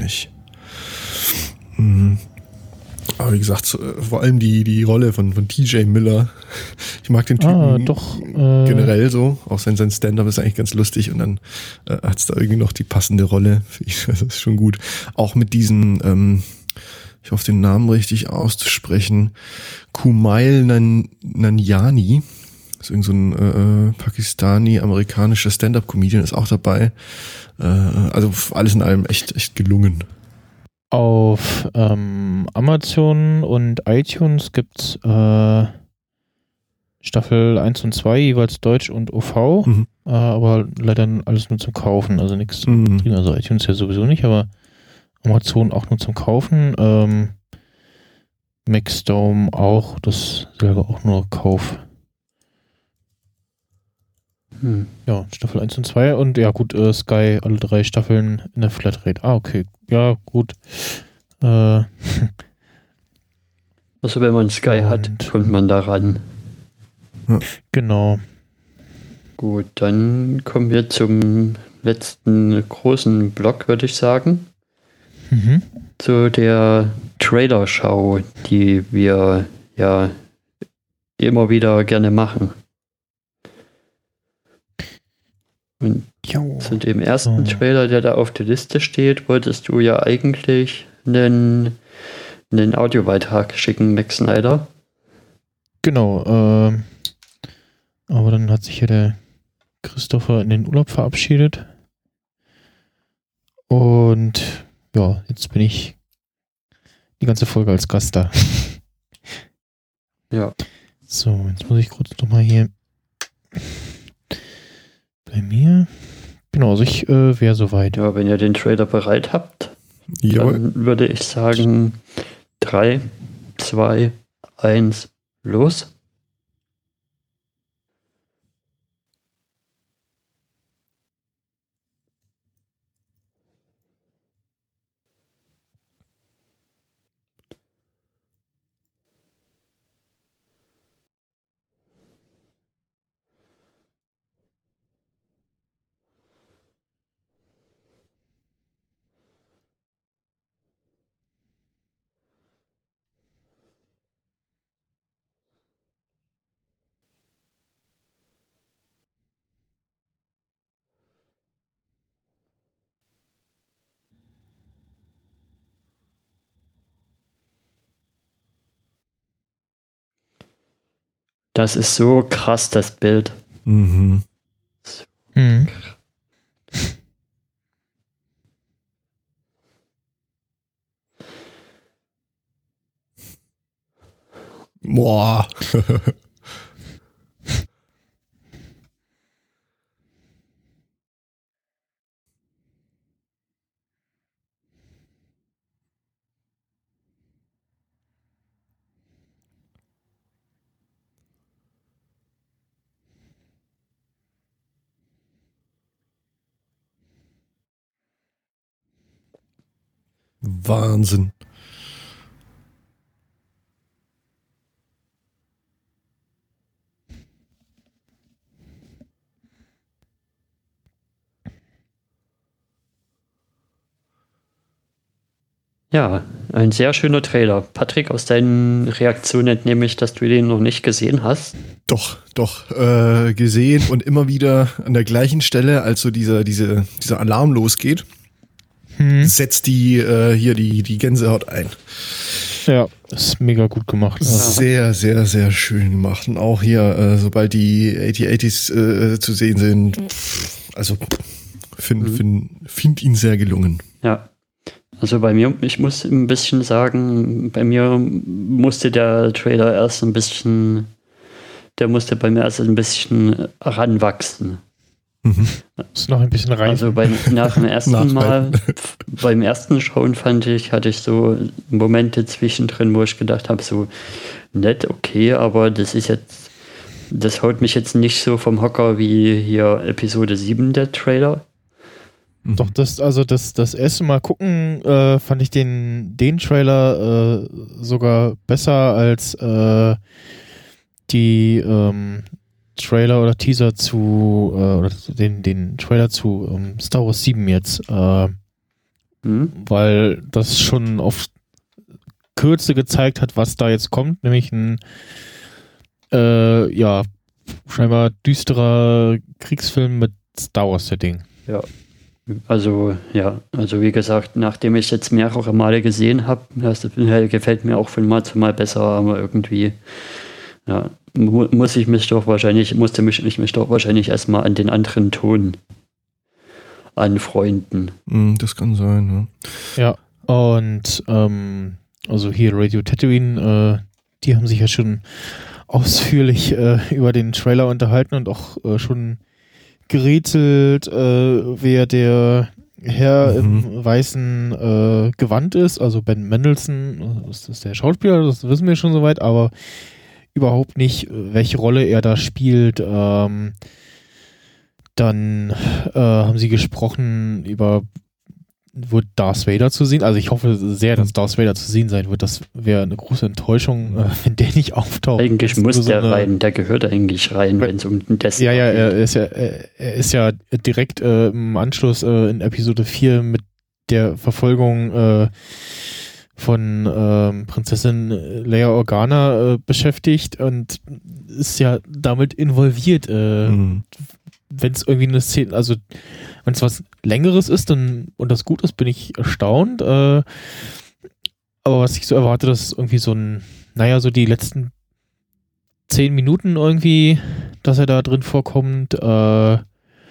Mhm. Aber wie gesagt, vor allem die Rolle von TJ Miller. Ich mag den Typen generell so. Auch sein Stand-up ist eigentlich ganz lustig und dann hat es da irgendwie noch die passende Rolle. Das ist schon gut. Auch mit diesem, ich hoffe den Namen richtig auszusprechen, Kumail Nanjiani. Das ist irgend so ein Pakistani-amerikanischer Stand-up-Comedian, ist auch dabei. Also alles in allem echt gelungen. Auf Amazon und iTunes gibt's Staffel 1 und 2, jeweils Deutsch und OV, aber leider alles nur zum Kaufen, also nichts zum Streamen. Also iTunes ja sowieso nicht, aber Amazon auch nur zum Kaufen. Maxdome auch, das selber auch nur Kauf. Ja, Staffel 1 und 2 und ja gut, Sky, alle 3 Staffeln in der Flatrate. Ah, okay. Ja, gut. Also wenn man Sky hat, kommt man da ran. Genau. Gut, dann kommen wir zum letzten großen Block, würde ich sagen. Zu der Trailer-Schau, die wir ja immer wieder gerne machen. Und zu dem ersten Trailer, der da auf der Liste steht, wolltest du ja eigentlich einen Audiobeitrag schicken, Max Snyder. Genau, aber dann hat sich ja der Christopher in den Urlaub verabschiedet. Und ja, jetzt bin ich die ganze Folge als Gast da. Ja. So, jetzt muss ich kurz nochmal hier bei mir. Genau, also ich wäre soweit. Ja, wenn ihr den Trailer bereit habt, Jawohl. dann würde ich sagen 3, 2, 1, los. Das ist so krass, das Bild. Mhm. Boah. Wahnsinn. Ja, ein sehr schöner Trailer. Patrick, aus deinen Reaktionen entnehme ich, dass du den noch nicht gesehen hast. Doch, gesehen und immer wieder an der gleichen Stelle, als so dieser Alarm losgeht, setzt die Gänsehaut ein. Ja, ist mega gut gemacht. Sehr, sehr, sehr schön gemacht. Und auch hier, sobald die AT-ATs zu sehen sind, also find ihn sehr gelungen. Ja. Also bei mir, ich muss ein bisschen sagen, bei mir musste der Trailer erst ein bisschen, ranwachsen. Ist noch ein bisschen rein. Also nach dem ersten Mal, beim ersten Schauen hatte ich so Momente zwischendrin, wo ich gedacht habe, so nett, okay, aber das haut mich jetzt nicht so vom Hocker wie hier Episode 7 der Trailer. Doch, das erste Mal gucken, fand ich den Trailer sogar besser als die Trailer oder Teaser zu oder den Trailer zu Star Wars 7 jetzt, weil das schon auf Kürze gezeigt hat, was da jetzt kommt, nämlich ein scheinbar düsterer Kriegsfilm mit Star Wars Setting. Ja. Also wie gesagt, nachdem ich jetzt mehrere Male gesehen habe, das gefällt mir auch von Mal zu Mal besser, aber irgendwie musste ich mich doch wahrscheinlich erstmal an den anderen Ton anfreunden. Das kann sein, ja. Ja, und also hier Radio Tatooine, die haben sich ja schon ausführlich über den Trailer unterhalten und auch schon gerätselt, wer der Herr im weißen Gewand ist, also Ben Mendelsohn, das ist der Schauspieler, das wissen wir schon soweit, aber überhaupt nicht, welche Rolle er da spielt. Dann haben sie gesprochen über, wird Darth Vader zu sehen. Also ich hoffe sehr, dass Darth Vader zu sehen sein wird. Das wäre eine große Enttäuschung, wenn der nicht auftaucht. Eigentlich muss der rein, der gehört eigentlich rein, wenn es um den Death geht. Ja, er ist ja direkt im Anschluss in Episode 4 mit der Verfolgung von Prinzessin Leia Organa beschäftigt und ist ja damit involviert. Wenn es irgendwie eine Szene, also wenn es was Längeres ist und das gut ist, bin ich erstaunt. Aber was ich so erwarte, dass irgendwie so die letzten 10 Minuten irgendwie, dass er da drin vorkommt. Dann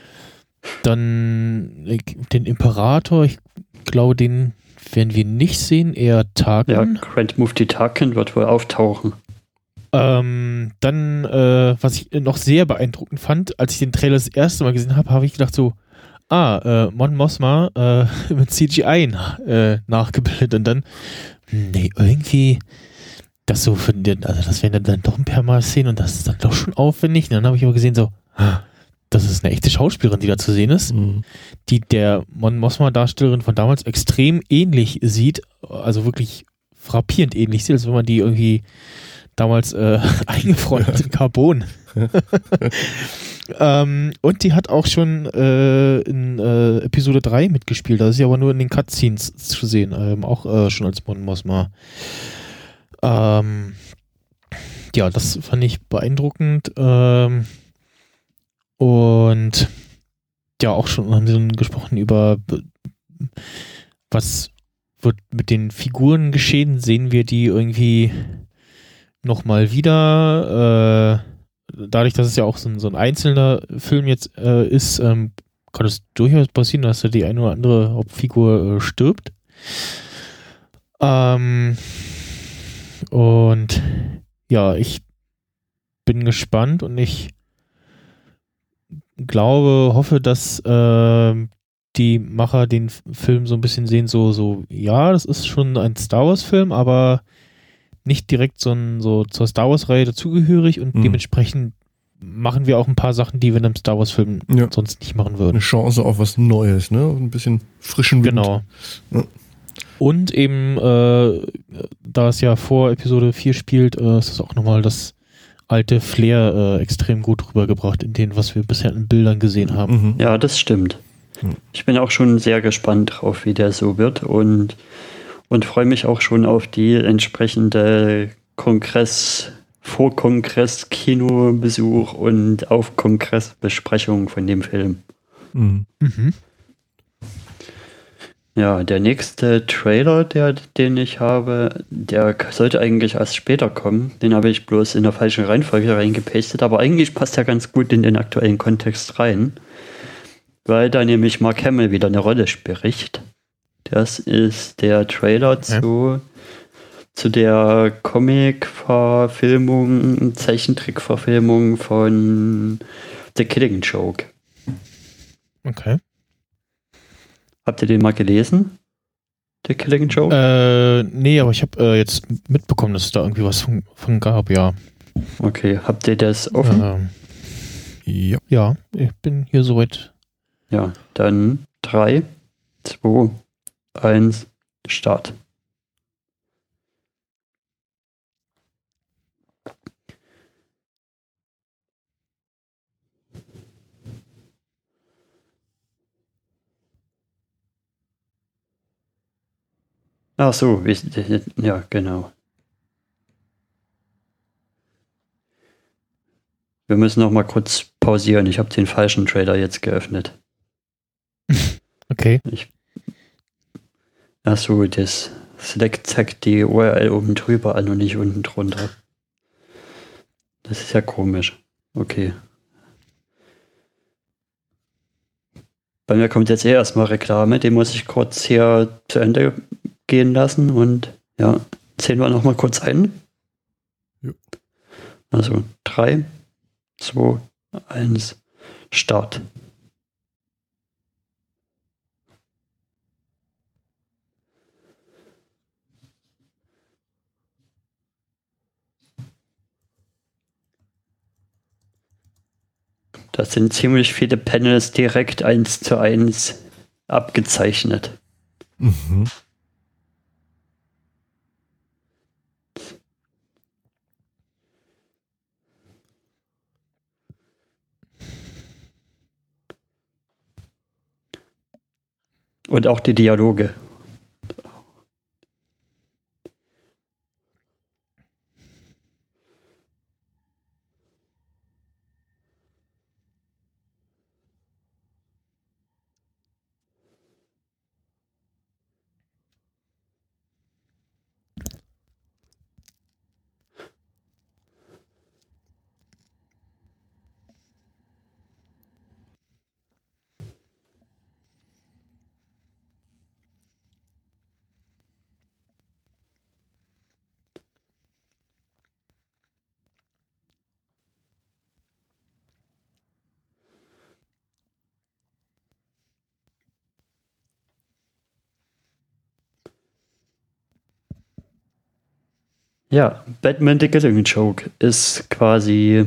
den Imperator, ich glaube, den werden wir nicht sehen, eher Tarkin. Ja, Grand Moff Tarkin wird wohl auftauchen. Dann, was ich noch sehr beeindruckend fand, als ich den Trailer das erste Mal gesehen habe, habe ich gedacht so, Mon Mothma mit CGI nachgebildet und dann, irgendwie das so für den, also das werden dann doch ein paar Mal sehen und das ist dann doch schon aufwendig. Und dann habe ich aber gesehen so, das ist eine echte Schauspielerin, die da zu sehen ist, die der Mon Mothma Darstellerin von damals extrem ähnlich sieht, also wirklich frappierend ähnlich sieht, als wenn man die irgendwie damals eingefroren in Carbon. Und die hat auch schon in Episode 3 mitgespielt. Das ist ja aber nur in den Cutscenes zu sehen. Auch schon als Mon Mothma. Ja, das fand ich beeindruckend. Und ja, auch schon haben sie dann gesprochen über was wird mit den Figuren geschehen. Sehen wir die irgendwie nochmal wieder? Dadurch, dass es ja auch so ein einzelner Film jetzt ist, kann es durchaus passieren, dass die eine oder andere Hauptfigur stirbt. Und ja, ich bin gespannt und ich hoffe, dass die Macher den Film so ein bisschen sehen, so ja, das ist schon ein Star Wars Film, aber nicht direkt so zur Star Wars Reihe dazugehörig und dementsprechend machen wir auch ein paar Sachen, die wir in einem Star Wars Film sonst nicht machen würden. Eine Chance auf was Neues, ne? Ein bisschen frischen Wind. Genau. Ja. Und eben, da es ja vor Episode 4 spielt, ist das auch nochmal das alte Flair extrem gut rübergebracht in dem, was wir bisher in Bildern gesehen haben. Ja, das stimmt. Ich bin auch schon sehr gespannt drauf, wie der so wird und freue mich auch schon auf die entsprechende Vor-Kongress-Kinobesuch und auf Kongressbesprechung von dem Film. Ja, der nächste Trailer, den ich habe, der sollte eigentlich erst später kommen. Den habe ich bloß in der falschen Reihenfolge reingepastet, aber eigentlich passt er ganz gut in den aktuellen Kontext rein, weil da nämlich Mark Hamill wieder eine Rolle spricht. Das ist der Trailer zu der Comic-Verfilmung, Zeichentrick-Verfilmung von The Killing Joke. Okay. Habt ihr den mal gelesen? The Killing Joke? Nee, aber ich habe jetzt mitbekommen, dass es da irgendwie was von gab, ja. Okay, habt ihr das offen? Ja, ich bin hier soweit. Ja, dann 3, 2, 1, Start. Ach so, ja, genau. Wir müssen noch mal kurz pausieren. Ich habe den falschen Trailer jetzt geöffnet. Okay. Ach so, das Slack zeigt die URL oben drüber an und nicht unten drunter. Das ist ja komisch. Okay. Bei mir kommt jetzt erstmal Reklame. Den muss ich kurz hier zu Ende gehen lassen. Und ja, zählen wir noch mal kurz ein. Jo. Also 3, 2, 1, Start. Das sind ziemlich viele Panels direkt 1:1 abgezeichnet. Mhm. Und auch die Dialoge. Ja, Batman the Killing Joke ist quasi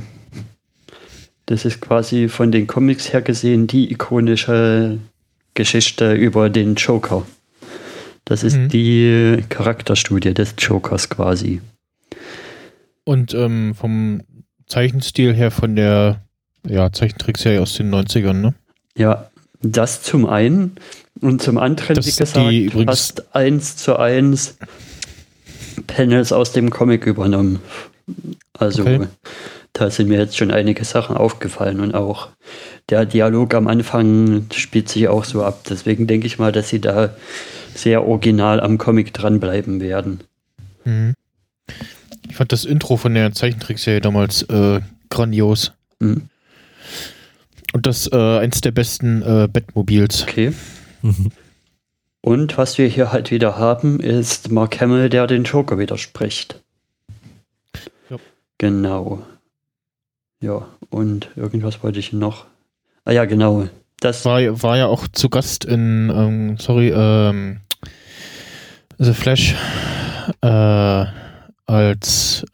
von den Comics her gesehen die ikonische Geschichte über den Joker. Das ist die Charakterstudie des Jokers quasi. Und vom Zeichenstil her von der Zeichentrickserie aus den 90ern, ne? Ja, das zum einen. Und zum anderen, Das wie gesagt, fast 1:1 Panels aus dem Comic übernommen. Also Okay. Da sind mir jetzt schon einige Sachen aufgefallen und auch der Dialog am Anfang spielt sich auch so ab. Deswegen denke ich mal, dass sie da sehr original am Comic dranbleiben werden. Mhm. Ich fand das Intro von der Zeichentrickserie damals grandios. Mhm. Und das eins der besten Batmobils. Okay. Mhm. Und was wir hier halt wieder haben, ist Mark Hamill, der den Joker widerspricht. Ja. Genau. Ja, und irgendwas wollte ich noch. Ah ja, genau. Das War ja auch zu Gast in, The Flash als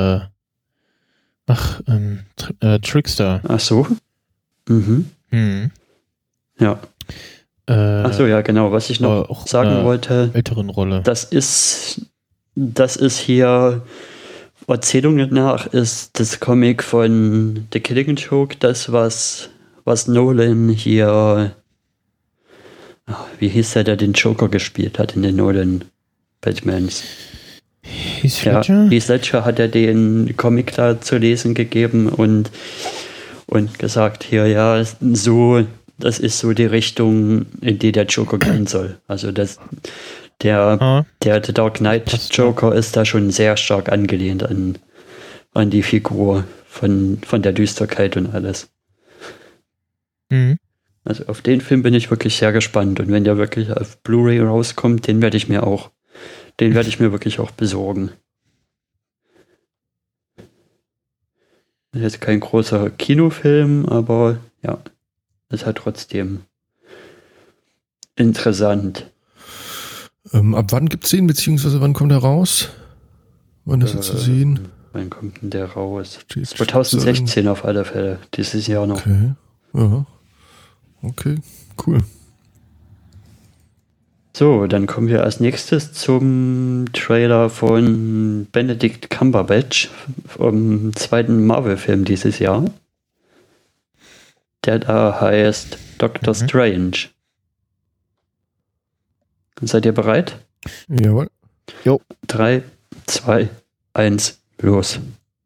Trickster. Ach so. Mhm. Mhm. Ja. Ach so, ja, genau. Was ich noch auch sagen wollte, älteren Rolle. das ist hier Erzählungen nach ist das Comic von The Killing Joke, das was Nolan hier, wie hieß der den Joker gespielt hat in den Nolan Batmans? Heath Ja, Ledger? Heath Ledger hat ja den Comic da zu lesen gegeben und gesagt, hier, ja, das ist so die Richtung, in die der Joker gehen soll. Also der The Dark Knight Joker ist da schon sehr stark angelehnt an die Figur von der Düsterkeit und alles. Mhm. Also auf den Film bin ich wirklich sehr gespannt und wenn der wirklich auf Blu-ray rauskommt, den werde ich mir wirklich auch besorgen. Das ist jetzt kein großer Kinofilm, aber ja, ist halt trotzdem interessant. Ab wann gibt's den, beziehungsweise wann kommt er raus? Wann ist er zu sehen? Wann kommt denn der raus? Steht 2016 auf alle Fälle, dieses Jahr noch. Okay. Ja. Okay, cool. So, dann kommen wir als nächstes zum Trailer von Benedict Cumberbatch vom zweiten Marvel-Film dieses Jahr. Der da heißt Doctor Strange. Seid ihr bereit? Jawohl. Jo. 3, 2, 1, los.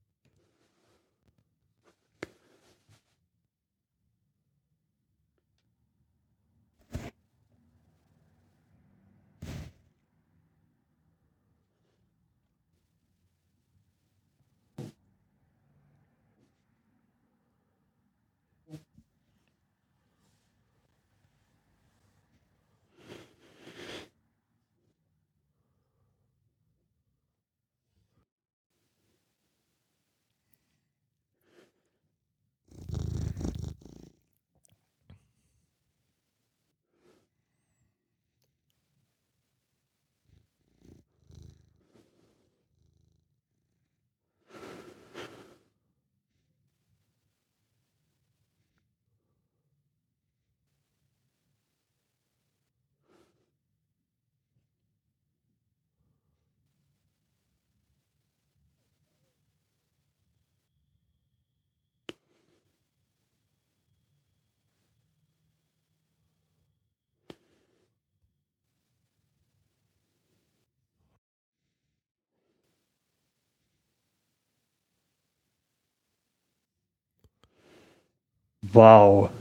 Wow.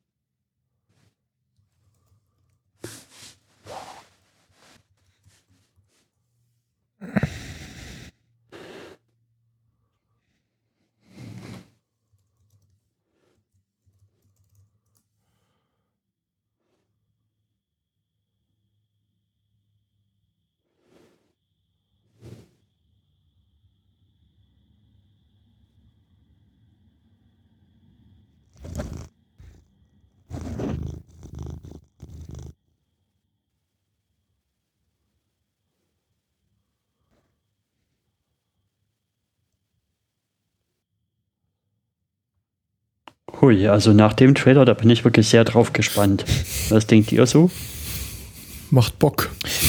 Hui, also nach dem Trailer, da bin ich wirklich sehr drauf gespannt. Was denkt ihr so? Macht Bock.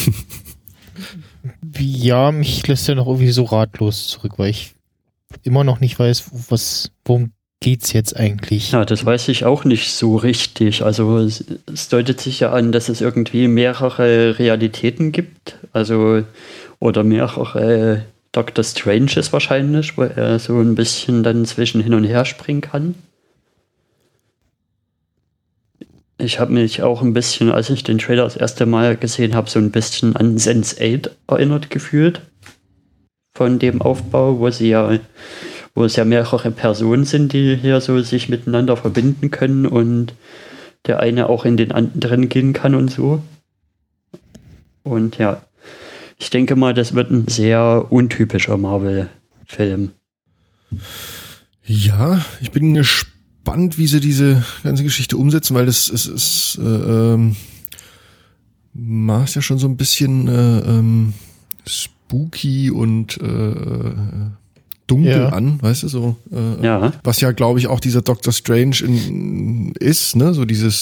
Ja, mich lässt ja noch irgendwie so ratlos zurück, weil ich immer noch nicht weiß, worum geht's jetzt eigentlich. Ja, das weiß ich auch nicht so richtig. Also es deutet sich ja an, dass es irgendwie mehrere Realitäten gibt. Also, oder mehrere Doctor Stranges wahrscheinlich, wo er so ein bisschen dann zwischen hin und her springen kann. Ich habe mich auch ein bisschen, als ich den Trailer das erste Mal gesehen habe, so ein bisschen an Sense8 erinnert gefühlt. Von dem Aufbau, wo es ja mehrere Personen sind, die hier so sich miteinander verbinden können und der eine auch in den anderen gehen kann und so. Und ja, ich denke mal, das wird ein sehr untypischer Marvel-Film. Ja, ich bin gespannt, wie sie diese ganze Geschichte umsetzen, weil das ist macht ja schon so ein bisschen spooky und dunkel an, weißt du, so. Ja. Was ja, glaube ich, auch dieser Doctor Strange ist, ne, so diese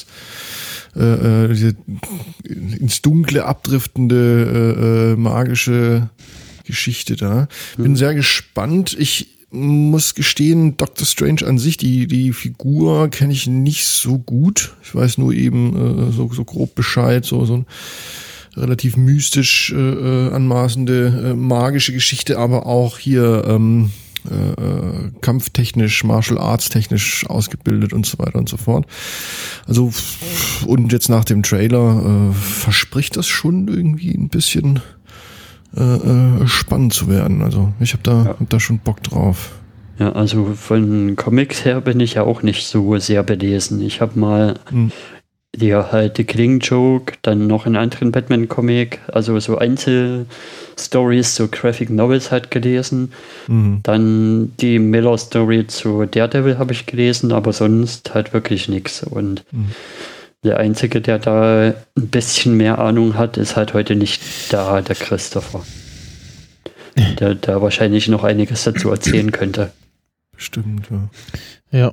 ins Dunkle abdriftende magische Geschichte da. Bin sehr gespannt. Ich muss gestehen, Doctor Strange an sich, die Figur kenne ich nicht so gut. Ich weiß nur eben so grob Bescheid, so ein relativ mystisch anmaßende magische Geschichte, aber auch hier kampftechnisch, Martial Arts technisch ausgebildet und so weiter und so fort. Also und jetzt nach dem Trailer verspricht das schon irgendwie ein bisschen spannend zu werden. Also ich habe da schon Bock drauf. Ja, also von Comics her bin ich ja auch nicht so sehr belesen. Ich habe mal halt The Killing Joke, dann noch einen anderen Batman-Comic, also so Einzelstories, so Graphic Novels halt gelesen. Dann die Miller-Story zu Daredevil habe ich gelesen, aber sonst halt wirklich nichts. Und der Einzige, der da ein bisschen mehr Ahnung hat, ist halt heute nicht da, der Christopher. Der da wahrscheinlich noch einiges dazu erzählen könnte. Bestimmt, ja. Ja.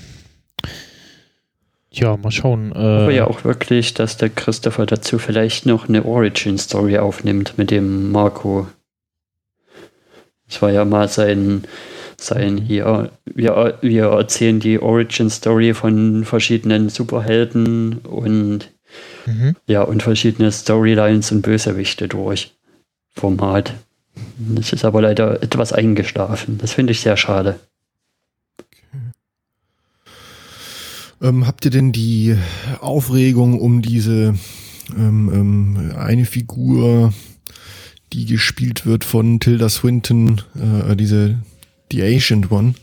Ja, mal schauen. Aber ja auch wirklich, dass der Christopher dazu vielleicht noch eine Origin-Story aufnimmt mit dem Marco. Das war ja mal sein hier, wir erzählen die Origin-Story von verschiedenen Superhelden und und verschiedene Storylines und Bösewichte durch. Format. Das ist aber leider etwas eingeschlafen. Das finde ich sehr schade. Habt ihr denn die Aufregung um diese eine Figur, die gespielt wird von Tilda Swinton, die Ancient One,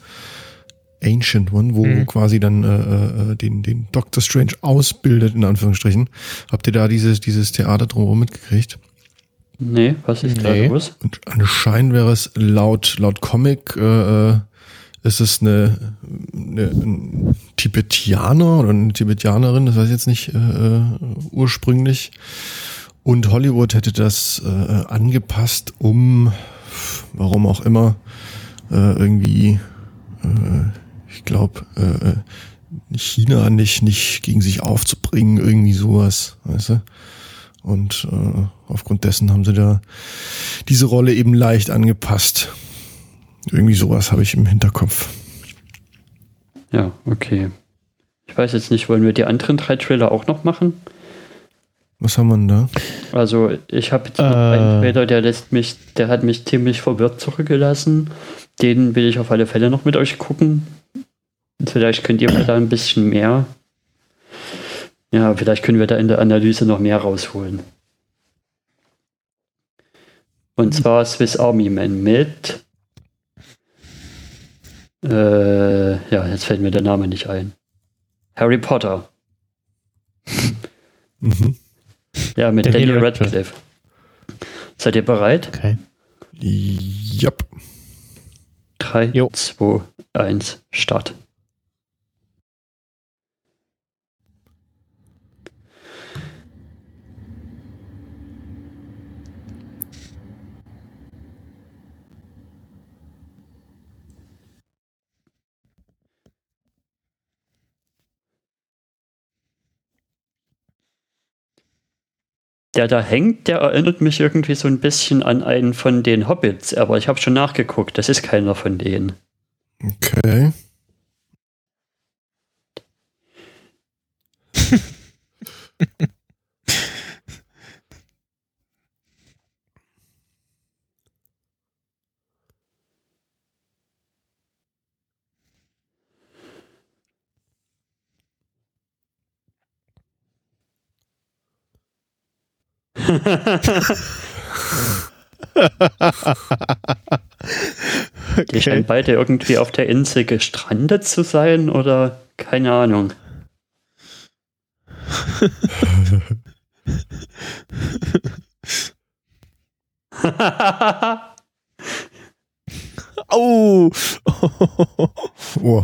wo quasi dann den Doctor Strange ausbildet, in Anführungsstrichen. Habt ihr da dieses Theater drumherum mitgekriegt? Nee, was ist da los? Und anscheinend wäre es laut Comic ist es ein Tibetaner oder eine Tibetanerin, das weiß ich jetzt nicht ursprünglich. Und Hollywood hätte das angepasst, um, warum auch immer, irgendwie, ich glaube, China nicht gegen sich aufzubringen, irgendwie sowas, weißt du? Und aufgrund dessen haben sie da diese Rolle eben leicht angepasst. Irgendwie sowas habe ich im Hinterkopf. Ja, okay. Ich weiß jetzt nicht, wollen wir die anderen 3 Trailer auch noch machen? Was haben wir denn da? Also ich habe jetzt noch einen Trailer, der hat mich ziemlich verwirrt zurückgelassen. Den will ich auf alle Fälle noch mit euch gucken. Und vielleicht könnt ihr mir da ein bisschen mehr. Ja, vielleicht können wir da in der Analyse noch mehr rausholen. Und zwar Swiss Army Man mit jetzt fällt mir der Name nicht ein. Harry Potter. Mhm. Ja, mit Daniel Radcliffe. Seid ihr bereit? Okay. Jupp. 3, 2, 1, Start. Der da hängt, der erinnert mich irgendwie so ein bisschen an einen von den Hobbits, aber ich habe schon nachgeguckt, das ist keiner von denen. Okay. Die scheinen beide irgendwie auf der Insel gestrandet zu sein oder keine Ahnung. Oh! Oh.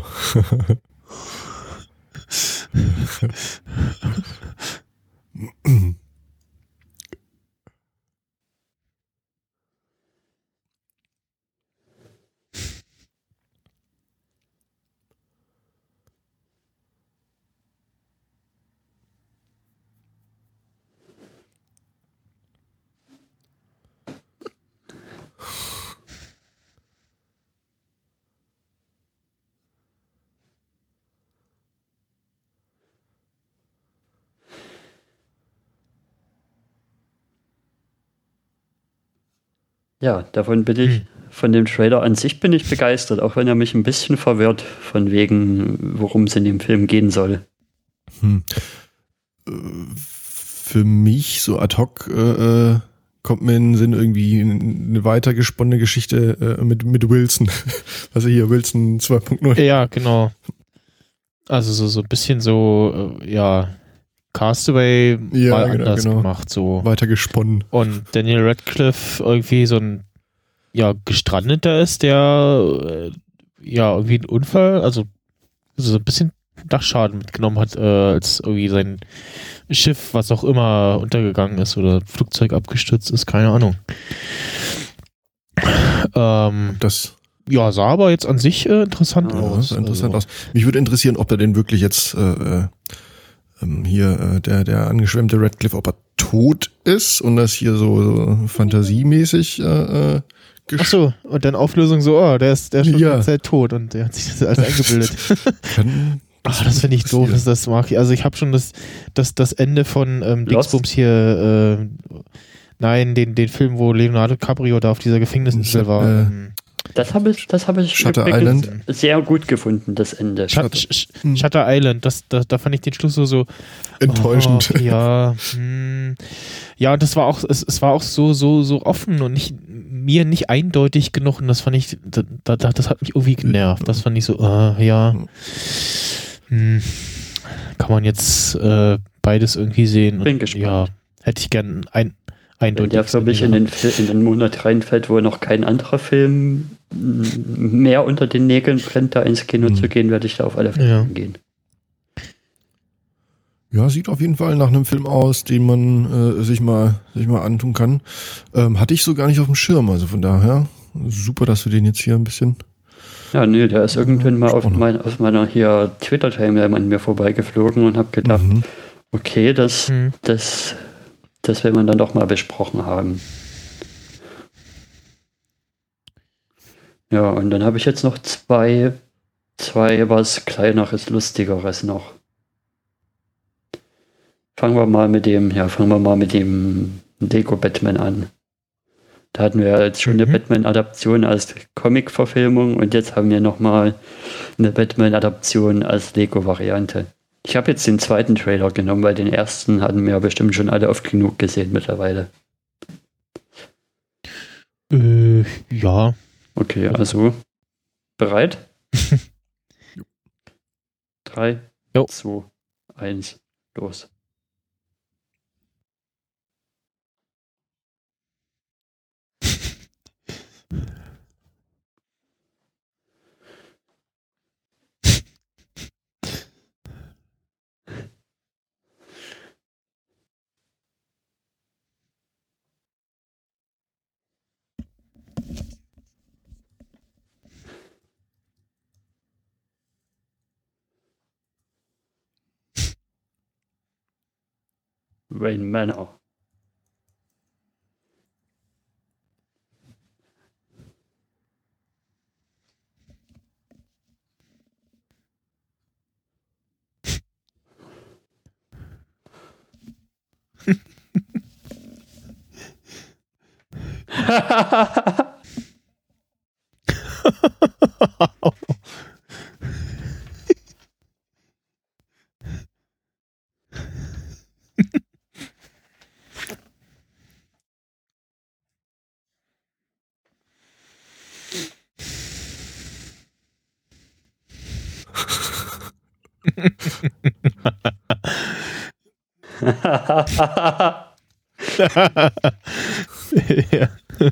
Ja, von dem Trailer an sich bin ich begeistert, auch wenn er mich ein bisschen verwirrt, von wegen, worum es in dem Film gehen soll. Für mich so ad hoc kommt mir in den Sinn irgendwie eine weitergesponnene Geschichte mit Wilson. Also hier Wilson 2.0. Ja, genau. Also so ein bisschen so, Castaway mal anders gemacht. So. Weitergesponnen. Und Daniel Radcliffe irgendwie so ein Gestrandeter ist, der irgendwie einen Unfall, also so ein bisschen Dachschaden mitgenommen hat, als irgendwie sein Schiff, was auch immer, untergegangen ist oder Flugzeug abgestürzt ist, keine Ahnung. Das sah aber jetzt an sich interessant aus. Aus. Mich würde interessieren, ob er denn wirklich jetzt der angeschwemmte Radcliffe, ob er tot ist und das hier so fantasiemäßig Ach so, und dann Auflösung so, der ist schon die ganze Zeit tot und der hat sich das alles eingebildet. Das finde ich doof, das mag ich. Also ich habe schon das Ende von Dingsbums hier Nein, den Film, wo Leonardo DiCaprio da auf dieser Gefängnisinsel war. Das habe ich Shutter Island sehr gut gefunden, das Ende. Shutter Island, da fand ich den Schluss so enttäuschend. Ja, ja, das war auch, es war auch so offen und mir nicht eindeutig genug und das fand ich, das hat mich irgendwie genervt. Das fand ich so, ja, kann man jetzt beides irgendwie sehen. Bin gespannt. Ja, hätte ich gern eindeutig. Wenn der für mich in den Monat reinfällt, wo noch kein anderer Film mehr unter den Nägeln brennt, da ins Kino zu gehen, werde ich da auf alle Fälle gehen. Ja, sieht auf jeden Fall nach einem Film aus, den man sich mal antun kann. Hatte ich so gar nicht auf dem Schirm, also von daher super, dass wir den jetzt hier ein bisschen... Ja, nee, der ist irgendwann mal auf meiner hier Twitter-Timeline an mir vorbeigeflogen und habe gedacht, okay, das will man dann doch mal besprochen haben. Ja, und dann habe ich jetzt noch zwei was Kleineres, Lustigeres noch. Fangen wir mal mit dem Lego Batman an. Da hatten wir jetzt schon eine Batman-Adaption als Comic-Verfilmung und jetzt haben wir nochmal eine Batman-Adaption als Lego-Variante. Ich habe jetzt den zweiten Trailer genommen, weil den ersten hatten wir bestimmt schon alle oft genug gesehen mittlerweile. Ja. Okay, also bereit? 3, 2, 1, los. Wayne Manor. Ja.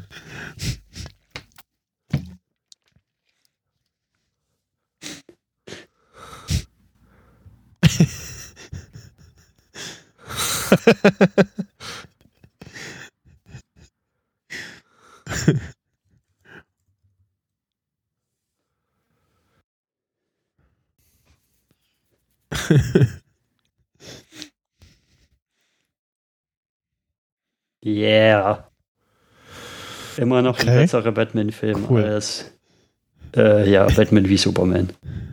Yeah. Immer noch ein besserer Batman-Film als Batman wie Superman.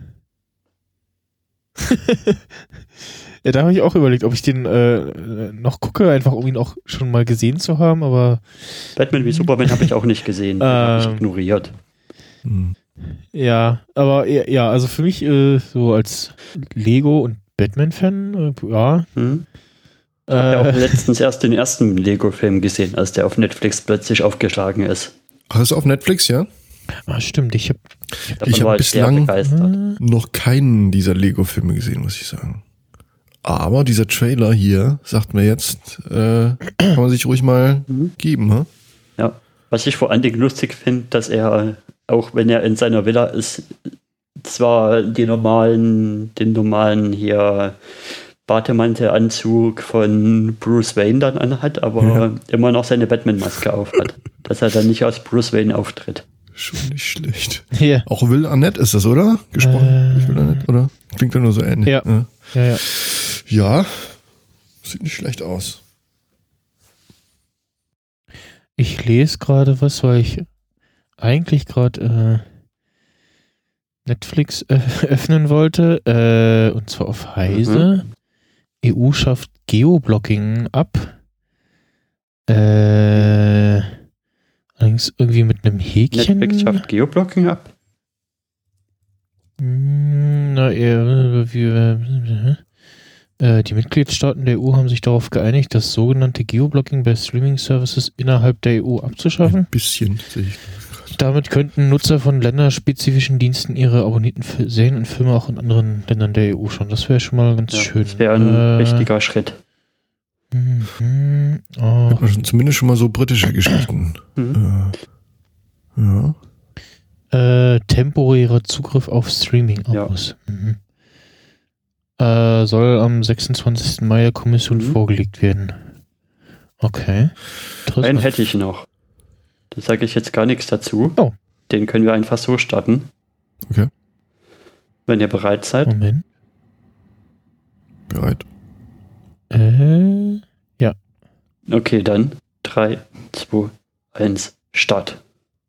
Ja, da habe ich auch überlegt, ob ich den noch gucke, einfach um ihn auch schon mal gesehen zu haben, aber Batman wie Superman habe ich auch nicht gesehen, den habe ich ignoriert. Ja, aber ja, also für mich so als Lego- und Batman-Fan, ja. Ich habe ja auch letztens erst den ersten Lego-Film gesehen, als der auf Netflix plötzlich aufgeschlagen ist. Ach, ist auf Netflix, ja? Ah, stimmt, ich habe bislang noch keinen dieser Lego-Filme gesehen, muss ich sagen. Aber dieser Trailer hier sagt mir jetzt, kann man sich ruhig mal geben, ha? Ja, was ich vor allen Dingen lustig finde, dass er, auch wenn er in seiner Villa ist, zwar den normalen hier Bademantelanzug von Bruce Wayne dann anhat, aber immer noch seine Batman-Maske aufhat. Dass er dann nicht als Bruce Wayne auftritt. Schon nicht schlecht. Yeah. Auch Will Arnett ist das, oder? Gesprochen? Will Arnett, oder? Klingt ja nur so ähnlich. Ja. Ja. Ja, sieht nicht schlecht aus. Ich lese gerade was, weil ich eigentlich gerade Netflix öffnen wollte, und zwar auf Heise. EU schafft Geoblocking ab. Allerdings irgendwie mit einem Häkchen. Netflix schafft Geoblocking ab. Na, die Mitgliedstaaten der EU haben sich darauf geeinigt, das sogenannte Geoblocking bei Streaming-Services innerhalb der EU abzuschaffen. Ein bisschen, sehe ich. Damit könnten Nutzer von länderspezifischen Diensten ihre abonnierten Serien und Filme auch in anderen Ländern der EU schauen. Das wäre schon mal ganz schön. Das wäre ein richtiger Schritt. Zumindest schon mal so britische Geschichten. Ja. Temporärer Zugriff auf Streaming-Abos. Ja. Soll am 26. Mai der Kommission vorgelegt werden. Okay. Einen hätte ich noch. Da sage ich jetzt gar nichts dazu. Oh. Den können wir einfach so starten. Okay. Wenn ihr bereit seid. Moment. Bereit. Ja. Okay, dann 3, 2, 1, Start.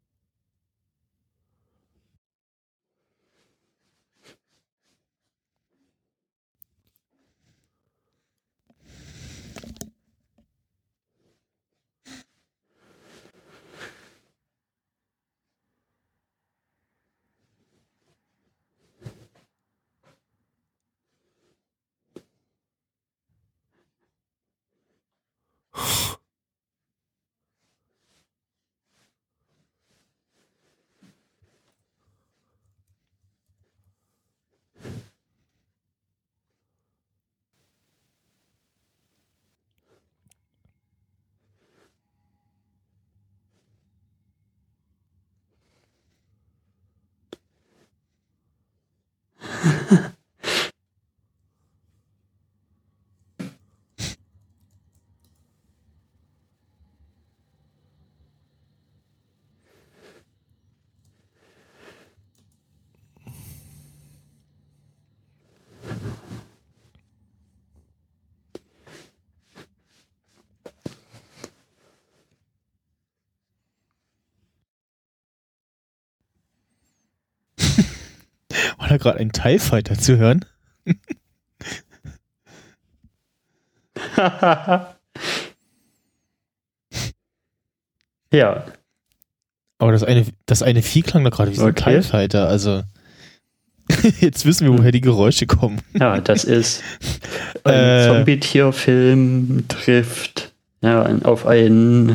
War da gerade ein TIE Fighter zu hören? Ja. Aber das eine Vieh klang da gerade wie so ein TIE Fighter, also jetzt wissen wir, woher die Geräusche kommen. Ja, das ist ein Zombie-Tier-Film trifft auf ein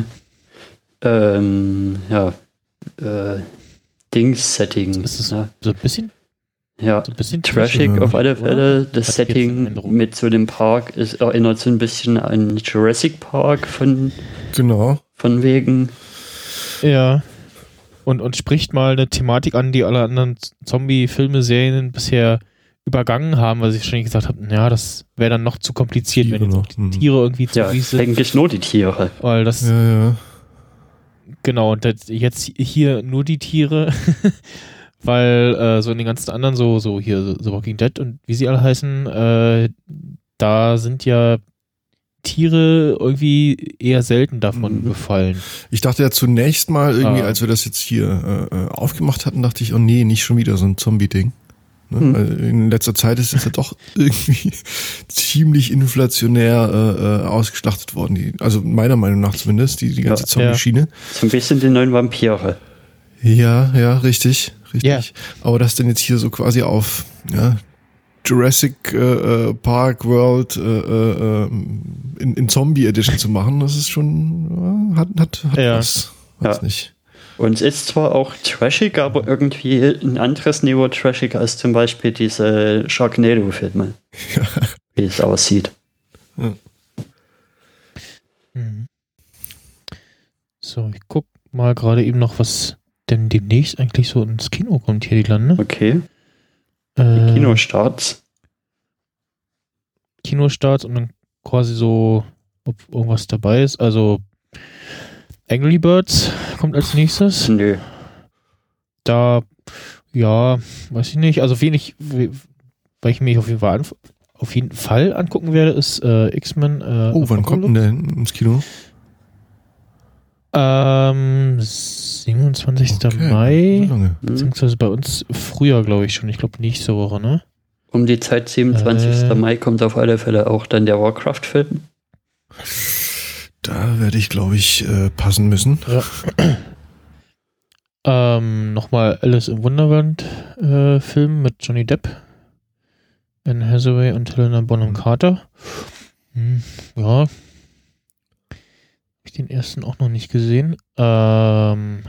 Dings-Setting. Ist es so ein bisschen? Ja, so ein bisschen trashig auf alle Fälle. Das Setting mit so dem Park erinnert so ein bisschen an Jurassic Park von wegen. Ja. Und spricht mal eine Thematik an, die alle anderen Zombie-Filme, Serien bisher übergangen haben, weil sie wahrscheinlich gesagt haben, ja, das wäre dann noch zu kompliziert, wenn jetzt auch die Tiere irgendwie zu sind. Eigentlich nur die Tiere. Weil das genau, und jetzt hier nur die Tiere, weil so in den ganzen anderen so hier The Walking Dead und wie sie alle heißen, da sind ja Tiere irgendwie eher selten davon befallen. Ich dachte ja zunächst mal irgendwie, als wir das jetzt hier aufgemacht hatten, dachte ich, oh nee, nicht schon wieder so ein Zombie-Ding. Ne? Also in letzter Zeit ist es ja doch irgendwie ziemlich inflationär ausgeschlachtet worden. Also meiner Meinung nach zumindest, die ganze Zombie-Schiene. So ein bisschen die neuen Vampire. Ja, richtig. Ja. Aber das denn jetzt hier so quasi auf Jurassic Park World in Zombie Edition zu machen, das ist schon, hat was. Weiß nicht. Und es ist zwar auch trashig, aber irgendwie ein anderes Niveau trashig als zum Beispiel diese Sharknado-Filme. Ja. Wie es aussieht. Ja. So, ich guck mal gerade eben noch, was denn demnächst eigentlich so ins Kino kommt hier, die Lande. Okay. Die Kinostarts und dann quasi so, ob irgendwas dabei ist. Also Angry Birds kommt als nächstes. Nö. Da, ja, weiß ich nicht. Also weil ich mich auf jeden Fall angucken werde, ist X-Men. Wann kommt denn der ins Kino? 27. Mai. Beziehungsweise bei uns früher, glaube ich schon. Ich glaube nächste Woche, ne? Um die Zeit 27. Mai kommt auf alle Fälle auch dann der Warcraft-Film. Da werde ich, glaube ich, passen müssen. Ja. Nochmal Alice im Wunderland Film mit Johnny Depp, Anne Hathaway und Helena Bonham Carter. Ja. Hab ich den ersten auch noch nicht gesehen. Dann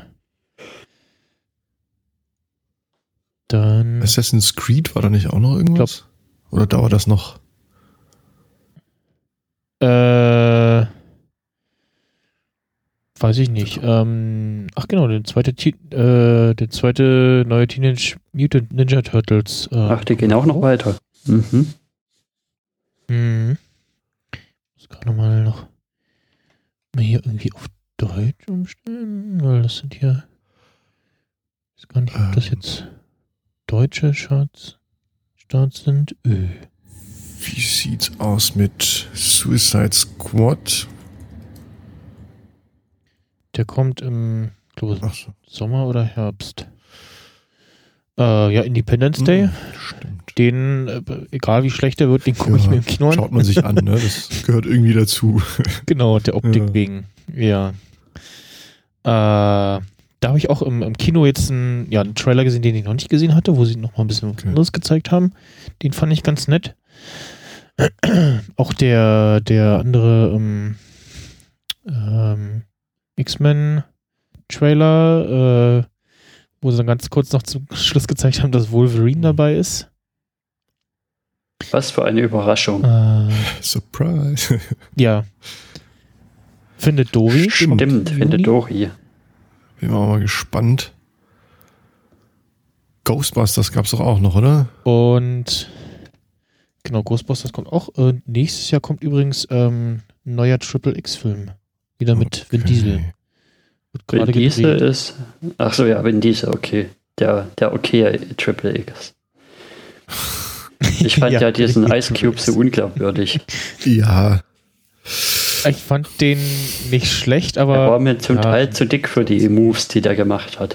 Assassin's Creed, war da nicht auch noch irgendwas? Oder dauert das noch? Weiß ich nicht. Ach genau, der zweite neue Teenage Mutant Ninja Turtles. Ach, die gehen auch noch weiter. Mhm. Muss gerade mal noch hier irgendwie auf Deutsch umstellen, weil das sind hier, ich weiß gar nicht, ob das jetzt deutsche Starts sind. Wie sieht's aus mit Suicide Squad? Der kommt im, glaube ich, Ach so. Sommer oder Herbst. Ja, Independence Day. Stimmt. Den, egal wie schlecht der wird, den gucke ich mir im Kino an. Schaut man sich an, ne? Das gehört irgendwie dazu. Genau, der Optik Ja. wegen. Ja. Da habe ich auch im Kino jetzt einen Trailer gesehen, den ich noch nicht gesehen hatte, wo sie noch mal ein bisschen was anderes gezeigt haben. Den fand ich ganz nett. Auch der andere X-Men-Trailer, wo sie dann ganz kurz noch zum Schluss gezeigt haben, dass Wolverine dabei ist. Was für eine Überraschung. Surprise. Ja. Findet Dory. Stimmt, findet Dori. Bin mal gespannt. Ghostbusters gab's doch auch noch, oder? Und genau, Ghostbusters kommt auch. Nächstes Jahr kommt übrigens ein neuer Triple X-Film. Wieder mit Vin Diesel. Wird Vin gerade Diesel gedreht. ist. Ach so, ja, Vin Diesel, okay. Der okay Triple X. Ich fand ja diesen der Ice Cube so unglaubwürdig. Ja. Ich fand den nicht schlecht, Er aber war mir zum Teil zu dick für die Moves, die der gemacht hat.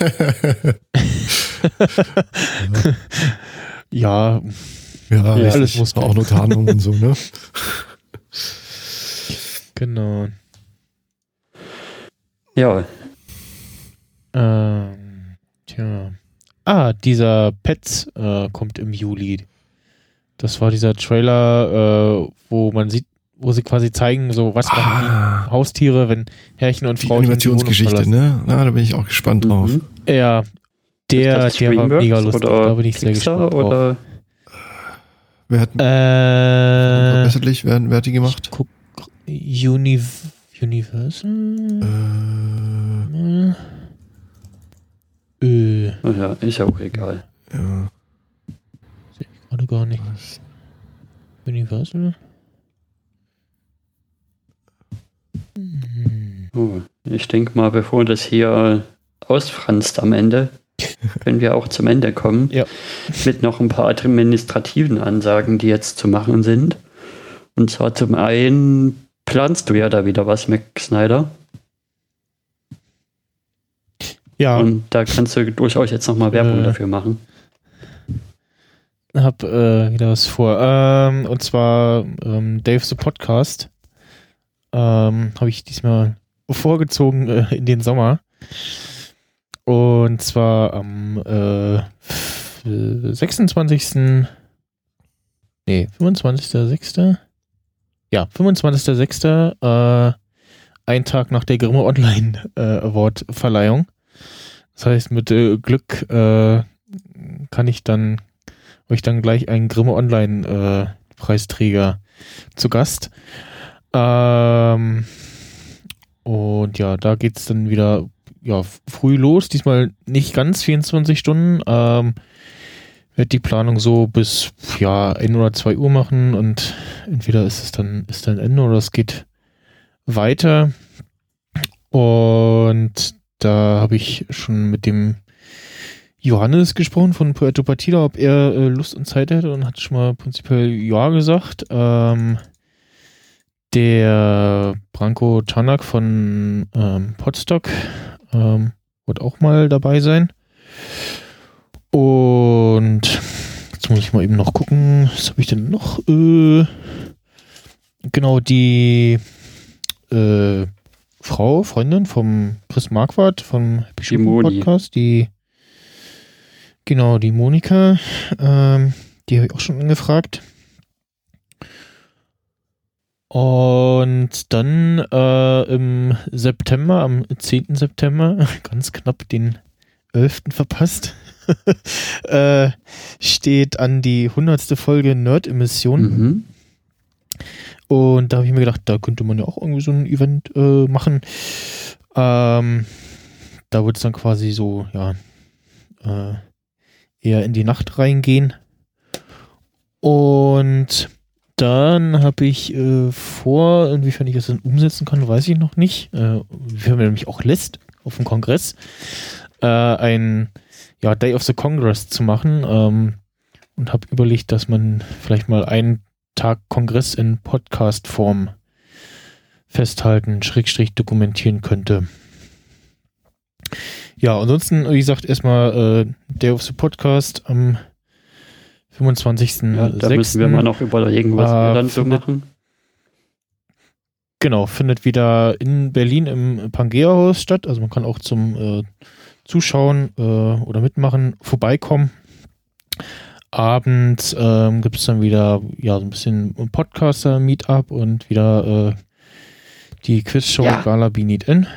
Ja, ja, richtig. alles muss auch nur Tarnung und so, ne? genau. Ja, Tja. Dieser Pets kommt im Juli. Das war dieser Trailer, wo man sieht, wo sie quasi zeigen, so was machen die Haustiere, wenn Herrchen und Die Frauchen Animationsgeschichte, ne? Na, da bin ich auch gespannt drauf. Ja, der war DreamWorks mega lustig. Da bin ich sehr Pixar gespannt drauf. oder Wer hat verbesserlich? Wer hat die gemacht? Guck, Universal? ja, ist ja auch egal. Ja. Sehe ich gerade gar nicht. Universal? Oh, ich denke mal, bevor das hier ausfranst am Ende, können wir auch zum Ende kommen. Ja. Mit noch ein paar administrativen Ansagen, die jetzt zu machen sind. Und zwar zum einen planst du ja da wieder was, Mac Snyder. Ja, Und da kannst du durchaus jetzt nochmal Werbung dafür machen. hab wieder was vor. Und zwar Dave the Podcast. Habe ich diesmal vorgezogen in den Sommer. Und zwar am 25.6. Ja, 25.6. Ein Tag nach der Grimme Online Award Verleihung. Das heißt, mit Glück kann ich dann euch dann gleich einen Grimme Online Preisträger zu Gast. Und ja, da geht's dann wieder früh los. Diesmal nicht ganz 24 Stunden. Werde die Planung so bis 1 oder 2 Uhr machen und entweder ist dann Ende oder es geht weiter. Und da habe ich schon mit dem Johannes gesprochen von Puerto Partida, ob er Lust und Zeit hätte, und hat schon mal prinzipiell ja gesagt. Der Branko Tanak von Podstock wird auch mal dabei sein. Und jetzt muss ich mal eben noch gucken, was habe ich denn noch? Genau, die Freundin vom Chris Marquardt vom Die Moni. Podcast, die Monika, die habe ich auch schon angefragt. Und dann im September, am 10. September, ganz knapp den 11. verpasst, steht an die 100. Folge Nerd-Emission. Mhm. Und da habe ich mir gedacht, da könnte man ja auch irgendwie so ein Event machen. Da wird es dann quasi so, eher in die Nacht reingehen. Und dann habe ich vor, inwiefern ich das dann umsetzen kann, weiß ich noch nicht. Inwiefern man nämlich auch lässt auf dem Kongress, ein Day of the Congress zu machen. Und habe überlegt, dass man vielleicht mal einen Tag Kongress in Podcast-Form festhalten, / dokumentieren könnte. Ja, ansonsten, wie gesagt, erstmal Day of the Podcast am 25.06. Ja, da müssen wir mal noch überlegen, was wir dann so machen. Genau, findet wieder in Berlin im Pangea-Haus statt. Also man kann auch zum Zuschauen oder Mitmachen vorbeikommen. Abends gibt es dann wieder so ein bisschen Podcaster-Meetup und wieder die Quizshow Gala Be Need In.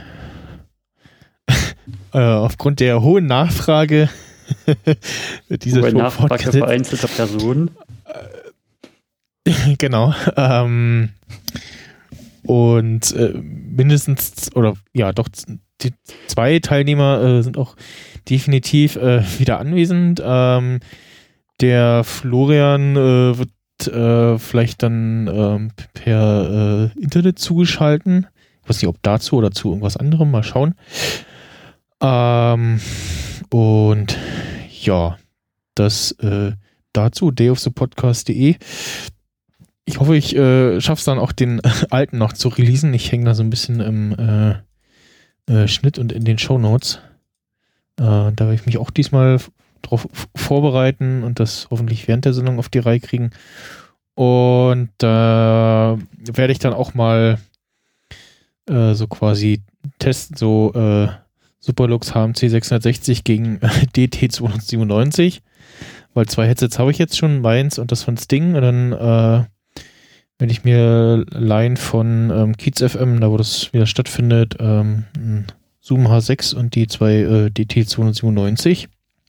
Aufgrund der hohen Nachfrage wird diese Show Nachfrage fortgesetzt. vereinzelter Personen. Genau. Und mindestens, die 2 Teilnehmer sind auch definitiv wieder anwesend. Der Florian wird vielleicht dann per Internet zugeschalten. Ich weiß nicht, ob dazu oder zu irgendwas anderem. Mal schauen. Und ja, das dazu, dayofthepodcast.de. Ich hoffe, ich schaffe es dann auch, den alten noch zu releasen. Ich hänge da so ein bisschen im Schnitt und in den Shownotes. Da werde ich mich auch diesmal drauf vorbereiten und das hoffentlich während der Sendung auf die Reihe kriegen. Und werde ich dann auch mal so quasi testen, so Superlux HMC 660 gegen DT 297, weil 2 Headsets habe ich jetzt schon, meins und das von Sting, und dann werde ich mir leihen von Kiez FM, da wo das wieder stattfindet, Zoom H6 und die 2 DT 297.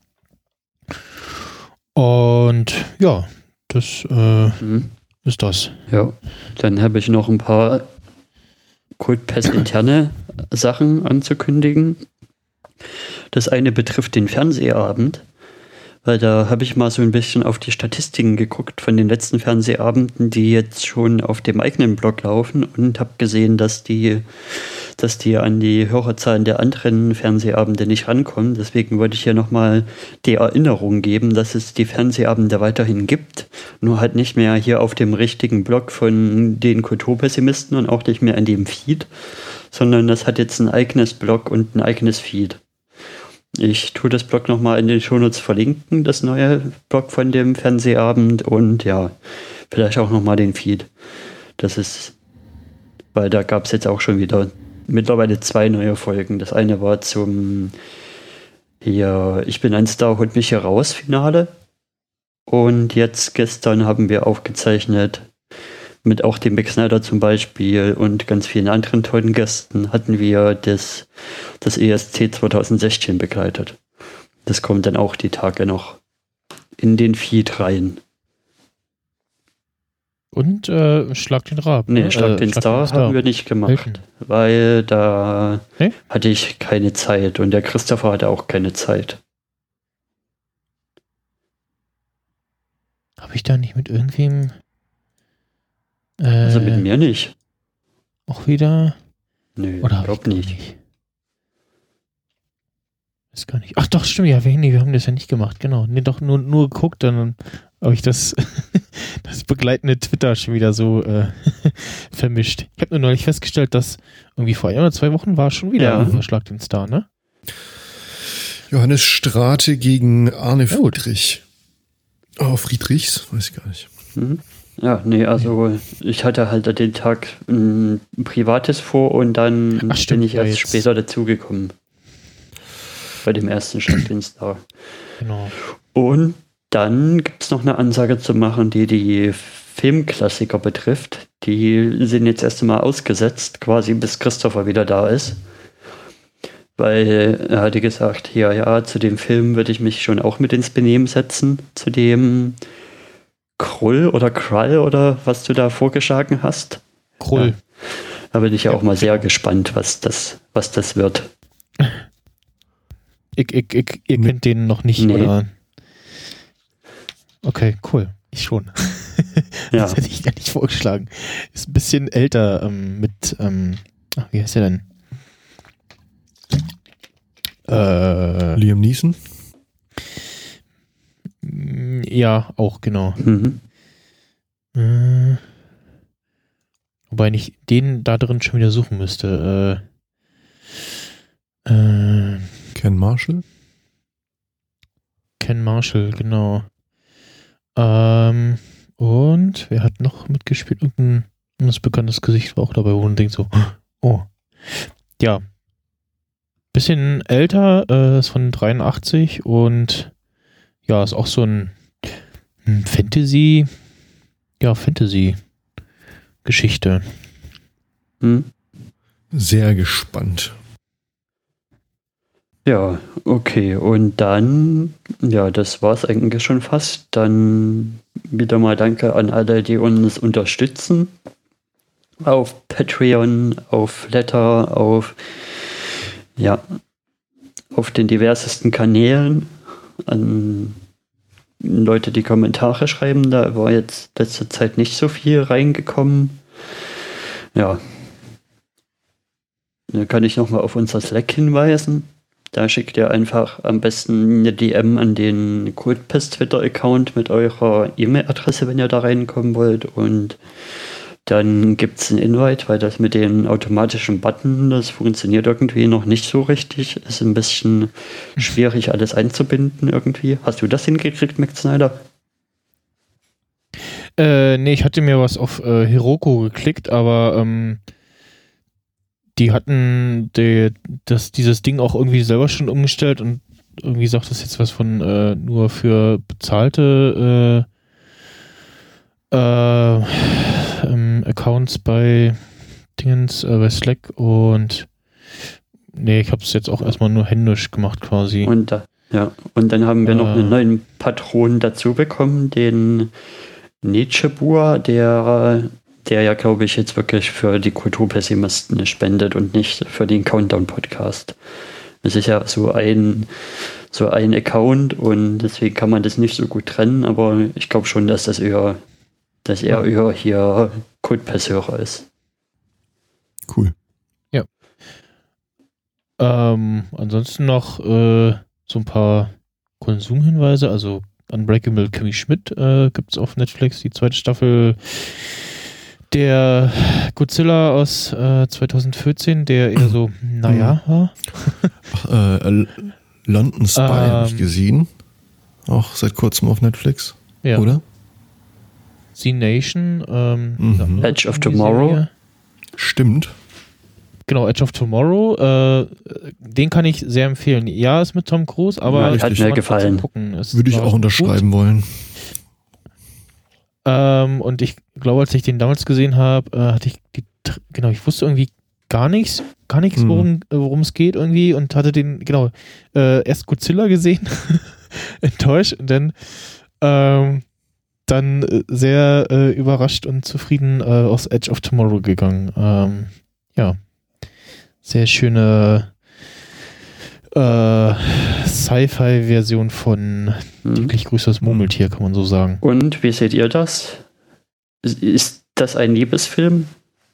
Und ja, das ist das. Ja, dann habe ich noch ein paar CodePass interne Sachen anzukündigen. Das eine betrifft den Fernsehabend, weil da habe ich mal so ein bisschen auf die Statistiken geguckt von den letzten Fernsehabenden, die jetzt schon auf dem eigenen Blog laufen, und habe gesehen, dass die an die Hörerzahlen der anderen Fernsehabende nicht rankommen. Deswegen wollte ich hier nochmal die Erinnerung geben, dass es die Fernsehabende weiterhin gibt, nur halt nicht mehr hier auf dem richtigen Blog von den Kulturpessimisten und auch nicht mehr in dem Feed, sondern das hat jetzt ein eigenes Blog und ein eigenes Feed. Ich tue das Blog nochmal in den Shownotes verlinken, das neue Blog von dem Fernsehabend, und ja, vielleicht auch nochmal den Feed. Das ist, weil da gab es jetzt auch schon wieder mittlerweile 2 neue Folgen. Das eine war zum Ich bin ein Star, holt mich hier raus Finale. Und jetzt gestern haben wir aufgezeichnet, mit auch dem Mick Snyder zum Beispiel und ganz vielen anderen tollen Gästen, hatten wir das ESC 2016 begleitet. Das kommt dann auch die Tage noch in den Feed rein. Und Schlag den Rab. Nee, Schlag den Star haben wir nicht gemacht, weil da hatte ich keine Zeit und der Christopher hatte auch keine Zeit. Habe ich da nicht mit irgendwem also mit mir nicht. Auch wieder? Nö, oder glaub nicht. Weiß gar nicht. Ach doch, stimmt, ja, wir haben das ja nicht gemacht, genau. Nee, doch, nur geguckt, dann habe ich das begleitende Twitter schon wieder so vermischt. Ich habe nur neulich festgestellt, dass irgendwie vor 1 oder 2 Wochen war schon wieder Schlag den Star, ne? Johannes Strate gegen Arne Friedrich. Oh, Friedrichs? Weiß ich gar nicht. Ja, nee, also ich hatte halt an den Tag ein privates vor und dann bin ich erst später dazugekommen. Bei dem ersten Stadtdienst da. Genau. Und dann gibt es noch eine Ansage zu machen, die Filmklassiker betrifft. Die sind jetzt erst einmal ausgesetzt, quasi bis Christopher wieder da ist. Weil er hatte gesagt, ja, zu dem Film würde ich mich schon auch mit ins Benehmen setzen. Zu dem Krull oder was du da vorgeschlagen hast. Krull. Ja. Da bin ich ja auch mal sehr gespannt, was das wird. Ihr kennt den noch nicht, nee. Oder? Okay, cool. Ich schon. Ja. Das hätte ich gar nicht vorgeschlagen. Ist ein bisschen älter mit, wie heißt der denn? Liam Neeson? Ja, auch, genau. Mhm. Wobei ich den da drin schon wieder suchen müsste. Ken Marshall? Ken Marshall, genau. Und wer hat noch mitgespielt? Irgendein bekanntes Gesicht war auch dabei, wo man denkt so, oh. Ja. Bisschen älter, ist von 83 und ja, ist auch so ein Fantasy-Geschichte. Sehr gespannt. Ja, okay. Und dann, ja, das war es eigentlich schon fast. Dann wieder mal Danke an alle, die uns unterstützen. Auf Patreon, auf Flatter, auf den diversesten Kanälen. An Leute, die Kommentare schreiben. Da war jetzt letzte Zeit nicht so viel reingekommen. Ja. Da kann ich nochmal auf unser Slack hinweisen. Da schickt ihr einfach am besten eine DM an den Codepass Twitter-Account mit eurer E-Mail-Adresse, wenn ihr da reinkommen wollt. Und dann gibt es einen Invite, weil das mit den automatischen Button, das funktioniert irgendwie noch nicht so richtig. Ist ein bisschen schwierig, alles einzubinden irgendwie. Hast du das hingekriegt, Max Snyder? Nee, ich hatte mir was auf Heroku geklickt, aber die hatten dieses Ding auch irgendwie selber schon umgestellt und irgendwie sagt das jetzt was von nur für bezahlte Accounts bei Dingens, bei Slack und nee, ich habe es jetzt auch erstmal nur händisch gemacht quasi. Und dann haben wir noch einen neuen Patron dazu bekommen, den Nietzsche-Bur, der ja, glaube ich, jetzt wirklich für die Kulturpessimisten spendet und nicht für den Countdown-Podcast. Es ist ja so ein Account und deswegen kann man das nicht so gut trennen, aber ich glaube schon, dass er eher hier Kultpass-Hörer ist. Cool. Ja. Ansonsten noch so ein paar Konsumhinweise, also Unbreakable Kimmy Schmidt gibt es auf Netflix, die zweite Staffel. Der Godzilla aus 2014, der eher so, war. London Spy habe ich gesehen. Auch seit kurzem auf Netflix. Ja. Oder? Z-Nation. Edge of Tomorrow. Stimmt. Genau, Edge of Tomorrow. Den kann ich sehr empfehlen. Ja, ist mit Tom Cruise, aber hat mir gefallen. Würde ich auch unterschreiben wollen. Und ich glaube, als ich den damals gesehen habe, hatte ich ich wusste irgendwie gar nichts, worum es geht irgendwie und hatte den, erst Godzilla gesehen, enttäuscht und dann sehr überrascht und zufrieden aus Edge of Tomorrow gegangen. Sehr schöne Sci-Fi-Version von Täglich grüßt das Murmeltier, kann man so sagen. Und wie seht ihr das? Ist das ein Liebesfilm?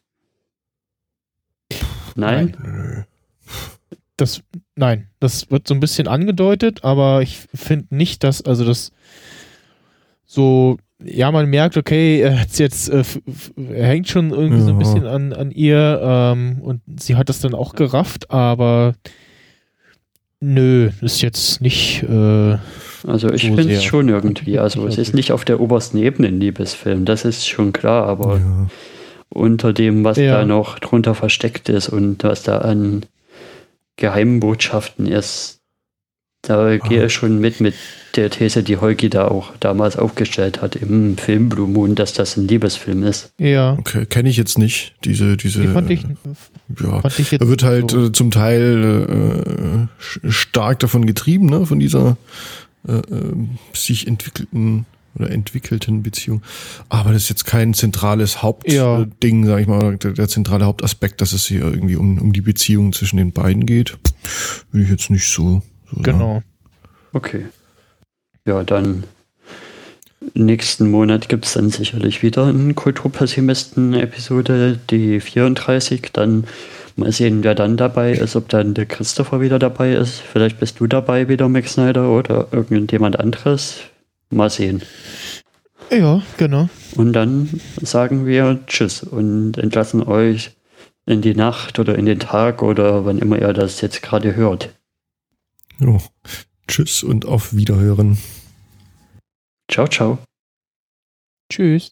Nein? Nein, das wird so ein bisschen angedeutet, aber ich finde nicht, dass, das so, ja, man merkt, okay, er hängt schon irgendwie so ein bisschen an ihr und sie hat das dann auch gerafft, aber nö, ist jetzt nicht Also ich So finde es sehr. schon irgendwie. Also es ist nicht auf der obersten Ebene ein Liebesfilm, das ist schon klar, aber Ja. unter dem, was Ja. da noch drunter versteckt ist und was da an geheimen Botschaften ist, da gehe ich schon mit der These, die Holgi da auch damals aufgestellt hat im Film Blue Moon, dass das ein Liebesfilm ist. Ja, Okay, kenne ich jetzt nicht. Diese, die fand ich ja. jetzt Er wird halt so. zum Teil stark davon getrieben, ne, von dieser sich entwickelten Beziehung. Aber das ist jetzt kein zentrales Hauptding, sag ich mal, der zentrale Hauptaspekt, dass es hier irgendwie um die Beziehung zwischen den beiden geht. Will ich jetzt nicht so sagen. Genau. Okay. Ja, dann nächsten Monat gibt es dann sicherlich wieder eine Kulturpessimisten-Episode, die 34. Dann mal sehen, wer dann dabei ist, ob dann der Christopher wieder dabei ist. Vielleicht bist du dabei wieder, Max Snyder, oder irgendjemand anderes. Mal sehen. Ja, genau. Und dann sagen wir Tschüss und entlassen euch in die Nacht oder in den Tag oder wann immer ihr das jetzt gerade hört. Jo. Tschüss und auf Wiederhören. Ciao, ciao. Tschüss.